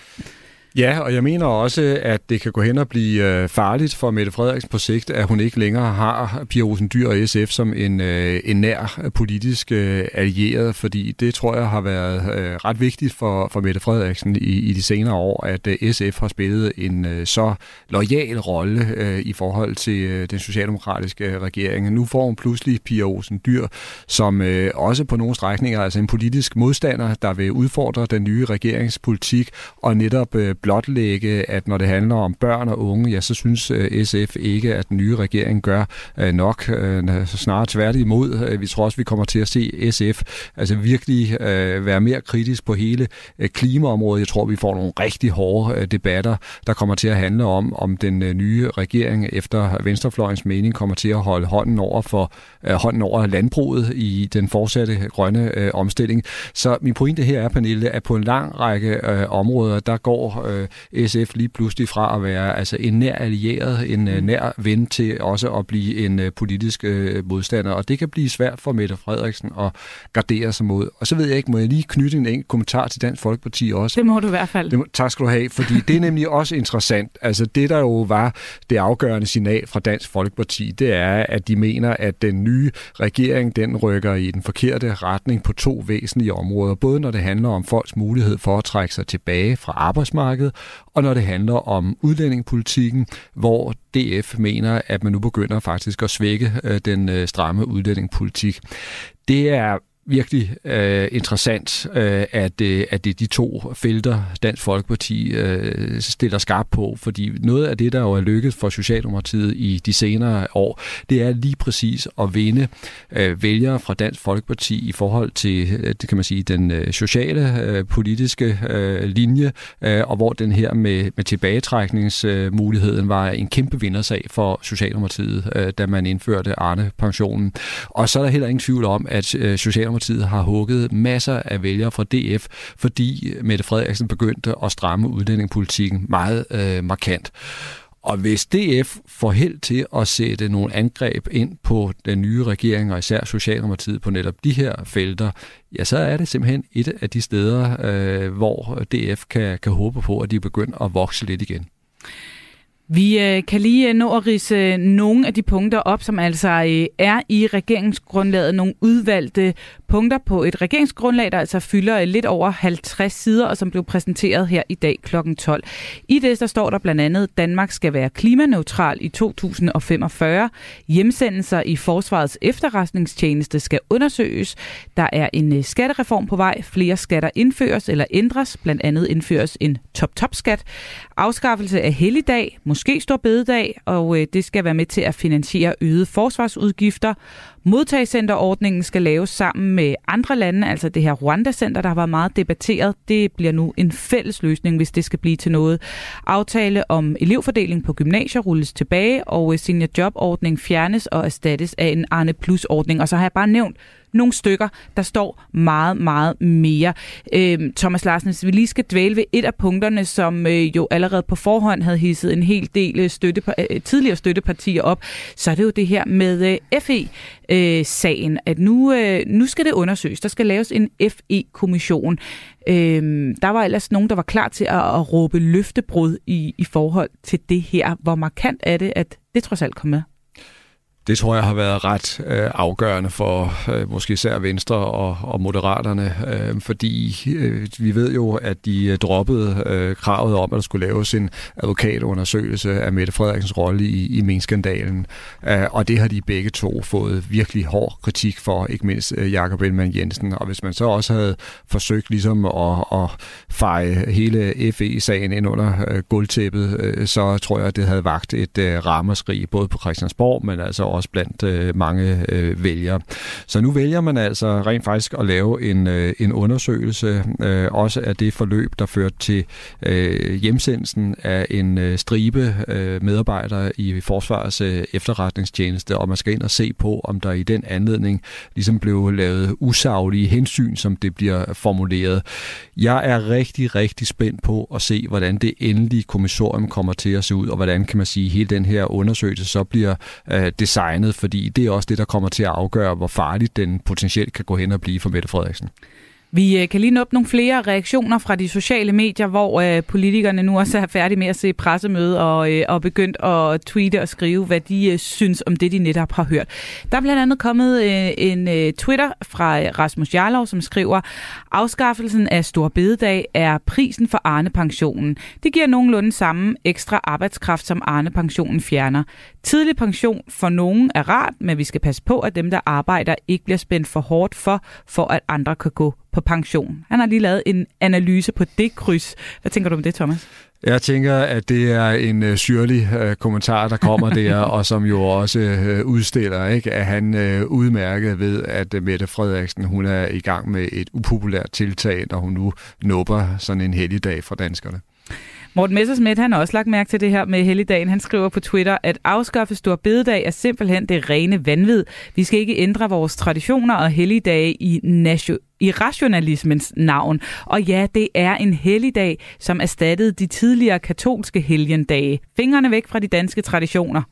Ja, og jeg mener også, at det kan gå hen og blive farligt for Mette Frederiksen på sigt, at hun ikke længere har Pia Olsen Dyhr og S F som en, en nær politisk allieret, fordi det tror jeg har været ret vigtigt for, for Mette Frederiksen i, i de senere år, at S F har spillet en så loyal rolle i forhold til den socialdemokratiske regering. Nu får hun pludselig Pia Olsen Dyhr, som også på nogle strækninger, altså en politisk modstander, der vil udfordre den nye regeringspolitik og netop blotlægge, at når det handler om børn og unge, ja, så synes S F ikke, at den nye regering gør nok. Snarere tværtimod. Vi tror også, vi kommer til at se S F altså virkelig være mere kritisk på hele klimaområdet. Jeg tror, vi får nogle rigtig hårde debatter, der kommer til at handle om, om den nye regering efter venstrefløjens mening kommer til at holde hånden over for hånden over landbruget i den fortsatte grønne omstilling. Så min pointe her er, Pernille, at på en lang række områder, der går S F lige pludselig fra at være altså en nær allieret, en mm. nær ven til også at blive en uh, politisk uh, modstander. Og det kan blive svært for Mette Frederiksen at gardere sig mod. Og så ved jeg ikke, må jeg lige knytte en enkelt kommentar til Dansk Folkeparti også? Det må du i hvert fald. Det må, tak skal du have, fordi det er nemlig også interessant. Altså det, der jo var det afgørende signal fra Dansk Folkeparti, det er, at de mener, at den nye regering, den rykker i den forkerte retning på to væsentlige områder. Både når det handler om folks mulighed for at trække sig tilbage fra arbejdsmarkedet, og når det handler om udlændingepolitikken, hvor D F mener, at man nu begynder faktisk at svække øh, den øh, stramme udlændingepolitik. Det er virkelig øh, interessant, øh, at, øh, at det er de to felter, Dansk Folkeparti øh, stiller skarp på, fordi noget af det, der jo er lykkedes for Socialdemokratiet i de senere år, det er lige præcis at vinde øh, vælgere fra Dansk Folkeparti i forhold til, det kan man sige, den øh, sociale øh, politiske øh, linje, øh, og hvor den her med, med tilbagetrækningsmuligheden øh, var en kæmpe vindersag for Socialdemokratiet, øh, da man indførte Arne-pensionen. Og så er der heller ingen tvivl om, at øh, Socialdemokratiet har hugget masser af vælgere fra D F, fordi Mette Frederiksen begyndte at stramme udlændingepolitikken meget øh, markant. Og hvis D F får held til at sætte nogle angreb ind på den nye regering, og især Socialdemokratiet på netop de her felter, ja, så er det simpelthen et af de steder, øh, hvor D F kan, kan håbe på, at de begynder at vokse lidt igen. Vi øh, kan lige nå at ridse nogle af de punkter op, som altså øh, er i regeringsgrundlaget. Nogle udvalgte punkter på et regeringsgrundlag, der altså fylder øh, lidt over halvtreds sider, og som blev præsenteret her i dag klokken tolv. I det der står der blandt andet, at Danmark skal være klimaneutral i to tusind og femogfyrre. Hjemsendelser i Forsvarets efterretningstjeneste skal undersøges. Der er en øh, skattereform på vej. Flere skatter indføres eller ændres. Blandt andet indføres en top-top-skat. Afskaffelse af helligdag, måske store bededag, og øh, det skal være med til at finansiere øgede forsvarsudgifter. Modtagecenterordningen skal laves sammen med andre lande, altså det her Rwanda-center, der har været meget debatteret. Det bliver nu en fælles løsning, hvis det skal blive til noget. Aftale om elevfordeling på gymnasier rulles tilbage, og seniorjobordning fjernes og erstattes af en Arne Plus-ordning. Og så har jeg bare nævnt nogle stykker, der står meget, meget mere. Øhm, Thomas Larsen, hvis vi lige skal dvæle ved et af punkterne, som øh, jo allerede på forhånd havde hisset en hel del støtte, øh, tidligere støttepartier op, så er det jo det her med øh, F E-sagen, at nu, øh, nu skal det undersøges. Der skal laves en F E-kommission. Øhm, der var ellers nogen, der var klar til at, at råbe løftebrud i, i forhold til det her. Hvor markant er det, at det trods alt kom med? Det tror jeg har været ret øh, afgørende for øh, måske især Venstre og, og Moderaterne, øh, fordi øh, vi ved jo, at de øh, droppede øh, kravet om, at der skulle laves en advokatundersøgelse af Mette Frederiksens rolle i, i minkskandalen, øh, og det har de begge to fået virkelig hård kritik for, ikke mindst øh, Jakob Ellemann-Jensen, og hvis man så også havde forsøgt ligesom at, at feje hele F E-sagen ind under øh, gulvtæppet, øh, så tror jeg, at det havde vakt et øh, ramaskrig både på Christiansborg, men altså også blandt øh, mange øh, vælgere. Så nu vælger man altså rent faktisk at lave en, øh, en undersøgelse, øh, også af det forløb, der førte til øh, hjemsendelsen af en øh, stribe øh, medarbejdere i Forsvarets øh, efterretningstjeneste, og man skal ind og se på, om der i den anledning ligesom blev lavet usaglige hensyn, som det bliver formuleret. Jeg er rigtig, rigtig spændt på at se, hvordan det endelige kommissorium kommer til at se ud, og hvordan kan man sige, hele den her undersøgelse så bliver øh, designet, fordi det er også det, der kommer til at afgøre, hvor farligt den potentielt kan gå hen og blive for Mette Frederiksen. Vi kan lige nå op nogle flere reaktioner fra de sociale medier, hvor øh, politikerne nu også er færdige med at se pressemøde og, øh, og begyndt at tweete og skrive, hvad de øh, synes om det, de netop har hørt. Der er blandt andet kommet øh, en øh, Twitter fra Rasmus Jarlov, som skriver, afskaffelsen af Store Bededag er prisen for Arne-pensionen. Det giver nogenlunde samme ekstra arbejdskraft, som Arne-pensionen fjerner. Tidlig pension for nogen er rart, men vi skal passe på, at dem, der arbejder, ikke bliver spændt for hårdt for, for at andre kan gå på pension. Han har lige lavet en analyse på det kryds. Hvad tænker du om det, Thomas? Jeg tænker, at det er en uh, syrlig uh, kommentar, der kommer der, og som jo også uh, udstiller, ikke, at han uh, udmærket ved, at uh, Mette Frederiksen hun er i gang med et upopulært tiltag, når hun nu nubber sådan en helligdag for danskerne. Morten Messerschmidt, han har også lagt mærke til det her med helligdagen. Han skriver på Twitter, at afskaffe Store Bededag er simpelthen det rene vanvid. Vi skal ikke ændre vores traditioner og helligdage i, nation- i rationalismens navn. Og ja, det er en helligdag, som erstattede de tidligere katolske helgendage. Fingrene væk fra de danske traditioner.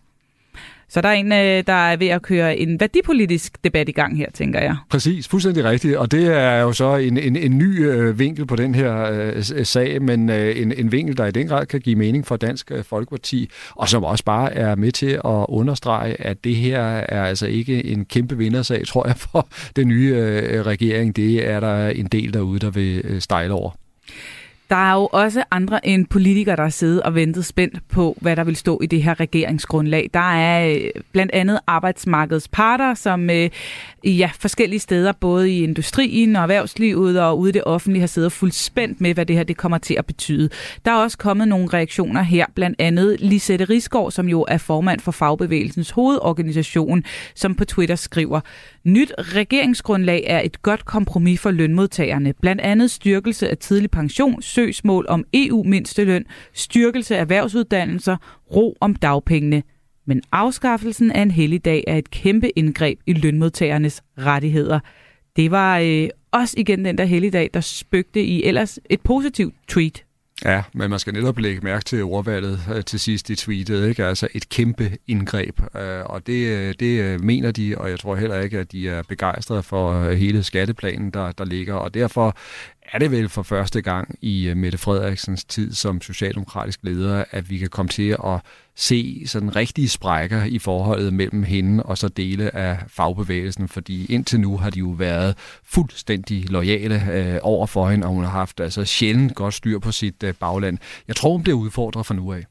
Så der er en, der er ved at køre en værdipolitisk debat i gang her, tænker jeg. Præcis, fuldstændig rigtigt. Og det er jo så en, en, en ny øh, vinkel på den her øh, sag, men øh, en, en vinkel, der i den grad kan give mening for Dansk Folkeparti, og som også bare er med til at understrege, at det her er altså ikke en kæmpe vindersag, tror jeg, for den nye øh, regering. Det er der en del derude, der vil øh, stejle over. Der er jo også andre end politikere, der har siddet og ventet spændt på, hvad der vil stå i det her regeringsgrundlag. Der er blandt andet arbejdsmarkedets parter, som ja, forskellige steder, både i industrien og erhvervslivet og ude i det offentlige, har siddet fuldt spændt med, hvad det her det kommer til at betyde. Der er også kommet nogle reaktioner her, blandt andet Lisette Risgaard, som jo er formand for Fagbevægelsens hovedorganisation, som på Twitter skriver, nyt regeringsgrundlag er et godt kompromis for lønmodtagerne. Blandt andet styrkelse af tidlig pension, søgsmål om E U-mindsteløn, styrkelse af erhvervsuddannelser, ro om dagpengene. Men afskaffelsen af en helligdag er et kæmpe indgreb i lønmodtagernes rettigheder. Det var øh, også igen den der helligdag, der spøgte i ellers et positivt tweet. Ja, men man skal netop lægge mærke til ordvalget øh, til sidst i tweetet, ikke? Altså et kæmpe indgreb, øh, og det, det mener de, og jeg tror heller ikke, at de er begejstrede for hele skatteplanen, der, der ligger, og derfor er det vel for første gang i Mette Frederiksens tid som socialdemokratisk leder, at vi kan komme til at se sådan rigtige sprækker i forholdet mellem hende og så dele af fagbevægelsen, fordi indtil nu har de jo været fuldstændig loyale øh, over for hende, og hun har haft altså sjældent godt styr på sit øh, bagland. Jeg tror, hun bliver udfordret fra nu af.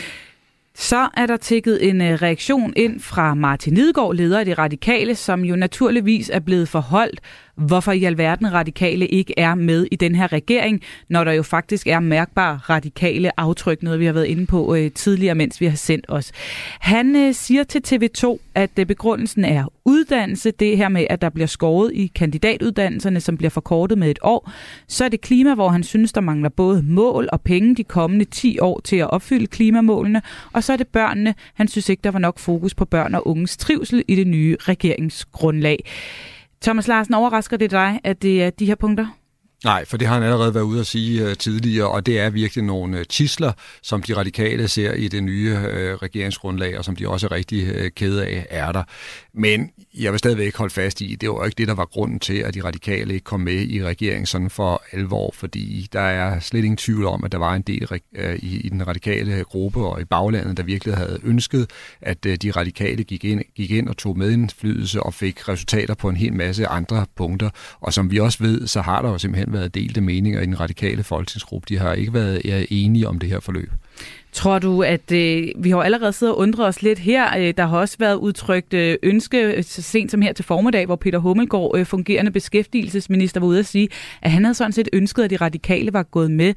Så er der tikket en reaktion ind fra Martin Lidegaard, leder af De Radikale, som jo naturligvis er blevet forholdt hvorfor i alverden radikale ikke er med i den her regering, når der jo faktisk er mærkbare radikale aftryk, noget vi har været inde på øh, tidligere, mens vi har sendt os. Han øh, siger til T V to, at øh, begrundelsen er uddannelse, det her med, at der bliver skåret i kandidatuddannelserne, som bliver forkortet med et år. Så er det klima, hvor han synes, der mangler både mål og penge de kommende ti år til at opfylde klimamålene, og så er det børnene. Han synes ikke, der var nok fokus på børn og unges trivsel i det nye regeringsgrundlag. Thomas Larsen, overrasker det dig, at det er de her punkter? Nej, for det har han allerede været ude at sige uh, tidligere, og det er virkelig nogle uh, tidsler, som de radikale ser i det nye uh, regeringsgrundlag, og som de også er rigtig uh, kede af, er der. Men jeg vil stadigvæk holde fast i, det var jo ikke det, der var grunden til, at de radikale ikke kom med i regeringen sådan for alvor, fordi der er slet ingen tvivl om, at der var en del uh, i, i den radikale gruppe og i baglandet, der virkelig havde ønsket, at uh, de radikale gik ind, gik ind og tog medindflydelse og fik resultater på en hel masse andre punkter. Og som vi også ved, så har der jo simpelthen været delte meninger i den radikale folketingsgruppe. De har ikke været enige om det her forløb. Tror du, at øh, vi har allerede siddet og undret os lidt her. Øh, der har også været udtrykt øh, ønske, så sent som her til formiddag, hvor Peter Hummelgaard, øh, fungerende beskæftigelsesminister, var ude at sige, at han havde sådan set ønsket, at de radikale var gået med.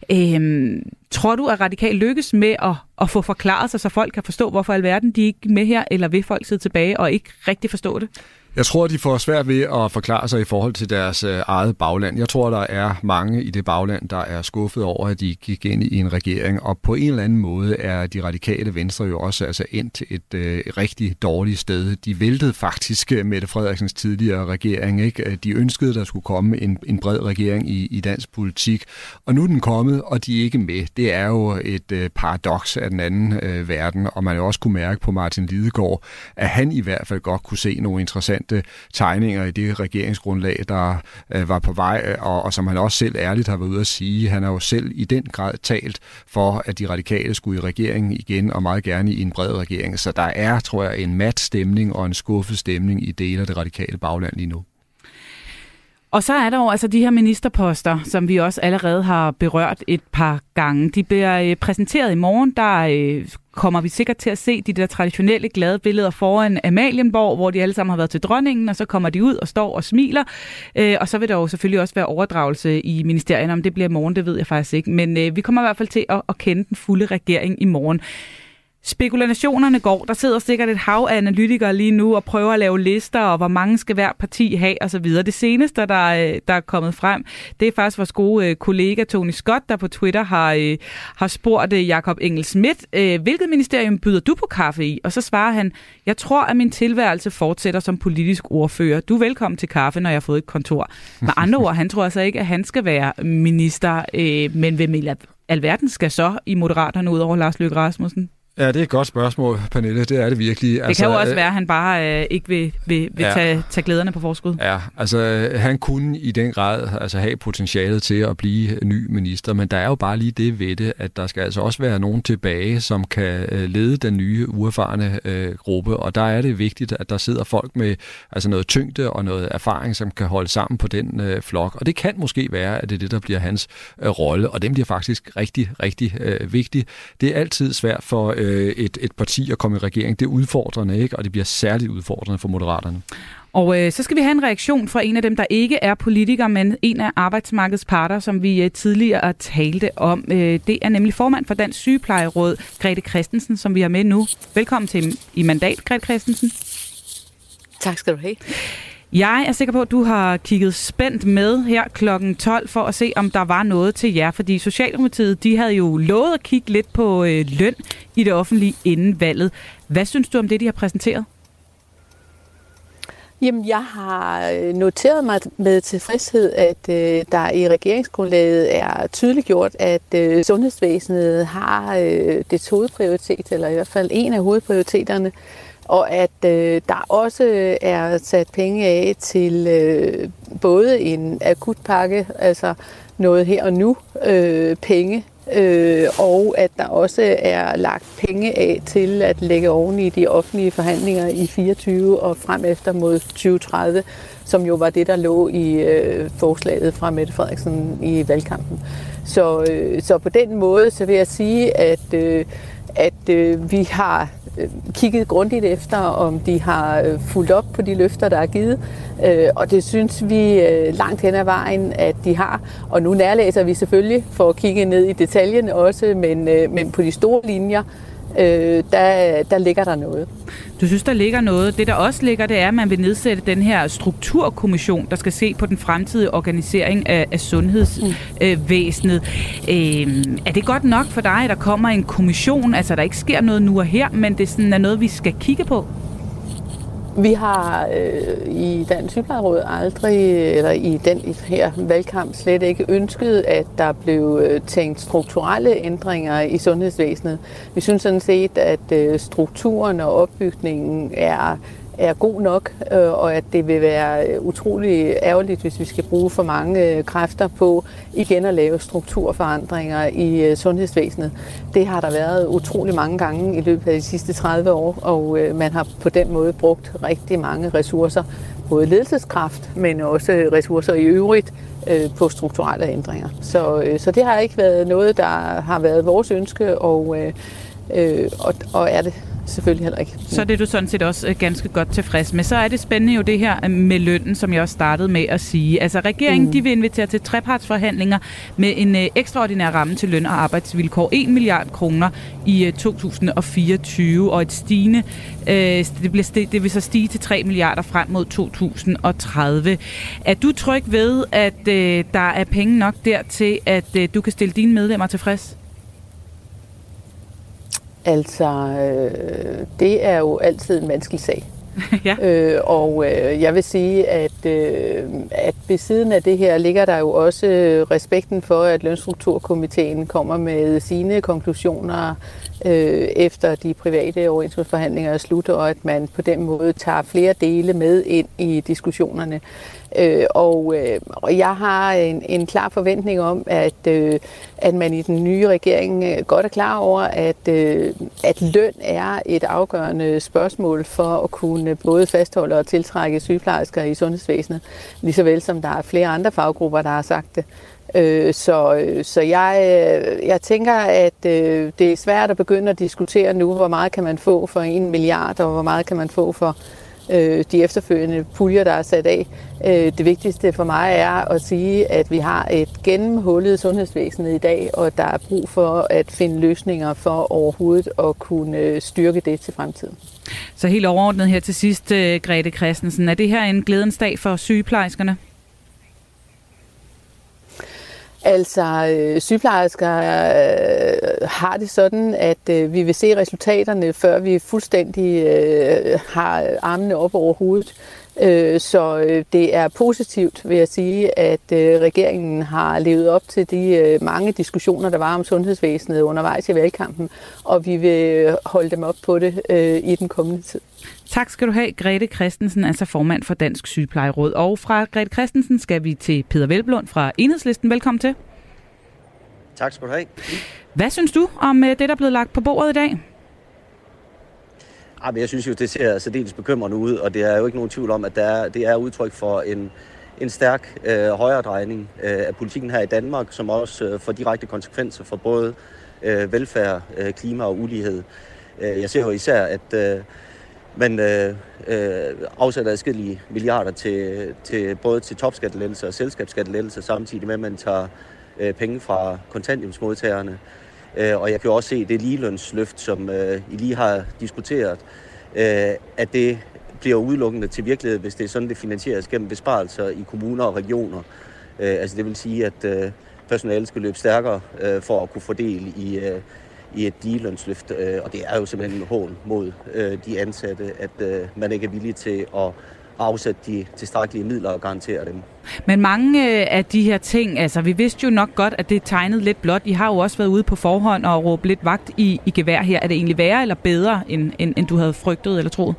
Øh, tror du, at radikale lykkes med at, at få forklaret sig, så folk kan forstå, hvorfor alverden de ikke er med her, eller vil folk sidde tilbage og ikke rigtig forstå det? Jeg tror, de får svært ved at forklare sig i forhold til deres øh, eget bagland. Jeg tror, der er mange i det bagland, der er skuffet over, at de gik ind i en regering, og på en eller anden måde er de radikale venstre jo også altså endt et øh, rigtig dårligt sted. De væltede faktisk Mette Frederiksens tidligere regering, ikke? De ønskede, der skulle komme en, en bred regering i, i dansk politik, og nu er den kommet, og de er ikke med. Det er jo et øh, paradoks af den anden øh, verden, og man jo også kunne mærke på Martin Lidegaard, at han i hvert fald godt kunne se nogle interessante tegninger i det regeringsgrundlag, der øh, var på vej, og, og som han også selv ærligt har været ude at sige. Han har jo selv i den grad talt for, at de radikale skulle i regeringen igen, og meget gerne i en bred regering. Så der er, tror jeg, en mat stemning og en skuffet stemning i dele af det radikale bagland lige nu. Og så er der jo altså de her ministerposter, som vi også allerede har berørt et par gange. De bliver øh, præsenteret i morgen. Der øh, kommer vi sikkert til at se de der traditionelle glade billeder foran Amalienborg, hvor de alle sammen har været til dronningen, og så kommer de ud og står og smiler. Øh, og så vil der jo selvfølgelig også være overdragelse i ministerierne. Om det bliver i morgen, det ved jeg faktisk ikke. Men øh, vi kommer i hvert fald til at, at kende den fulde regering i morgen. Spekulationerne går. Der sidder sikkert et hav af analytikere lige nu og prøver at lave lister, og hvor mange skal hver parti have osv. Det seneste, der, der er kommet frem, det er faktisk vores gode kollega Tony Scott, der på Twitter har, har spurgt Jakob Engel-Schmidt, hvilket ministerium byder du på kaffe i? Og så svarer han, jeg tror, at min tilværelse fortsætter som politisk ordfører. Du er velkommen til kaffe, når jeg har fået et kontor. Med andre ord, han tror altså ikke, at han skal være minister, men hvem i alverden skal så i Moderaterne ud over Lars Løkke Rasmussen? Ja, det er et godt spørgsmål, Pernille. Det er det virkelig. Det altså, kan jo også være, at han bare øh, ikke vil, vil, vil ja. tage, tage glæderne på forskud. Ja, altså han kunne i den grad altså, have potentialet til at blive ny minister, men der er jo bare lige det ved det, at der skal altså også være nogen tilbage, som kan øh, lede den nye, uerfarne øh, gruppe, og der er det vigtigt, at der sidder folk med altså, noget tyngde og noget erfaring, som kan holde sammen på den øh, flok, og det kan måske være, at det er det, der bliver hans øh, rolle, og den bliver faktisk rigtig, rigtig øh, vigtig. Det er altid svært for øh, Et, et parti at komme i regering. Det er udfordrende, ikke? Og det bliver særligt udfordrende for Moderaterne. Og øh, så skal vi have en reaktion fra en af dem, der ikke er politiker, men en af arbejdsmarkedets parter, som vi øh, tidligere talte om. Øh, det er nemlig formand for Dansk Sygeplejeråd, Grete Christensen, som vi har med nu. Velkommen til i Mandat, Grete Christensen. Tak skal du have. Jeg er sikker på, at du har kigget spændt med her klokken tolv for at se, om der var noget til jer. Fordi Socialdemokratiet, de havde jo lovet at kigge lidt på øh, løn i det offentlige inden valget. Hvad synes du om det, de har præsenteret? Jamen, jeg har noteret mig med tilfredshed, at øh, der i regeringsgrundlaget er tydeligt gjort, at øh, sundhedsvæsenet har øh, dets hovedprioritet, eller i hvert fald en af hovedprioriteterne, og at øh, der også er sat penge af til øh, både en akutpakke, altså noget her og nu, øh, penge, øh, og at der også er lagt penge af til at lægge oven i de offentlige forhandlinger i fireogtyve og frem efter mod tyve tredive, som jo var det, der lå i øh, forslaget fra Mette Frederiksen i valgkampen. Så, øh, så på den måde, så vil jeg sige, at øh, at øh, vi har øh, kigget grundigt efter, om de har øh, fulgt op på de løfter, der er givet. Øh, og det synes vi øh, langt hen ad vejen, at de har. Og nu nærlæser vi selvfølgelig for at kigge ned i detaljen også, men, øh, men på de store linjer, øh, der, der ligger der noget. Du synes, der ligger noget. Det, der også ligger, det er, at man vil nedsætte den her strukturkommission, der skal se på den fremtidige organisering af, af sundhedsvæsenet. Mm. Øh, er det godt nok for dig, at der kommer en kommission, altså der ikke sker noget nu og her, men det sådan er noget, vi skal kigge på? Vi har øh, i Dansk Sygeplejeråd aldrig, eller i den her valgkamp slet ikke ønsket, at der blev øh, tænkt strukturelle ændringer i sundhedsvæsenet. Vi synes sådan set, at øh, strukturen og opbygningen er er god nok, øh, og at det vil være utrolig ærgerligt, hvis vi skal bruge for mange øh, kræfter på igen at lave strukturforandringer i øh, sundhedsvæsenet. Det har der været utrolig mange gange i løbet af de sidste tredive år, og øh, man har på den måde brugt rigtig mange ressourcer, både ledelseskraft, men også ressourcer i øvrigt øh, på strukturelle ændringer. Så, øh, så det har ikke været noget, der har været vores ønske, og, øh, øh, og, og er det selvfølgelig heller ikke. Så det er du sådan set også ganske godt tilfreds med. Så er det spændende jo det her med lønnen, som jeg også startede med at sige. Altså regeringen, mm. de vil invitere til trepartsforhandlinger med en øh, ekstraordinær ramme til løn og arbejdsvilkår. en milliard kroner i øh, to tusind og fireogtyve, og et stigende, øh, det, bliver st- det vil så stige til tre milliarder frem mod to tusind og tredive. Er du tryg ved, at øh, der er penge nok der til, at øh, du kan stille dine medlemmer tilfreds? Altså, øh, det er jo altid en vanskelig sag. Ja. øh, og øh, jeg vil sige, at, øh, at ved siden af det her ligger der jo også respekten for, at Lønstrukturkomiteen kommer med sine konklusioner øh, efter de private overenskomstforhandlinger er slut, og at man på den måde tager flere dele med ind i diskussionerne. Øh, og, øh, og jeg har en, en klar forventning om, at, øh, at man i den nye regering øh, godt er klar over, at, øh, at løn er et afgørende spørgsmål for at kunne både fastholde og tiltrække sygeplejersker i sundhedsvæsenet, lige så vel som der er flere andre faggrupper, der har sagt det. Øh, så så jeg, jeg tænker, at øh, det er svært at begynde at diskutere nu, hvor meget kan man få for en milliard, og hvor meget kan man få for de efterfølgende puljer, der er sat af. Det vigtigste for mig er at sige, at vi har et gennemhullet sundhedsvæsen i dag, og der er brug for at finde løsninger for overhovedet at kunne styrke det til fremtiden. Så helt overordnet her til sidst, Grete Christensen, er det her en glædens dag for sygeplejerskerne? Altså, øh, sygeplejersker øh, har det sådan, at øh, vi vil se resultaterne, før vi fuldstændig øh, har armene op over hovedet. Øh, så øh, det er positivt, vil jeg sige, at øh, regeringen har levet op til de øh, mange diskussioner, der var om sundhedsvæsenet undervejs i valgkampen, og vi vil holde dem op på det øh, i den kommende tid. Tak skal du have, Grete Christensen, altså formand for Dansk Sygeplejeråd. Og fra Grete Christensen skal vi til Peder Hvelplund fra Enhedslisten. Velkommen til. Tak skal du have. Hvad synes du om det, der er blevet lagt på bordet i dag? Jeg synes jo, det ser særdeles bekymrende ud, og det er jo ikke nogen tvivl om, at det er, det er udtryk for en, en stærk øh, højredrejning øh, af politikken her i Danmark, som også øh, får direkte konsekvenser for både øh, velfærd, øh, klima og ulighed. Jeg ser jo især, at øh, man øh, øh, afsætter adskillige milliarder til, til både til topskattelettelser og selskabsskattelettelser, samtidig med, at man tager øh, penge fra kontanthjælpsmodtagerne. Øh, og jeg kan jo også se det ligelønsløft, som øh, I lige har diskuteret, øh, at det bliver udelukkende til virkelighed, hvis det er sådan, det finansieres gennem besparelser i kommuner og regioner. Øh, altså det vil sige, at øh, personalet skal løbe stærkere øh, for at kunne fordele i øh, i et ligelønsløft, og det er jo simpelthen en hån mod øh, de ansatte, at øh, man ikke er villig til at afsætte de tilstrækkelige midler og garantere dem. Men mange af de her ting, altså vi vidste jo nok godt, at det tegnede lidt blot. I har jo også været ude på forhånd og råbt lidt vagt i, i gevær her. Er det egentlig værre eller bedre, end, end, end du havde frygtet eller troet?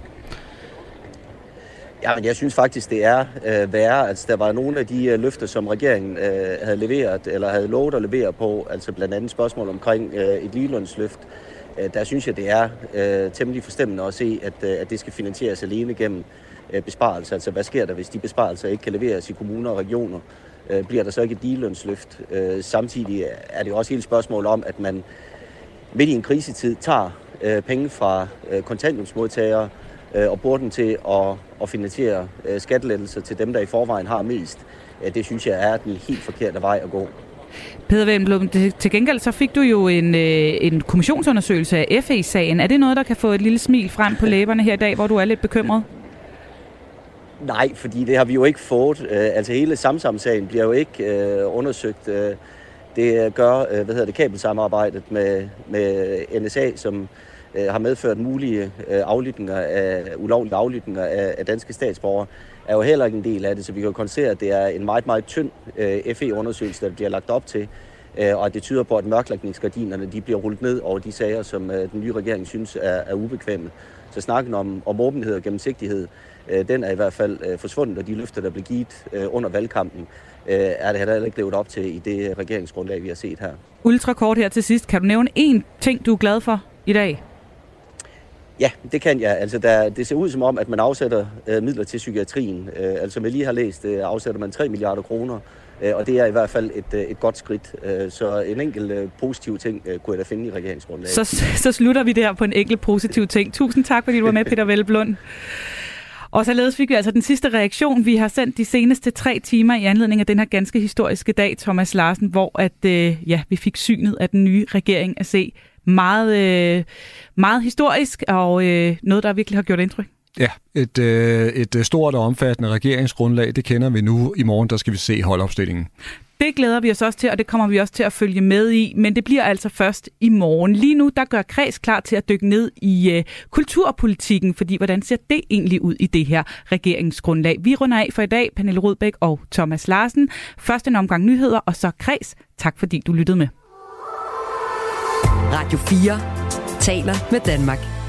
Ja, men jeg synes faktisk, det er øh, værre. Altså, der var nogle af de øh, løfter, som regeringen øh, havde leveret, eller havde lovet at levere på, altså blandt andet spørgsmål omkring øh, et ligelønsløft. Øh, der synes jeg, det er øh, temmelig forstemmende at se, at, øh, at det skal finansieres alene gennem øh, besparelser. Altså, hvad sker der, hvis de besparelser ikke kan leveres i kommuner og regioner? Øh, bliver der så ikke et ligelønsløft? Øh, samtidig er det også hele spørgsmål om, at man midt i en krisetid tager øh, penge fra øh, kontanthjælpsmodtagere øh, og bruger den til at, at finansiere øh, skattelettelser til dem, der i forvejen har mest. Øh, det synes jeg er den helt forkerte vej at gå. Peder Hvelplund, til gengæld så fik du jo en, øh, en kommissionsundersøgelse af F E-sagen. Er det noget, der kan få et lille smil frem på læberne her i dag, hvor du er lidt bekymret? Nej, fordi det har vi jo ikke fået. Altså hele Samsam-sagen bliver jo ikke øh, undersøgt. Det gør øh, hvad hedder det, kabelsamarbejdet med, med N S A, som øh, har medført mulige øh, aflytninger af, ulovlige aflytninger af, af danske statsborgere, er jo heller ikke en del af det. Så vi kan jo konstatere, at det er en meget, meget tynd øh, F E-undersøgelse, der bliver lagt op til. Øh, og at det tyder på, at mørklægningsgardinerne de bliver rullet ned over de sager, som øh, den nye regering synes er, er ubekvemme. Så snakken om, om åbenhed og gennemsigtighed, øh, den er i hvert fald øh, forsvundet, og de løfter, der blev givet øh, under valgkampen, øh, er det heller ikke levet op til i det regeringsgrundlag, vi har set her. Ultrakort her til sidst. Kan du nævne én ting, du er glad for i dag? Ja, det kan jeg. Altså, der, det ser ud som om, at man afsætter øh, midler til psykiatrien. Øh, altså, som jeg lige har læst, øh, afsætter man tre milliarder kroner, øh, og det er i hvert fald et, øh, et godt skridt. Øh, så en enkelt øh, positiv ting øh, kunne jeg da finde i regeringsgrundlaget. Så, så slutter vi der på en enkelt positiv ting. Tusind tak, fordi du var med, Peder Hvelplund. Og således fik vi altså den sidste reaktion. Vi har sendt de seneste tre timer i anledning af den her ganske historiske dag, Thomas Larsen, hvor at, øh, ja, vi fik synet af den nye regering at se. Meget, øh, meget historisk, og øh, noget, der virkelig har gjort indtryk. Ja, et, øh, et stort og omfattende regeringsgrundlag, det kender vi nu. I morgen, der skal vi se holdopstillingen. Det glæder vi os også til, og det kommer vi også til at følge med i, men det bliver altså først i morgen. Lige nu, der gør Kreds klar til at dykke ned i øh, kulturpolitikken, fordi hvordan ser det egentlig ud i det her regeringsgrundlag? Vi runder af for i dag, Pernille Rudbæk og Thomas Larsen. Først en omgang nyheder, og så Kreds. Tak fordi du lyttede med. Radio fire taler med Danmark.